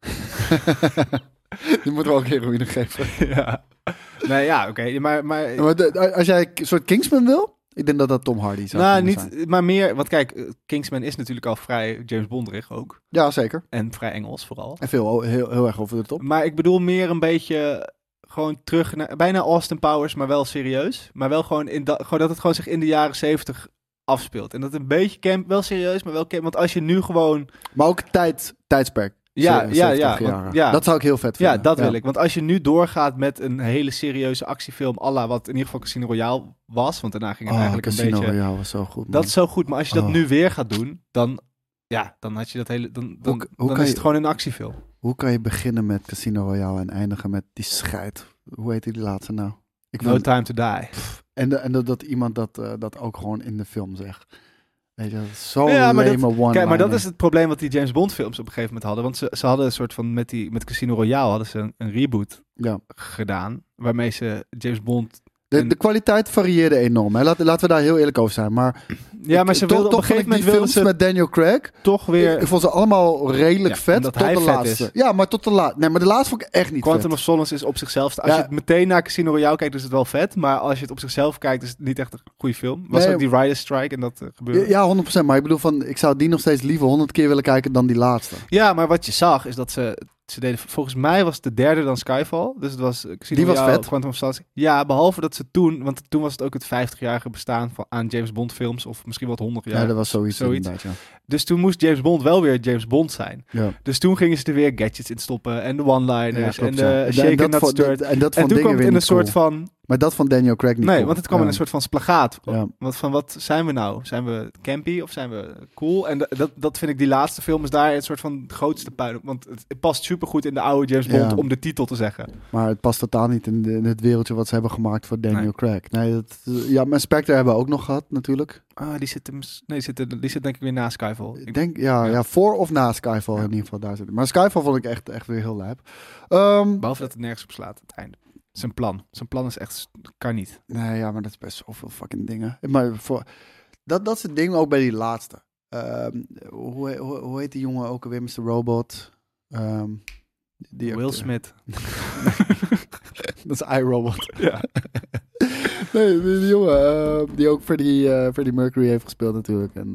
Die moeten we ook heroïne geven. Ja. Nee, ja, oké. Maar Als jij een soort Kingsman wil, ik denk dat dat Tom Hardy zou nou, kunnen zijn. niet, maar meer... Want kijk, Kingsman is natuurlijk al vrij James Bonderig ook. Ja, zeker. En vrij Engels vooral. En heel erg over de top. Maar ik bedoel meer een beetje... Gewoon terug naar... Bijna Austin Powers, maar wel serieus. Maar wel gewoon, gewoon dat het gewoon zich in de jaren 70 afspeelt. En dat een beetje wel serieus, maar wel want als je nu gewoon... Maar ook tijdsperk. Ja, 70 ja. jaren. Ja. Dat zou ik heel vet vinden. Ja, dat wil ik. Want als je nu doorgaat met een hele serieuze actiefilm... à la wat in ieder geval Casino Royale was... want daarna ging het eigenlijk Casino een beetje... Royale was zo goed, man. Dat is zo goed. Maar als je dat nu weer gaat doen... dan had je dat hele... Dan is het gewoon een actiefilm. Hoe kan je beginnen met Casino Royale en eindigen met die scheid? Hoe heet die laatste nou? No Time to Die. En dat iemand dat ook gewoon in de film zegt. Weet je, dat is zo Ja, maar lame one. Kijk, maar dat is het probleem wat die James Bond films op een gegeven moment hadden. Want ze hadden een soort van... Met Casino Royale hadden ze een reboot gedaan. Waarmee ze James Bond... De kwaliteit varieerde enorm. Hè. Laten we daar heel eerlijk over zijn. Maar ja, maar ze wilden op een gegeven moment... films met Daniel Craig... toch weer... Ik vond ze allemaal redelijk vet omdat tot hij de vet laatste. is. Ja, maar tot de laatste. Nee, maar de laatste vond ik echt niet Quantum vet. of Solace is op zichzelf... Als je het meteen naar Casino Royale kijkt, is het wel vet. Maar als je het op zichzelf kijkt, is het niet echt een goede film. Was ook die Rider Strike en dat gebeurde. Ja, 100%. Maar ik bedoel, ik zou die nog steeds liever 100 keer willen kijken dan die laatste. Ja, maar wat je zag, is dat ze deden... Volgens mij was het de derde dan Skyfall. Dus het was... Casino Die was Royale, vet. Quantum of Solace. Ja, behalve dat ze toen... Want toen was het ook het 50-jarige bestaan aan James Bond films. Of misschien wat 100 jaar. Ja, dat was zoiets. Inderdaad, ja. Dus toen moest James Bond wel weer James Bond zijn. Ja. Dus toen gingen ze er weer gadgets in stoppen. En de one-liners. Ja, klopt, en de shaken not stirred. En toen kwam het in een soort van... Maar dat van Daniel Craig niet Nee, cool. want het kwam in een soort van splagaat. Ja. Wat zijn we nou? Zijn we campy of zijn we cool? En dat vind ik, die laatste film is daar een soort van het grootste puin op. Want het past supergoed in de oude James Bond om de titel te zeggen. Maar het past totaal niet in het wereldje wat ze hebben gemaakt voor Daniel Craig. Nee, ja, maar Spectre hebben we ook nog gehad natuurlijk. Die zit denk ik weer na Skyfall. Ik denk, ja, voor of na Skyfall in ieder geval daar zitten. Maar Skyfall vond ik echt weer heel lijp. Behalve dat het nergens op slaat, het einde. Zijn plan is echt... Kan niet. Nee, ja, maar dat is best zoveel fucking dingen. Maar dat is het ding ook bij die laatste. Hoe heet die jongen ook alweer, Mr. Robot? Will Smith. Dat is iRobot. Ja. Nee, die jongen die ook Freddie Mercury heeft gespeeld natuurlijk. En,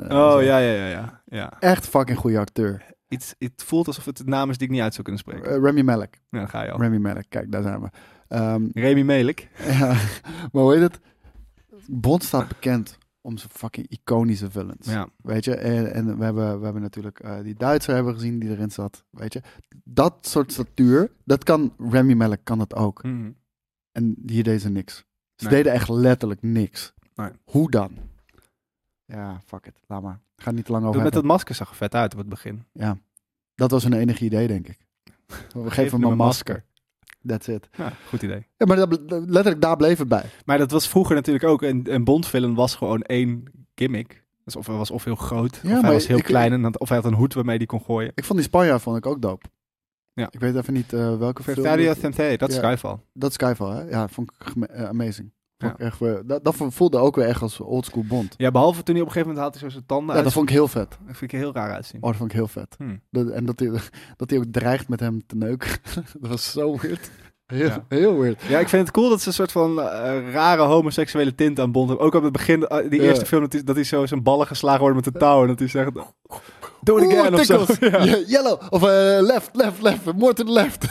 ja. Echt fucking goede acteur. Het voelt alsof het de naam is die ik niet uit zou kunnen spreken. Rami Malek. Ja, dan ga je al. Rami Malek, kijk, daar zijn we. Rami Malek. Ja, maar hoe heet het? Bond staat bekend om zijn fucking iconische villains. Ja. Weet je? En we hebben natuurlijk die Duitser hebben gezien die erin zat. Weet je? Dat soort statuur, dat kan Rami Malek kan dat ook. Mm-hmm. En hier deden ze niks. Ze Nee. deden echt letterlijk niks. Nee. Hoe dan? Ja, fuck it. Laat maar. Ga niet te lang over Met hebben. dat masker zag er vet uit op het begin. Ja. Dat was hun enige idee, denk ik. We geven hem een masker. That's it. Ja, goed idee. Ja, maar letterlijk daar bleef het bij. Maar dat was vroeger natuurlijk ook. Een Bond-film was gewoon één gimmick. Dus of hij was of heel groot, Ja, of hij maar was heel klein. Of hij had een hoed waarmee hij kon gooien. Ik vond die Spanjaard ook dope. Ja. Ik weet even niet welke film. Fertario Temptation, dat is Ja. Skyfall. Dat is Skyfall, hè? Ja, vond ik amazing. Vond ik Ja. echt, dat voelde ook weer echt als oldschool Bond. Ja, behalve toen hij op een gegeven moment had hij zo zijn tanden Ja, uit. dat vond ik heel vet. Dat vind ik er heel raar uitzien. Oh, dat vond ik heel vet. Hmm. En dat hij ook dreigt met hem te neuken. Dat was zo weird. Ja. Heel weird. Ja, ik vind het cool dat ze een soort van rare homoseksuele tint aan Bond hebben. Ook op het begin, die Ja. eerste film, dat hij zo zijn ballen geslagen wordt met de touw. En dat hij zegt, do it again Oeh, of zo. tickles. Ja. Yeah, yellow. Of left. More to the left.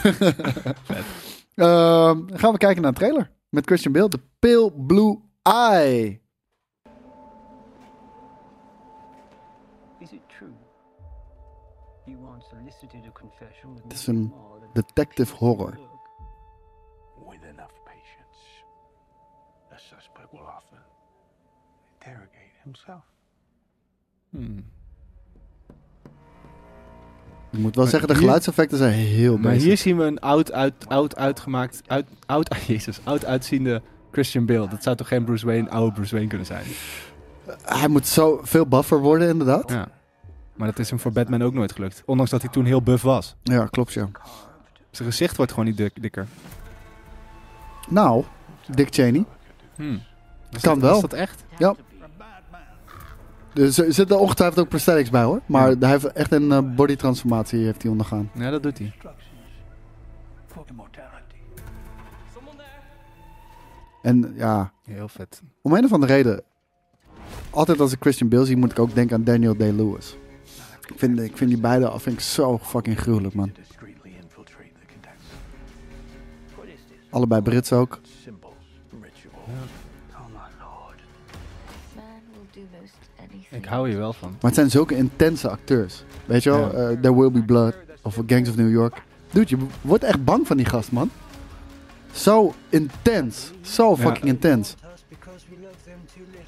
Gaan we kijken naar een trailer. Met Christian Bale. The Pale Blue Eye. Is it true? You once elicited a confession with Het is een detective horror. With enough patience, the suspect will often interrogate himself. Ik moet wel zeggen, de hier- geluidseffecten zijn heel Maar basic. hier zien we een oud uitziende Christian Bale. Dat zou toch geen oude Bruce Wayne kunnen zijn? Hij moet zo veel buffer worden, inderdaad. Ja. Maar dat is hem voor Batman ook nooit gelukt. Ondanks dat hij toen heel buff was. Ja, klopt, ja. Zijn gezicht wordt gewoon niet dikker. Nou, Dick Cheney. Kan wel. Is dat echt? Ja. Dus er zitten ongetwijfeld ook prosthetics bij, hoor. Maar hij heeft echt een bodytransformatie heeft hij ondergaan. Ja, dat doet hij. For immortality. En ja, Heel vet. om een of andere reden... Altijd als ik Christian Bale zie, moet ik ook denken aan Daniel Day-Lewis. Ik vind die beide vind ik zo fucking gruwelijk, man. Discreetly infiltrate the context. Allebei Brits ook. Symbols, ritual. Oh my lord. Man will do most anything. Ik hou hier wel van. Maar het zijn zulke intense acteurs. Weet je wel? There Will Be Blood of Gangs of New York. Dude, je wordt echt bang van die gast, man. Zo intens. Zo fucking intens. Us because we love them too little.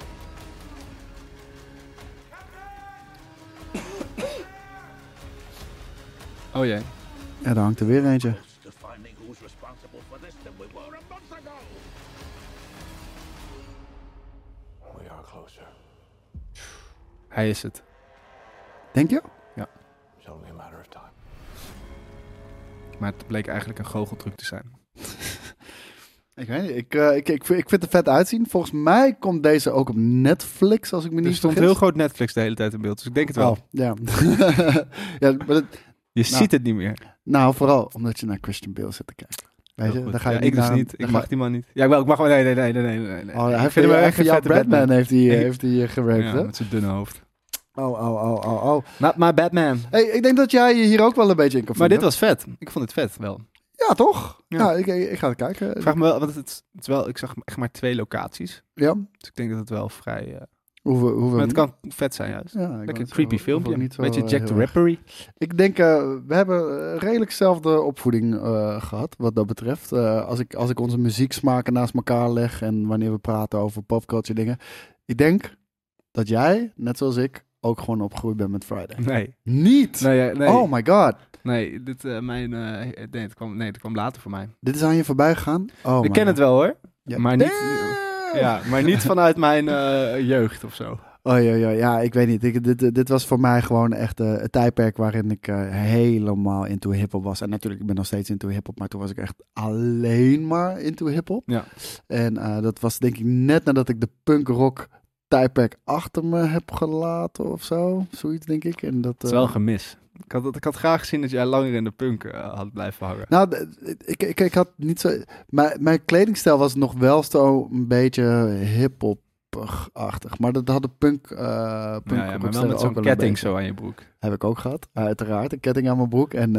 Oh jee. Ja, daar hangt er weer eentje. To finding who's responsible for this than we were a month ago. We are closer. Hij is het. Denk je? It's only a matter of time. Maar het bleek eigenlijk een goocheltruc te zijn. Ik weet niet. Ik vind het er vet uitzien. Volgens mij komt deze ook op Netflix, als ik me Er niet stond vergis. heel groot Netflix de hele tijd in beeld. Dus ik denk het wel. Oh, ja. Ja, maar Je ziet het niet meer. nou, vooral omdat je naar Christian Bale zit te kijken. Weet Heel je? goed. Dan ga je Ja, niet ik dus naar- niet. dan Ik ga- mag die man niet. Ja, ik mag wel. Nee. Oh, hij Ik heeft vind hem hij echt voor een jouw vette Batman Batman. heeft hij gewerkt, Ja, hè? met zijn dunne hoofd. Oh. Not my Batman. Hey, ik denk dat jij je hier ook wel een beetje in kan Maar dit vinden. was vet. Ik vond het vet wel. Ja, toch? Ja. Ja, ik ga het kijken. Ik vraag me wel, want het is wel, ik zag echt maar 2 locaties. Ja, Dus ik denk dat het wel vrij... hoeveel maar het kan vet zijn juist. Ja, ik wou Lekker net creepy zeggen, hoeveel filmpje. niet zo, Beetje Jack the heel erg. Ripper. Ik denk, we hebben redelijk dezelfde opvoeding gehad, wat dat betreft. Als ik onze muzieksmaken naast elkaar leg en wanneer we praten over popculture dingen. Ik denk dat jij, net zoals ik, ook gewoon opgegroeid bent met Friday. Nee. Niet! Nee. Oh my god. Nee, het kwam later voor mij. Dit is aan je voorbij gegaan? Oh ik my ken god. het wel hoor. Ja. Maar niet, Damn! ja, maar niet vanuit mijn jeugd of zo. Oh ja, ik weet niet. Dit was voor mij gewoon echt het tijdperk waarin ik helemaal into hip-hop was. En natuurlijk, ik ben nog steeds into hip-hop, maar toen was ik echt alleen maar into hip-hop. Ja. En dat was denk ik net nadat ik de punk-rock tijdperk achter me heb gelaten of zo. Zoiets denk ik. En dat, Het is wel een gemis. Ik had graag gezien dat jij langer in de punk had blijven hangen. Nou, ik had niet zo... Mijn kledingstijl was nog wel zo een beetje hip-hop-achtig. Maar dat hadden punk Ja, maar wel ook met zo'n wel een ketting beetje. zo aan je broek. Heb ik ook gehad, uiteraard. Een ketting aan mijn broek en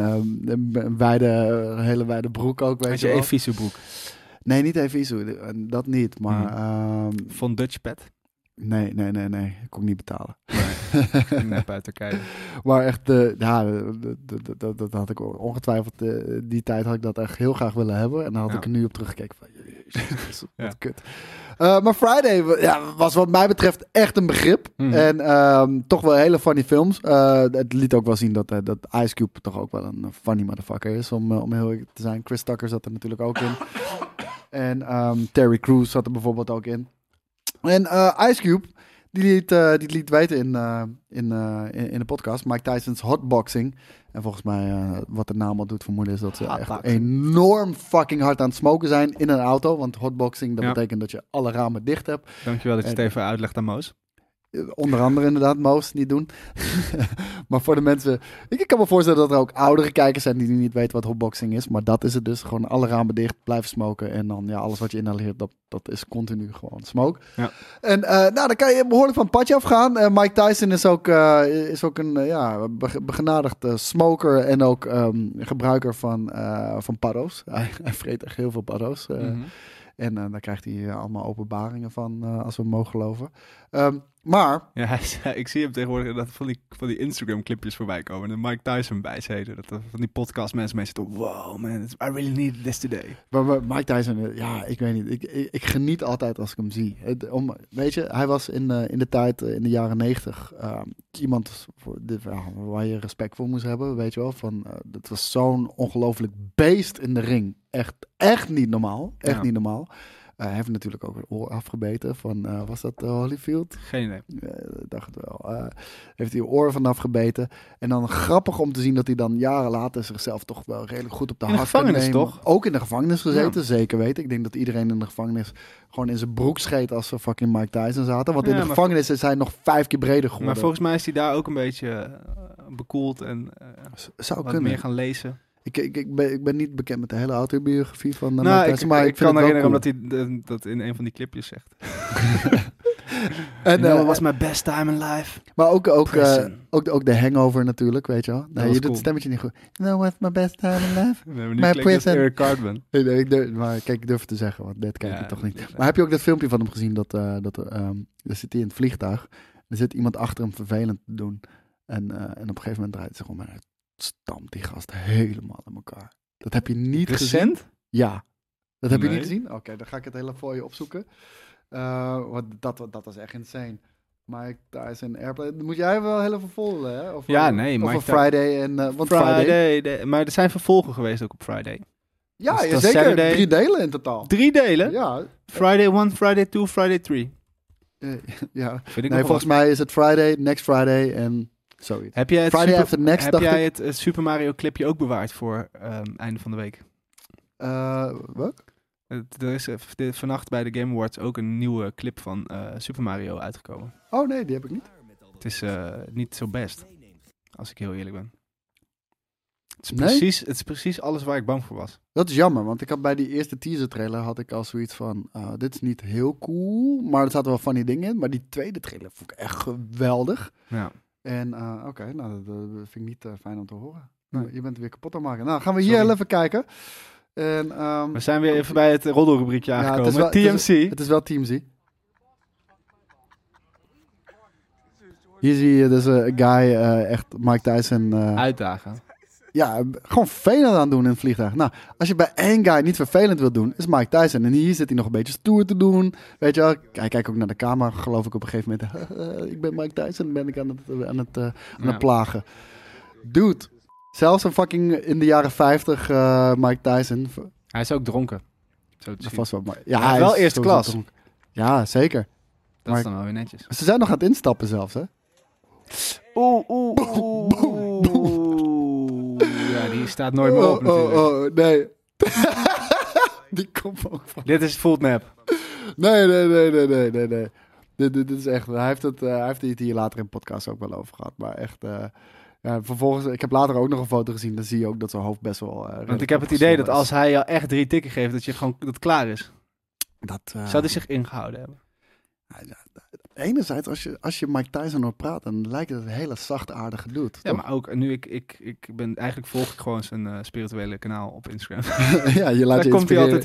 een hele wijde broek ook, weet Had je je wel. een vieze broek? Nee, niet even Isu, dat niet. Maar Von Dutch Pet? nee, ik kon ik niet betalen. Nep uit Turkije. Maar echt, dat had ik ongetwijfeld, die tijd had ik dat echt heel graag willen hebben. En dan had Ja. ik er nu op teruggekeken van, jezus, wat Ja. kut. Maar Friday was wat mij betreft echt een begrip. Mhm. En toch wel hele funny films. Het liet ook wel zien dat Ice Cube toch ook wel een funny motherfucker is, om heel eerlijk te zijn. Chris Tucker zat er natuurlijk ook in. En Terry Crews zat er bijvoorbeeld ook in. En Ice Cube, Die liet weten in de podcast. Mike Tyson's hotboxing. En volgens mij, wat de naam al doet vermoeden, is dat ze echt enorm fucking hard aan het smoken zijn in een auto. Want hotboxing, dat betekent dat je alle ramen dicht hebt. Dankjewel dat je het even uitlegt aan Moos. Onder andere inderdaad, Moos niet doen. Maar voor de mensen... Ik kan me voorstellen dat er ook oudere kijkers zijn die niet weten wat hotboxing is. Maar dat is het dus. Gewoon alle ramen dicht, blijven smoken. En dan alles wat je inhaleert, dat is continu gewoon smoke. Ja. En dan kan je behoorlijk van het padje afgaan. Mike Tyson is ook een begenadigd smoker en ook gebruiker van paddo's. Hij vreet echt heel veel paddo's. En daar krijgt hij allemaal openbaringen van, als we hem mogen geloven. Maar... Ja, ik zie hem tegenwoordig dat van die Instagram-clipjes voorbij komen. En Mike Tyson bij zeden. Dat van die podcast mensen mee zitten. Wow, man, I really needed this today. Maar Mike Tyson, ik weet niet. Ik geniet altijd als ik hem zie. Weet je, hij was in de tijd, in de jaren 90, iemand waar je respect voor moest hebben. Weet je wel, het was zo'n ongelooflijk beest in de ring. Echt niet normaal. Niet normaal. Hij heeft natuurlijk ook een oor afgebeten van, was dat Holyfield? Geen idee. Dacht het wel. Heeft hij oor vanaf gebeten. En dan grappig om te zien dat hij dan jaren later zichzelf toch wel redelijk goed op de hart kan nemen. Toch? Ook in de gevangenis gezeten, zeker weten. Ik denk dat iedereen in de gevangenis gewoon in zijn broek scheet als ze fucking Mike Tyson zaten. Want in de gevangenis is hij nog 5 keer breder geworden. Maar volgens mij is hij daar ook een beetje bekoeld en zou wat meer gaan lezen. Ik ben niet bekend met de hele autobiografie van Mike Tyson, maar ik kan vind herinneren het wel omdat hij dat in een van die clipjes zegt. En that was my best time in life. Maar ook de Hangover natuurlijk, weet je wel. Nee, je doet het stemmetje niet goed. You know what's my best time in life? My prison. Eric Cartman. Maar kijk, ik durf het te zeggen, want dit kijk je toch niet. Maar heb je ook dat filmpje van hem gezien dat daar zit hij in het vliegtuig. Er zit iemand achter hem vervelend te doen. En op een gegeven moment draait hij zich om en stampt die gast helemaal in elkaar. Dat heb je niet gezien. Ja. Dat heb je niet gezien? Oké, dan ga ik het hele voor je opzoeken. Want dat was echt insane. Mike Tyson Airplane. Moet jij wel heel even volgen, hè? Of Mike Friday en... Friday. Maar er zijn vervolgen geweest ook op Friday. Ja, dus zeker. Saturday. 3 delen in totaal. 3 delen? Ja. Friday 1, Friday 2, Friday 3. Ja. Volgens mij is het Friday, Next Friday en... zoiets. Heb jij het Super Mario clipje ook bewaard voor einde van de week? Wat? Er is vannacht bij de Game Awards ook een nieuwe clip van Super Mario uitgekomen. Oh nee, die heb ik niet. Het is niet zo best, als ik heel eerlijk ben. Het is precies alles waar ik bang voor was. Dat is jammer, want ik had bij die eerste teaser trailer had ik al zoiets van, dit is niet heel cool, maar er zaten wel funny dingen in. Maar die tweede trailer vond ik echt geweldig. Ja. En dat vind ik niet fijn om te horen. Nee. Je bent weer kapot aan het maken. Nou, gaan we hier heel even kijken. En, we zijn weer even bij het roddelrubriekje aangekomen. TMC. Het is wel TMC. Hier zie je dus een guy, echt Mike Tyson... uitdagen. Ja, gewoon vervelend aan doen in het vliegtuig. Nou, als je bij één guy niet vervelend wil doen, is Mike Tyson. En hier zit hij nog een beetje stoer te doen. Weet je wel, hij kijkt ook naar de camera, geloof ik op een gegeven moment. Ik ben Mike Tyson, ben ik aan het plagen. Dude, zelfs een fucking in de jaren 50 Mike Tyson. Hij is ook dronken. Dat was wel, maar, hij is wel eerste klas. Dronken. Ja, zeker. Dat is dan wel weer netjes. Ze zijn nog aan het instappen zelfs, hè? Ja, die staat nooit meer op natuurlijk. Nee. Die komt ook van. Dit is full nap. Nee. Dit is echt... Hij heeft het hier later in de podcast ook wel over gehad. Maar echt... vervolgens... Ik heb later ook nog een foto gezien. Dan zie je ook dat zijn hoofd best wel... Want ik heb het idee dat als hij jou echt 3 tikken geeft... dat je gewoon dat het klaar is. Zou hij zich ingehouden hebben? Enerzijds, als je Mike Tyson hoort praten, dan lijkt het een hele zachtaardige dude. Ja, toch? Maar ook nu ik ben eigenlijk volg ik gewoon zijn spirituele kanaal op Instagram. Ja, je laat je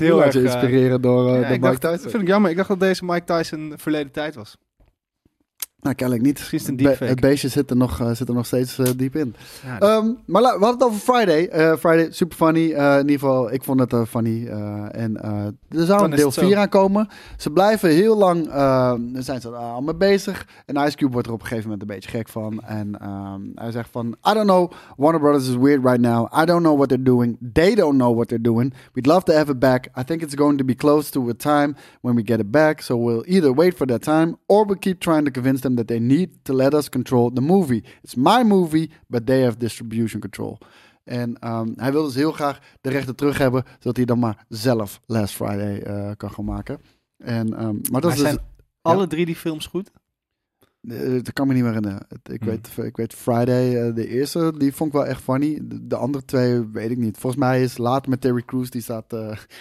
inspireren door Mike Tyson. Dat vind ik jammer. Ik dacht dat deze Mike Tyson verleden tijd was. Nou, kennelijk niet. Misschien is het een deepfake. Het beestje zit er nog steeds diep in. Ja, Maar we hadden het over Friday. Friday, super funny. In ieder geval, ik vond het funny. En er zou Dan een is deel het zo. 4 aankomen. Ze blijven heel lang, zijn ze allemaal bezig. En Ice Cube wordt er op een gegeven moment een beetje gek van. En hij zegt van, I don't know, Warner Brothers is weird right now. I don't know what they're doing. They don't know what they're doing. We'd love to have it back. I think it's going to be close to a time when we get it back. So we'll either wait for that time, or we'll keep trying to convince them that they need to let us control the movie. It's my movie, but they have distribution control. En hij wil dus heel graag de rechten terug hebben, zodat hij dan maar zelf Last Friday kan gaan maken. En, maar dat is zijn dus, alle 3 die films goed? dat kan me niet meer herinneren. Ik weet Friday, de eerste, die vond ik wel echt funny. De andere 2 weet ik niet. Volgens mij is later met Terry Crews, die staat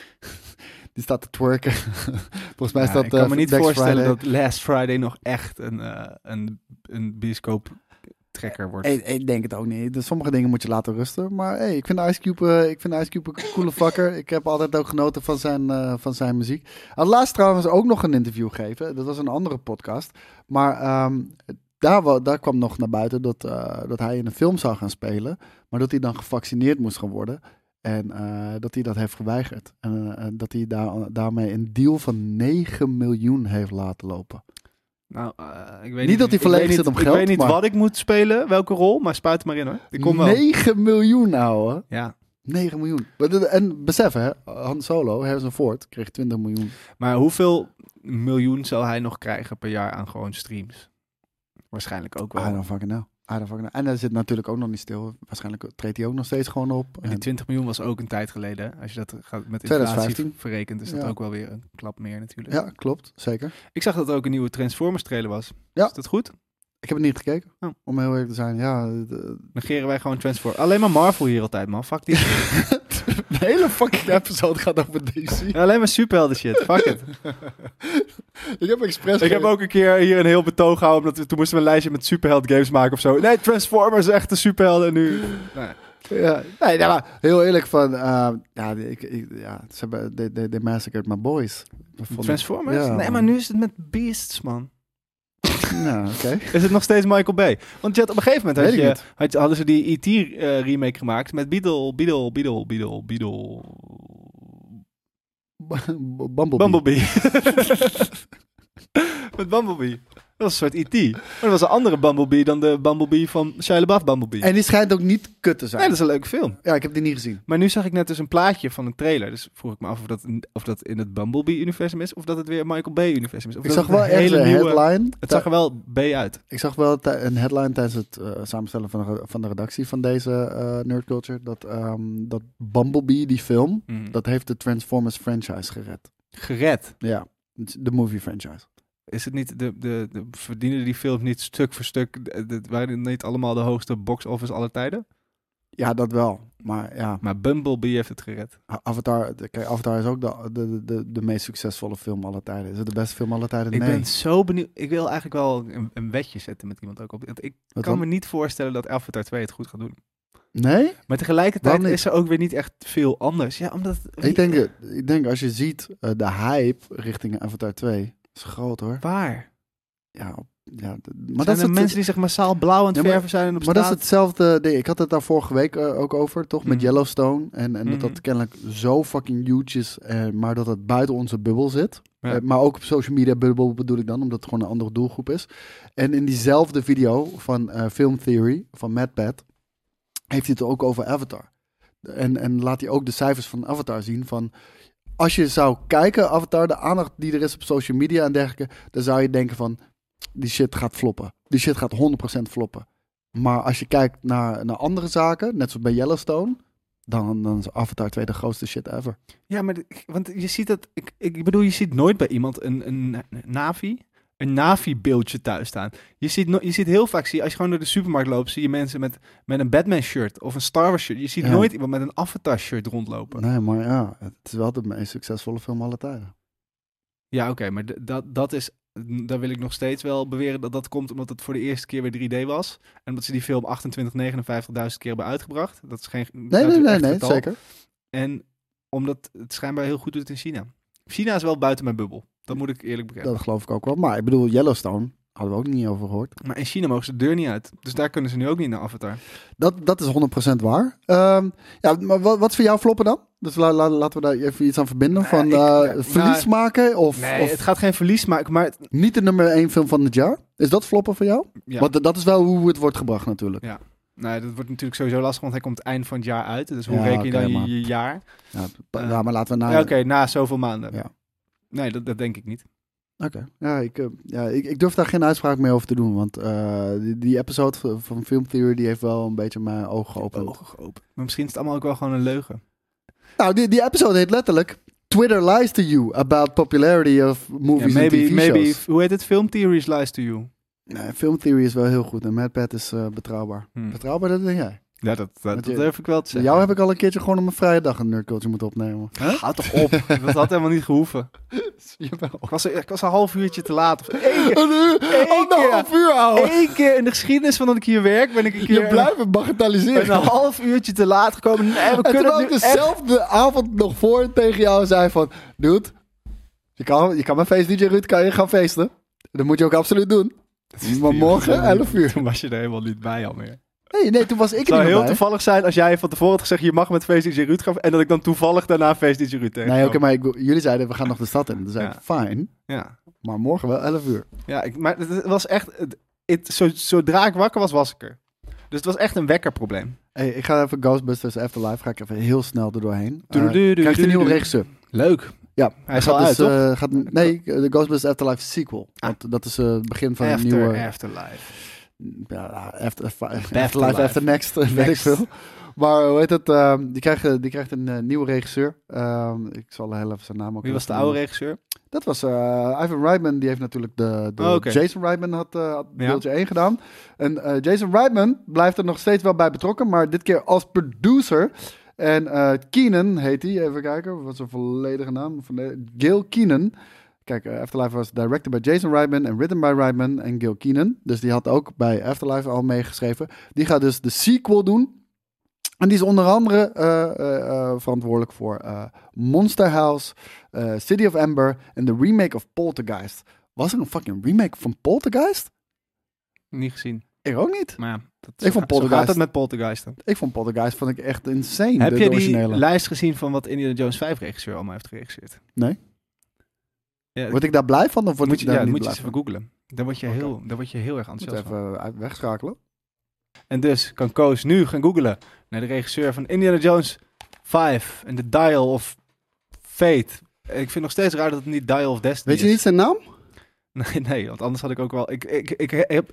te twerken. Volgens mij is dat ik kan me niet Next voorstellen Friday. dat Last Friday nog echt een bioscoop trekker wordt. Ik denk het ook niet. Dus sommige dingen moet je laten rusten. Maar hey, ik vind Ice Cube een coole fucker. Ik heb altijd ook genoten van zijn muziek. Hij had laatst trouwens ook nog een interview gegeven. Dat was een andere podcast. Maar daar kwam nog naar buiten dat hij in een film zou gaan spelen. Maar dat hij dan gevaccineerd moest gaan worden. En dat hij dat heeft geweigerd. En dat hij daarmee een deal van 9 miljoen heeft laten lopen. Nou, ik weet Niet dat hij verlegen ik weet zit om niet- geld, Ik weet niet maar- wat ik moet spelen, welke rol, maar spuit er maar in hoor. Ik kom wel. 9 miljoen nou, hè? Ja, 9 miljoen. En besef hè, Han Solo, Harrison Ford, kreeg 20 miljoen. maar hoeveel miljoen zal hij nog krijgen per jaar aan gewoon streams? Waarschijnlijk ook I wel. don't fucking know. En hij zit natuurlijk ook nog niet stil. Waarschijnlijk treedt hij ook nog steeds gewoon op. En die 20 miljoen was ook een tijd geleden. Hè? Als je dat gaat met inflatie 2015. verrekent, is dat Ja. ook wel weer een klap meer natuurlijk. Ja, klopt. Zeker. Ik zag dat er ook een nieuwe Transformers trailer was. Ja. Is dat goed? Ik heb het niet gekeken. Oh. Om heel eerlijk te zijn. Ja, Negeren wij gewoon Transformers. Alleen maar Marvel hier altijd, man. Fuck die. de hele fucking episode gaat over DC. Alleen maar superhelden shit. Fuck it. Ik heb expres... Ik heb ook een keer hier een heel betoog gehouden. Omdat toen moesten we een lijstje met superheld games maken of zo. Nee, Transformers is echt de superhelden. En nu... Nee. Ja, nee, maar heel eerlijk van... ze hebben... They massacred my boys. Transformers? Ja, nee, man. maar nu is het met Beasts, man. Ja, oké. Is het nog steeds Michael Bay? Want je had op een gegeven moment Weet ik hadden ze die E.T. remake gemaakt met Beetle. Bumblebee. Met Bumblebee. Dat was een soort E.T. Maar dat was een andere Bumblebee dan de Bumblebee van Shia LaBeouf Bumblebee. En die schijnt ook niet kut te zijn. Nee, dat is een leuke film. Ja, ik heb die niet gezien. Maar nu zag ik net dus een plaatje van een trailer. Dus vroeg ik me af of dat in het Bumblebee-universum is... of dat het weer een Michael Bay-universum is. Of Ik dat zag het wel ergens een headline. Het zag er wel B uit. Ik zag wel een headline tijdens het samenstellen van de redactie van deze Nerd Culture. Dat Bumblebee, die film, dat heeft de Transformers franchise gered. Gered. Ja, de movie franchise. Is het niet, verdienen die films niet stuk voor stuk... waren niet allemaal de hoogste box-office aller tijden? Ja, dat wel. Maar ja, Maar Bumblebee heeft het gered. Avatar is ook de meest succesvolle film aller tijden. Is het de beste film aller tijden? Ik Nee. ben zo benieuwd. Ik wil eigenlijk wel een wetje zetten met iemand ook op. Want ik Wat kan dan? me niet voorstellen dat Avatar 2 het goed gaat doen. Nee? Maar tegelijkertijd Waarom niet? is er ook weer niet echt veel anders. Ja, omdat... Ik denk als je ziet de hype richting Avatar 2 is groot hoor. Waar? Ja, maar Maar dat is het mensen die zich massaal blauw aan het Ja, maar- verven zijn en op Maar dat is straat? hetzelfde ding. Ik had het daar vorige week ook over, toch? Met Mhm. Yellowstone. En dat kennelijk zo fucking huge is, maar dat het buiten onze bubbel zit. Ja. Maar ook op social media bubbel bedoel ik dan, omdat het gewoon een andere doelgroep is. En in diezelfde video van Film Theory, van MadPat, heeft hij het ook over Avatar. En laat hij ook de cijfers van Avatar zien van... Als je zou kijken, Avatar, de aandacht die er is op social media en dergelijke, dan zou je denken van, die shit gaat floppen. Die shit gaat 100% floppen. Maar als je kijkt naar andere zaken, net zoals bij Yellowstone, dan is Avatar 2 de grootste shit ever. Ja, maar want je ziet dat... Ik bedoel, je ziet nooit bij iemand een Navi-beeldje thuis staan. Je ziet heel vaak, als je gewoon door de supermarkt loopt, zie je mensen met een Batman-shirt of een Star Wars-shirt. Je ziet Ja. nooit iemand met een Avatar-shirt rondlopen. Nee, maar ja, het is wel de meest succesvolle film aller tijden. Ja, oké, maar dat is... Daar wil ik nog steeds wel beweren dat dat komt omdat het voor de eerste keer weer 3D was. En omdat ze die film 59.000 keer hebben uitgebracht. Dat is geen echt Nee, getal. zeker. En omdat het schijnbaar heel goed doet in China. China is wel buiten mijn bubbel. Dat moet ik eerlijk bekennen. Dat geloof ik ook wel. Maar ik bedoel, Yellowstone Hadden we ook niet over gehoord. Maar in China mogen ze de deur niet uit. Dus daar kunnen ze nu ook niet naar Avatar. Dat is 100% waar. Ja, maar wat is voor jou floppen dan? Dus laten we daar even iets aan verbinden. Verlies maken? Of het gaat geen verlies maken. Maar niet de nummer 1 film van het jaar? Is dat floppen voor jou? ja. Want dat is wel hoe het wordt gebracht natuurlijk. Ja. Nee, dat wordt natuurlijk sowieso lastig, want hij komt eind van het jaar uit. Dus hoe Ja, reken je oké, dan maar- je jaar? Ja, maar laten we Ja, Oké, na zoveel maanden. Ja. Nee, dat denk ik niet. Oké. Ja, ik durf daar geen uitspraak meer over te doen. Want die episode van Film Theory die heeft wel een beetje mijn ogen geopend. Maar misschien is het allemaal ook wel gewoon een leugen. Nou, die episode heet letterlijk Twitter lies to you about popularity of movies and TV shows. Hoe heet het? Film Theories Lies to You. Nee, Film Theory is wel heel goed en MadPat is betrouwbaar. Betrouwbaar, dat denk jij. Ja, dat Want je- durf ik wel te Bij zeggen. jou heb ik al een keertje gewoon op een vrije dag een nerdculture moeten opnemen. Houd toch op. Dat had helemaal niet gehoeven. Jawel. Ik was een half uurtje te laat. Of Een half uur, ouwe. 1 keer in de geschiedenis van dat ik hier werk, ben ik een keer Je blijft het bagatelliseren. een half uurtje te laat gekomen. Nee, we En kunnen terwijl het ik nu echt... dezelfde avond nog voor tegen jou zei van... Dude, je kan met Face DJ Ruud kan je gaan feesten. Dat moet je ook absoluut doen. Maar morgen 11 uur. Toen was je er helemaal niet bij al meer. Nee, toen was ik Het er zou niet heel meer bij. toevallig zijn als jij van tevoren had gezegd... je mag met Face DJ Ruud gaan... en dat ik dan toevallig daarna Face DJ Ruud tegen. Nee, oké, maar jullie zeiden we gaan nog de stad in. Dus zei Ja. ik, fijn. Ja, Maar morgen wel 11 uur. ja maar het was echt... Zodra ik wakker was ik er. Dus het was echt een wekkerprobleem. Hey, ik ga even Ghostbusters Afterlife. Ga ik even heel snel er doorheen. Doedoedoe, Krijgt een nieuwe doedoe. regisseur. Leuk. Ja, Hij is al uit, toch? Nee, de Ghostbusters Afterlife sequel. Want dat is het begin van een nieuwe... Afterlife. Ja, Afterlife After Next, weet ik veel. Maar hoe heet het? Die krijgt een nieuwe regisseur. Ik zal heel even zijn naam ook... Wie was de even oude noemen. regisseur? Dat was Ivan Reitman. Die heeft natuurlijk oké. Jason Reitman had deeltje 1 gedaan. En Jason Reitman blijft er nog steeds wel bij betrokken. Maar dit keer als producer. En Keenan heet hij. Even kijken, wat is zijn volledige naam? Gil Keenan. Kijk, Afterlife was directed bij Jason Reitman en written by Reitman en Gil Keenan. Dus die had ook bij Afterlife al meegeschreven. Die gaat dus de sequel doen. En die is onder andere verantwoordelijk voor Monster House, City of Ember en de remake of Poltergeist. Was er een fucking remake van Poltergeist? Niet gezien. Ik ook niet. Maar ja, Ik vond zo gaat Poltergeist- het met Poltergeisten. Ik vond Poltergeist echt insane. Heb de je die originele. lijst gezien van wat Indiana Jones 5 regisseur allemaal heeft geregisseerd? Nee. Ja, Word ik daar blij van of word moet ik je, daar ja, niet moet je blij eens van? even googlen. Dan word je heel erg Moet enthousiast van. even wegschakelen. En dus kan Koos nu gaan googlen naar de regisseur van Indiana Jones 5 en The Dial of Fate. Ik vind nog steeds raar dat het niet Dial of Destiny Weet je is. niet zijn naam? Nee, want anders had ik ook wel... Ik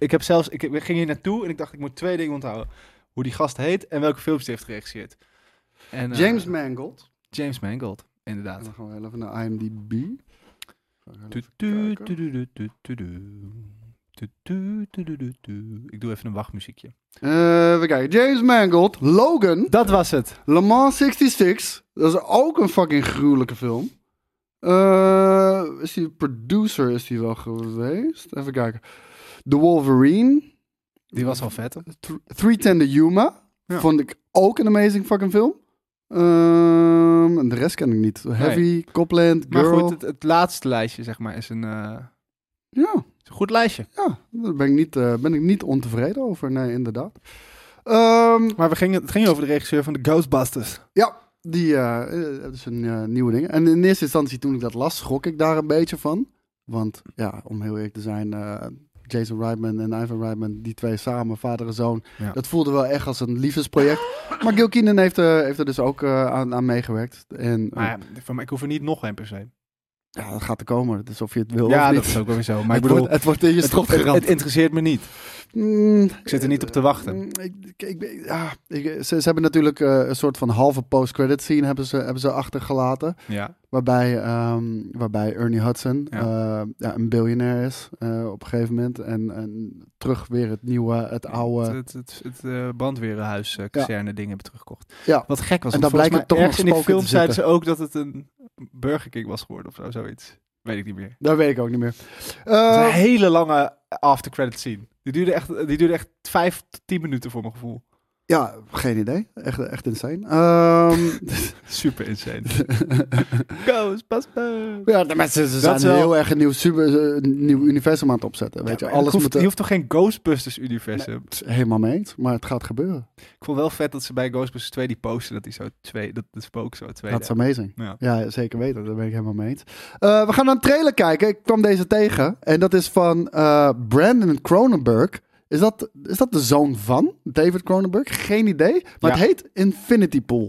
ging hier naartoe en ik dacht, ik moet 2 dingen onthouden. Hoe die gast heet en welke films hij heeft geregisseerd. En, James Mangold. James Mangold, En inderdaad. dan gaan we heel even naar IMDb. Ik doe even een wachtmuziekje. We kijken. James Mangold. Logan. Dat was het. Le Mans 66. Dat is ook een fucking gruwelijke film. Is die producer is die wel geweest? Even kijken. The Wolverine. Die was al vet, hoor. 310 Yuma. Ja. Vond ik ook een amazing fucking film. En de rest ken ik niet. Heavy, Copland, Maar Girl. goed, het laatste lijstje, zeg maar, is een Ja, goed lijstje. ja, daar ben ik niet ontevreden over. Nee, inderdaad. Maar het ging over de regisseur van de Ghostbusters. Ja, dat is een nieuwe ding. En in eerste instantie, toen ik dat las, schrok ik daar een beetje van. Want ja, om heel eerlijk te zijn, Jason Reitman en Ivan Reitman, die twee samen, vader en zoon, Ja. dat voelde wel echt als een liefdesproject. Maar Gil Keenan heeft er dus ook aan meegewerkt. En Maar ja, van mij, ik hoef er niet nog een per se. ja, dat gaat er komen. Dus of je het wil Ja, of niet. dat is ook wel weer zo. Maar ik het, bedoel, het wordt in je strot geramd. het interesseert me niet. Ik zit er niet op te wachten. Ze hebben natuurlijk een soort van halve post-credit scene hebben ze achtergelaten. Ja. Waarbij Ernie Hudson een biljonair is op een gegeven moment. En terug weer het oude... Het brandweerhuis kazerne ding hebben teruggekocht. Ja. Wat gek was. En Want daar volgens blijkt mij het toch ergens nog in die spoken film te zeiden ze zitten. ook dat het een Burger King was geworden of zoiets. Weet ik niet meer. Dat weet ik ook niet meer. Het is een hele lange after-credit scene. Die duurde echt 5 tot 10 minuten voor mijn gevoel. Ja, geen idee. Echt insane. Super insane. Ghostbusters! Ja, de mensen ze zijn is wel- heel erg een nieuw universum aan het opzetten. Weet je, alles moet je hoeft toch geen Ghostbusters-universum? helemaal mee eens, maar het gaat gebeuren. Ik vond wel vet dat ze bij Ghostbusters 2 die poster, dat die zo dat de spook zo twee. Dat is amazing. Ja. Ja, zeker weten. Daar ben ik helemaal mee eens. We gaan naar een trailer kijken. Ik kwam deze tegen. En dat is van Brandon Cronenberg. Is dat de zoon van David Cronenberg? Geen idee. Maar Ja. het heet Infinity Pool.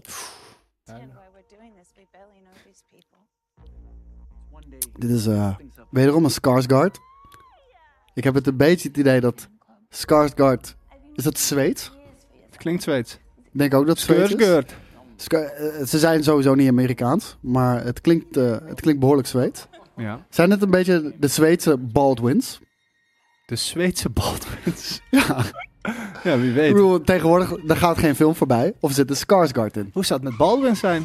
Dit is wederom een Skarsgård. Ik heb het een beetje het idee dat Skarsgård... Is dat Zweeds? Het klinkt Zweeds. Ik denk ook dat het Zweeds is. Skarsgård. Ze zijn sowieso niet Amerikaans. Maar het klinkt behoorlijk Zweeds. Ja. Zijn het een beetje de Zweedse Baldwins? De Zweedse Baldwins. Ja. Ja, wie Ik weet. bedoel, tegenwoordig daar gaat geen film voorbij. Of zit een Skarsgård in? Hoe zou het met Baldwins zijn?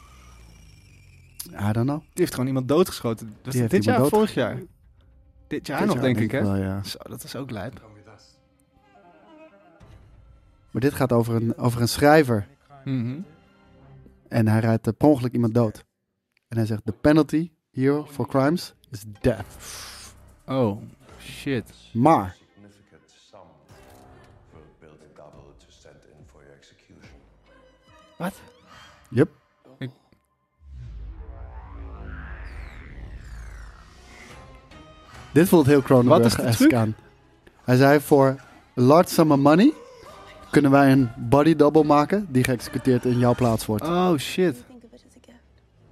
I don't know. Die heeft gewoon iemand doodgeschoten. Was Die dat heeft dit jaar iemand of vorig jaar? Dit jaar nog, denk ik, hè? Wel, ja. Zo, dat is ook lijp. Maar dit gaat over een schrijver. Mhm. En hij rijdt per ongeluk iemand dood. En hij zegt, the penalty here for crimes is death. Oh, shit. Maar, Wat? yep. Ik- Dit voelt heel Wat is de Cronenberg-esque truc? aan. Hij zei, voor a large sum of money kunnen wij een body double maken die geëxecuteerd in jouw plaats wordt. Oh, shit. Think of it as a gift.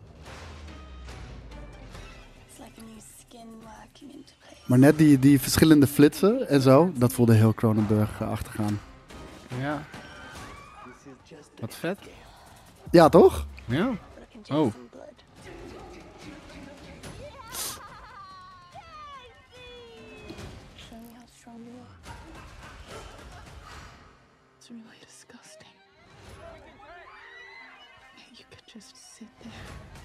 It's like a new skin working into place. Maar net die verschillende flitsen en zo, dat voelde heel Cronenberg-achtig aan. Ja. Wat vet. Ja, toch? Ja. But I can Oh. taste some blood. Show me how strong you are. It's really disgusting. You could just sit there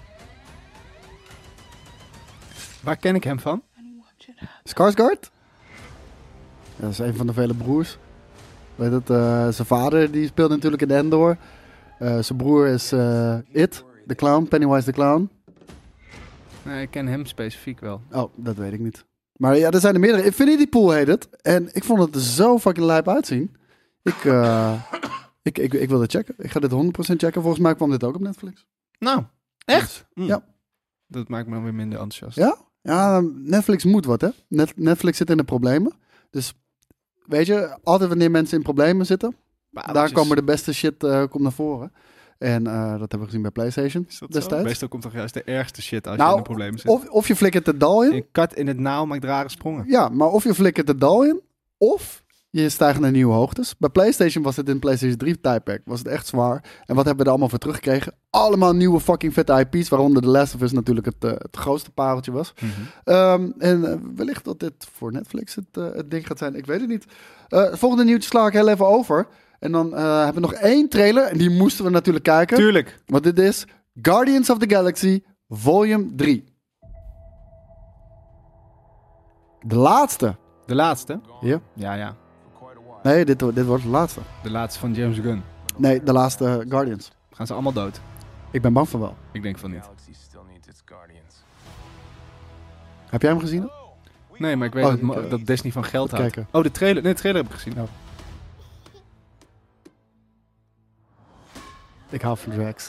Waar ken ik hem van? and watch it happen. Skarsgård? Ja, dat is een van de vele broers. Weet het, zijn vader die speelt natuurlijk in Endor. Zijn broer is It, de clown, Pennywise de clown. Nee, ik ken hem specifiek wel. Oh, dat weet ik niet. Maar ja, er zijn er meerdere. Infinity Pool heet het. En ik vond het er zo fucking lijp uitzien. Ik wil dit checken. Ik ga dit 100% checken. Volgens mij kwam dit ook op Netflix. Nou, echt? Ja. Dat maakt me dan weer minder enthousiast. Ja? Ja, Netflix moet wat, hè? Netflix zit in de problemen. Dus, weet je, altijd wanneer mensen in problemen zitten, daar komen de beste shit komt naar voren. En dat hebben we gezien bij PlayStation Is dat destijds. zo? Meestal komt toch juist de ergste shit als je Nou, in de problemen zit. Of je flikkert de dal in. Een kat in het nauw maakt rare sprongen. Ja, maar of je flikkert de dal in, of je stijgt naar nieuwe hoogtes. Bij PlayStation was het in PlayStation 3 tijdperk. Was het echt zwaar. En wat hebben we er allemaal voor teruggekregen? Allemaal nieuwe fucking vette IP's. Waaronder The Last of Us natuurlijk het grootste pareltje was. Wellicht dat dit voor Netflix het ding gaat zijn. Ik weet het niet. Het volgende nieuwtje sla ik heel even over. En dan hebben we nog één trailer. En die moesten we natuurlijk kijken. Tuurlijk. Want dit is Guardians of the Galaxy Volume 3. De laatste. De laatste? Ja. Ja. Nee, dit wordt de laatste. De laatste van James Gunn. Nee, de laatste Guardians. Gaan ze allemaal dood? Ik ben bang van wel. Ik denk van niet. Heb jij hem gezien? Nee, maar ik weet dat Disney van geld houdt. Kijken. Oh, de trailer. Nee, de trailer heb ik gezien. Ja. Ik hou van Drax.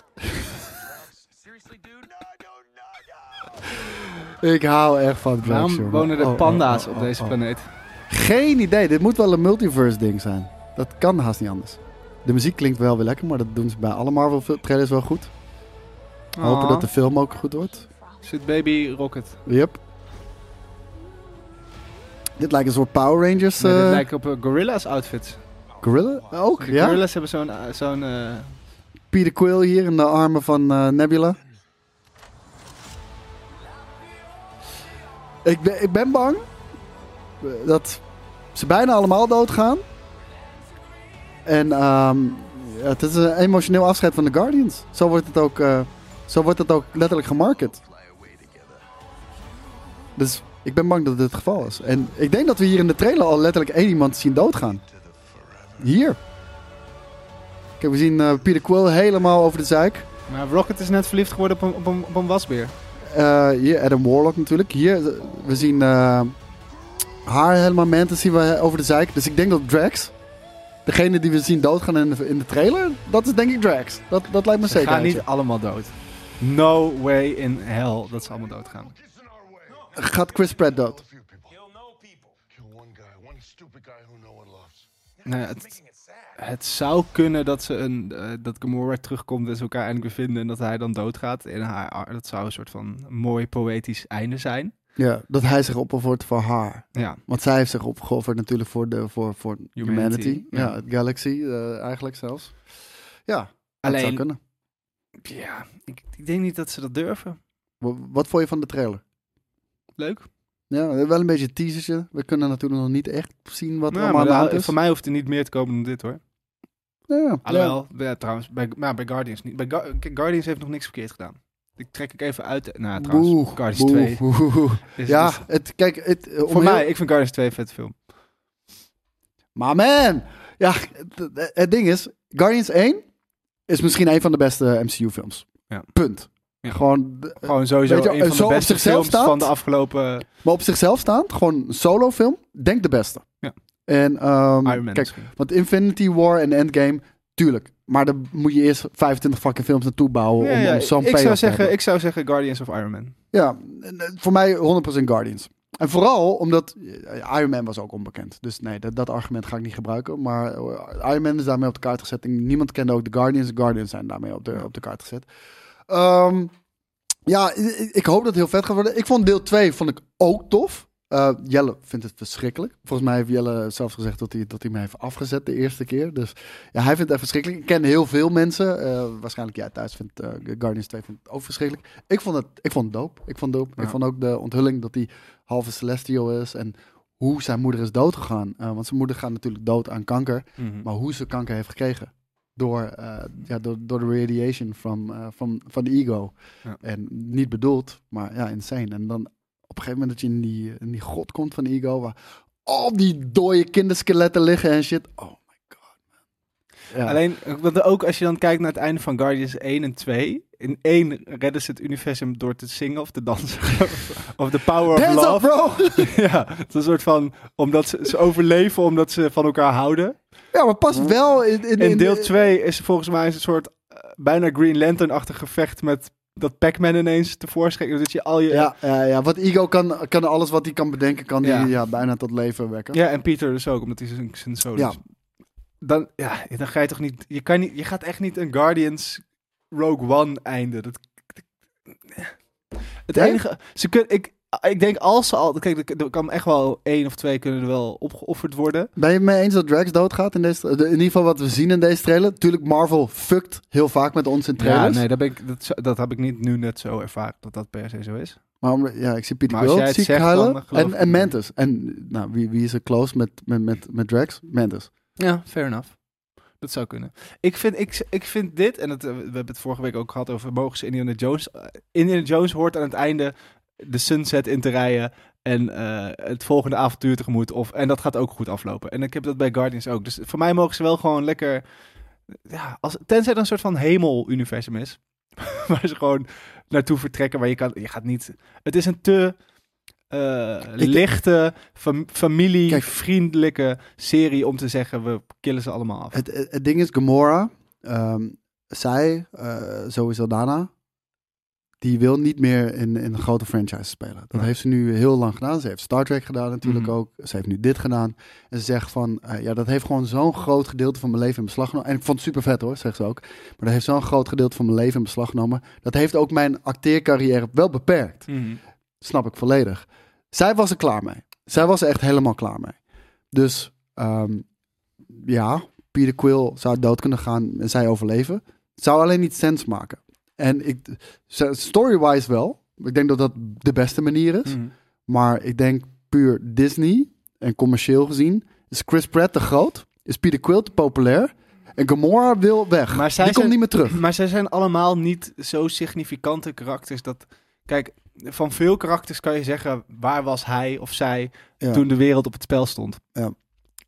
Ik hou echt van Drax. Waarom jongen. wonen er Oh, panda's oh, oh, op deze oh. planeet? Geen idee. Dit moet wel een multiverse ding zijn. Dat kan haast niet anders. De muziek klinkt wel weer lekker, maar dat doen ze bij alle Marvel trailers wel goed. Hopen dat de film ook goed wordt. Zit Baby Rocket. Yep. Dit lijkt een soort Power Rangers. Nee, dit lijkt op Gorilla's outfits. Gorilla? Ook, De ja? Gorillas hebben zo'n Peter Quill hier in de armen van Nebula. Ik ben bang dat ze bijna allemaal doodgaan. En het is een emotioneel afscheid van de Guardians. Zo wordt het ook letterlijk gemarket. Dus ik ben bang dat dit het geval is. En ik denk dat we hier in de trailer al letterlijk één iemand zien doodgaan. Hier. Kijk, we zien Peter Quill helemaal over de zeik. Maar Rocket is net verliefd geworden op een wasbeer. Hier Adam Warlock natuurlijk. Hier, we zien haar helemaal Mantis zien we over de zeik. Dus ik denk dat Drax, degene die we zien doodgaan in de trailer, dat is denk ik Drax. Dat lijkt me Ze zeker. gaan niet allemaal dood. No way in hell dat ze allemaal doodgaan. Gaat Chris Pratt dood? Nou, het zou kunnen dat dat Gamora terugkomt en ze elkaar eindelijk weer vinden en dat hij dan doodgaat. En dat zou een soort van mooi poëtisch einde zijn. Ja, dat hij zich opoffert voor haar. Ja. Want zij heeft zich opgeofferd natuurlijk voor humanity. Ja. Ja, het Galaxy eigenlijk zelfs. Ja, dat Alleen, zou kunnen. Ja, ik denk niet dat ze dat durven. Wat vond je van de trailer? Leuk. Ja, wel een beetje een teasertje. We kunnen natuurlijk nog niet echt zien wat er Nou, allemaal aan de hand maar is. voor mij hoeft er niet meer te komen dan dit hoor. Ja, Alhoewel, ja, trouwens, bij Guardians niet. Kijk, Guardians heeft nog niks verkeerd gedaan. Die trek ik even uit. Nou, trouwens, Guardians 2. Ja, voor mij, ik vind Guardians 2 een vette film. Maar man, ja, het ding is, Guardians 1 is misschien een van de beste MCU-films. Ja. Punt. Ja. Gewoon sowieso weet je, een van zo de beste op zichzelf films staand, van de afgelopen... Maar op zichzelf staand, gewoon een solo-film, denk de beste. Ja. En Iron Man kijk, misschien. want Infinity War en Endgame, tuurlijk. Maar dan moet je eerst 25 fucking films naartoe bouwen om zo'n payoff te hebben. Ik zou zeggen Guardians of Iron Man. Ja, voor mij 100% Guardians. En vooral omdat Iron Man was ook onbekend. Dus nee, dat argument ga ik niet gebruiken. Maar Iron Man is daarmee op de kaart gezet. En niemand kende ook de Guardians. De Guardians zijn daarmee op de kaart gezet. Ja, ik hoop dat het heel vet gaat worden. Ik vond deel 2 ook tof. Jelle vindt het verschrikkelijk. Volgens mij heeft Jelle zelfs gezegd dat hij me heeft afgezet de eerste keer. Dus ja, hij vindt het echt verschrikkelijk. Ik ken heel veel mensen. Waarschijnlijk jij thuis vindt Guardians 2 vindt het ook verschrikkelijk. Ik vond het dope. Ik vond ook de onthulling dat hij halve Celestial is. En hoe zijn moeder is doodgegaan. Want zijn moeder gaat natuurlijk dood aan kanker. Mm-hmm. Maar hoe ze kanker heeft gekregen. Door de radiation van de ego. Ja. En niet bedoeld, maar ja, insane. En dan op een gegeven moment dat je in die god komt van ego, waar al die dode kinderskeletten liggen en shit. Oh my god, man. Ja. Alleen, want ook als je dan kijkt naar het einde van Guardians 1 en 2. In 1 redden ze het universum door te zingen of te dansen. Of the power of Hands love. Up, bro! Ja, het is een soort van, omdat ze overleven omdat ze van elkaar houden. Ja, maar pas wel in deel 2 is volgens mij een soort bijna Green Lantern-achtig gevecht met dat Pac-Man ineens tevoorschijn. Dat je al je... Ja, wat Ego kan alles wat hij kan bedenken, kan hij bijna tot leven wekken. Ja, en Peter dus ook, omdat hij zijn zoon is. Dan ga je toch niet... Je gaat echt niet een Guardians Rogue One einde. Het enige... Ik denk als ze al... Kijk, er kan echt wel 1 of 2 kunnen er wel opgeofferd worden. Ben je het mee eens dat Drax doodgaat in ieder geval wat we zien in deze trailer? Tuurlijk, Marvel fuckt heel vaak met ons in trailers. Ja, nee, dat heb ik niet nu net zo ervaren dat per se zo is. Maar ik zie Peter Quill ziek huilen en Mantis. En nou, wie is er close met Drax? Mantis. Ja, fair enough. Dat zou kunnen. Ik vind dit, en we hebben het vorige week ook gehad over mogen ze Indiana Jones. Indiana Jones hoort aan het einde de sunset in te rijden en het volgende avontuur tegemoet. En dat gaat ook goed aflopen. En ik heb dat bij Guardians ook. Dus voor mij mogen ze wel gewoon lekker... Ja, tenzij er een soort van hemel-universum is. Waar ze gewoon naartoe vertrekken. Waar je gaat niet... Het is een te lichte, familievriendelijke serie om te zeggen, we killen ze allemaal af. Het ding is, Gamora, zij, sowieso Dana, die wil niet meer in een grote franchise spelen. Dat heeft ze nu heel lang gedaan. Ze heeft Star Trek gedaan natuurlijk ook. Ze heeft nu dit gedaan. En ze zegt van, dat heeft gewoon zo'n groot gedeelte van mijn leven in beslag genomen. En ik vond het super vet hoor, zegt ze ook. Maar dat heeft zo'n groot gedeelte van mijn leven in beslag genomen. Dat heeft ook mijn acteercarrière wel beperkt. Mm-hmm. Snap ik volledig. Zij was er klaar mee. Zij was er echt helemaal klaar mee. Dus Peter Quill zou dood kunnen gaan en zij overleven. Het zou alleen niet sens maken. En story-wise wel. Ik denk dat dat de beste manier is. Mm-hmm. Maar ik denk puur Disney en commercieel gezien is Chris Pratt te groot. Is Peter Quill te populair. En Gamora wil weg. Maar die komt niet meer terug. Maar zij zijn allemaal niet zo significante karakters dat... Kijk, van veel karakters kan je zeggen, waar was hij of zij toen de wereld op het spel stond? Ja.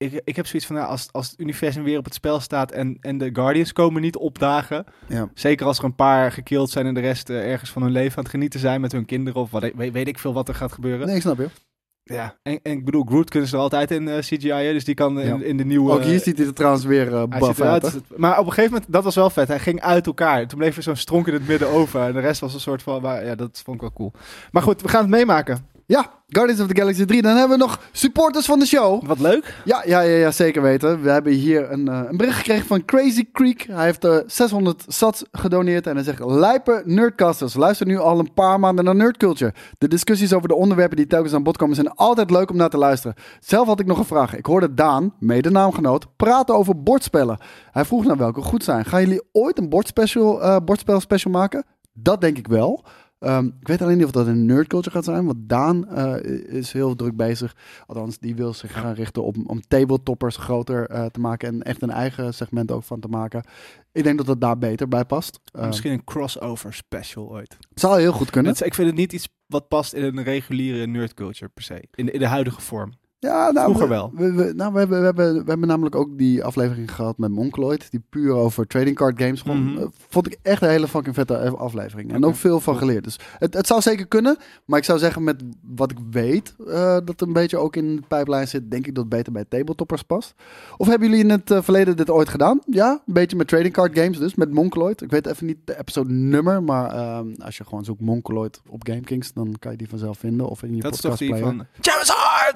ik heb zoiets van, als het universum weer op het spel staat en de Guardians komen niet opdagen, zeker als er een paar gekillt zijn en de rest ergens van hun leven aan het genieten zijn met hun kinderen of weet ik veel wat er gaat gebeuren. Nee, ik snap je. Ja, en ik bedoel, Groot kunnen ze er altijd in CGI'en, dus die kan in de nieuwe... Ook hier ziet hij er trouwens weer buff uit. Maar op een gegeven moment, dat was wel vet, hij ging uit elkaar. Toen bleef er zo'n stronk in het midden over en de rest was een soort van, dat vond ik wel cool. Maar goed, we gaan het meemaken. Ja, Guardians of the Galaxy 3. Dan hebben we nog supporters van de show. Wat leuk. Ja, zeker weten. We hebben hier een bericht gekregen van Crazy Creek. Hij heeft 600 sats gedoneerd. En hij zegt, lijpe nerdcasters. Luister nu al een paar maanden naar Nerdculture. De discussies over de onderwerpen die telkens aan bod komen zijn altijd leuk om naar te luisteren. Zelf had ik nog een vraag. Ik hoorde Daan, mede naamgenoot, praten over bordspellen. Hij vroeg naar welke goed zijn. Gaan jullie ooit een bordspel special maken? Dat denk ik wel. Ik weet alleen niet of dat een nerdculture gaat zijn, want Daan is heel druk bezig. Althans, die wil zich gaan richten om tabletoppers groter te maken en echt een eigen segment ook van te maken. Ik denk dat het daar beter bij past. Misschien een crossover special ooit. Het zou heel goed kunnen. Ik vind het niet iets wat past in een reguliere nerdculture per se. In de huidige vorm. Ja, nou, vroeger wel. We hebben namelijk ook die aflevering gehad met Mongoloid. Die puur over trading card games. Vond ik echt een hele fucking vette aflevering. En ook veel van geleerd. Dus het zou zeker kunnen. Maar ik zou zeggen met wat ik weet dat een beetje ook in de pijplijn zit. Denk ik dat het beter bij tabletoppers past. Of hebben jullie in het verleden dit ooit gedaan? Ja, een beetje met trading card games dus. Met Mongoloid. Ik weet even niet de episode nummer. Maar als je gewoon zoekt Mongoloid op GameKings. Dan kan je die vanzelf vinden. Of in je podcast player. Dat is toch die van Charizard!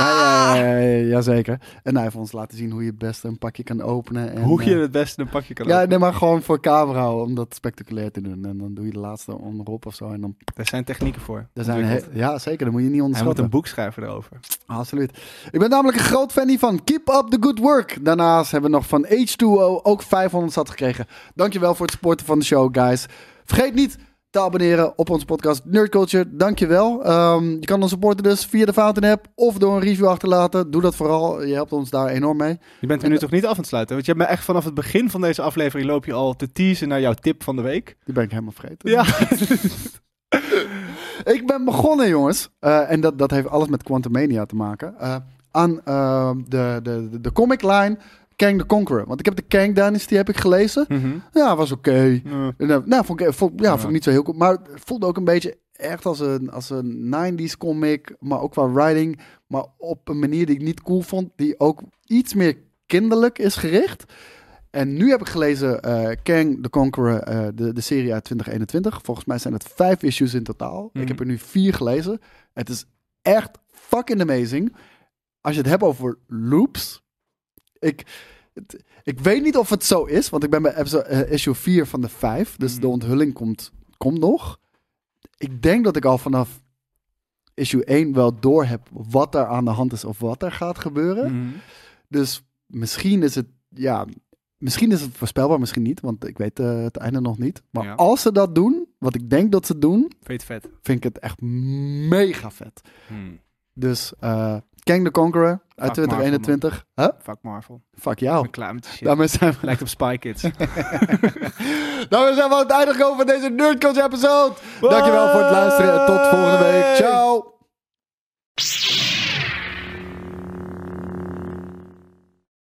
Ja, zeker. En hij heeft ons laten zien hoe je het beste een pakje kan openen. En, hoe je het beste een pakje kan openen. Ja, nee, maar gewoon voor camera om dat spectaculair te doen. En dan doe je de laatste onderop of zo. En dan... Er zijn technieken voor. Ja, zeker. Dat moet je niet onderschatten. Hij moet een boek schrijven erover. Absoluut. Ik ben namelijk een groot fan hiervan. Keep up the good work. Daarnaast hebben we nog van H2O ook 500 sat gekregen. Dankjewel voor het supporten van de show, guys. Vergeet niet te abonneren op onze podcast Nerdculture. Dankjewel. Je kan ons supporten dus via de Fountain app of door een review achterlaten. Doe dat vooral. Je helpt ons daar enorm mee. Je bent er nu toch niet af aan het sluiten? Want je hebt me echt vanaf het begin van deze aflevering loop je al te teasen naar jouw tip van de week. Die ben ik helemaal vergeten. Ja. Ik ben begonnen, jongens. En dat heeft alles met Quantumania te maken. Aan de comic line Kang the Conqueror. Want ik heb de Kang Dynasty gelezen. Ja, was oké. Vond ik niet zo heel cool. Maar het voelde ook een beetje echt als een 90s comic. Maar ook qua writing. Maar op een manier die ik niet cool vond. Die ook iets meer kinderlijk is gericht. En nu heb ik gelezen Kang the Conqueror, de serie uit 2021. Volgens mij zijn het 5 issues in totaal. Ik heb er nu 4 gelezen. Het is echt fucking amazing. Als je het hebt over loops. Ik weet niet of het zo is, want ik ben bij issue 4 van de 5. Dus de onthulling komt nog. Ik denk dat ik al vanaf issue 1 wel door heb wat er aan de hand is of wat er gaat gebeuren. Dus misschien is het voorspelbaar, misschien niet, want ik weet het einde nog niet. Maar als ze dat doen, wat ik denk dat ze doen, vind ik het echt mega vet. Dus Kang the Conqueror uit 2021. Fuck Marvel. Fuck jou. Ik ben klaar met die shit. Daarmee zijn we... Lijkt op Spy Kids. Daarmee zijn we aan het einde gekomen van deze Nerdculture episode. Dankjewel voor het luisteren en tot volgende week. Ciao.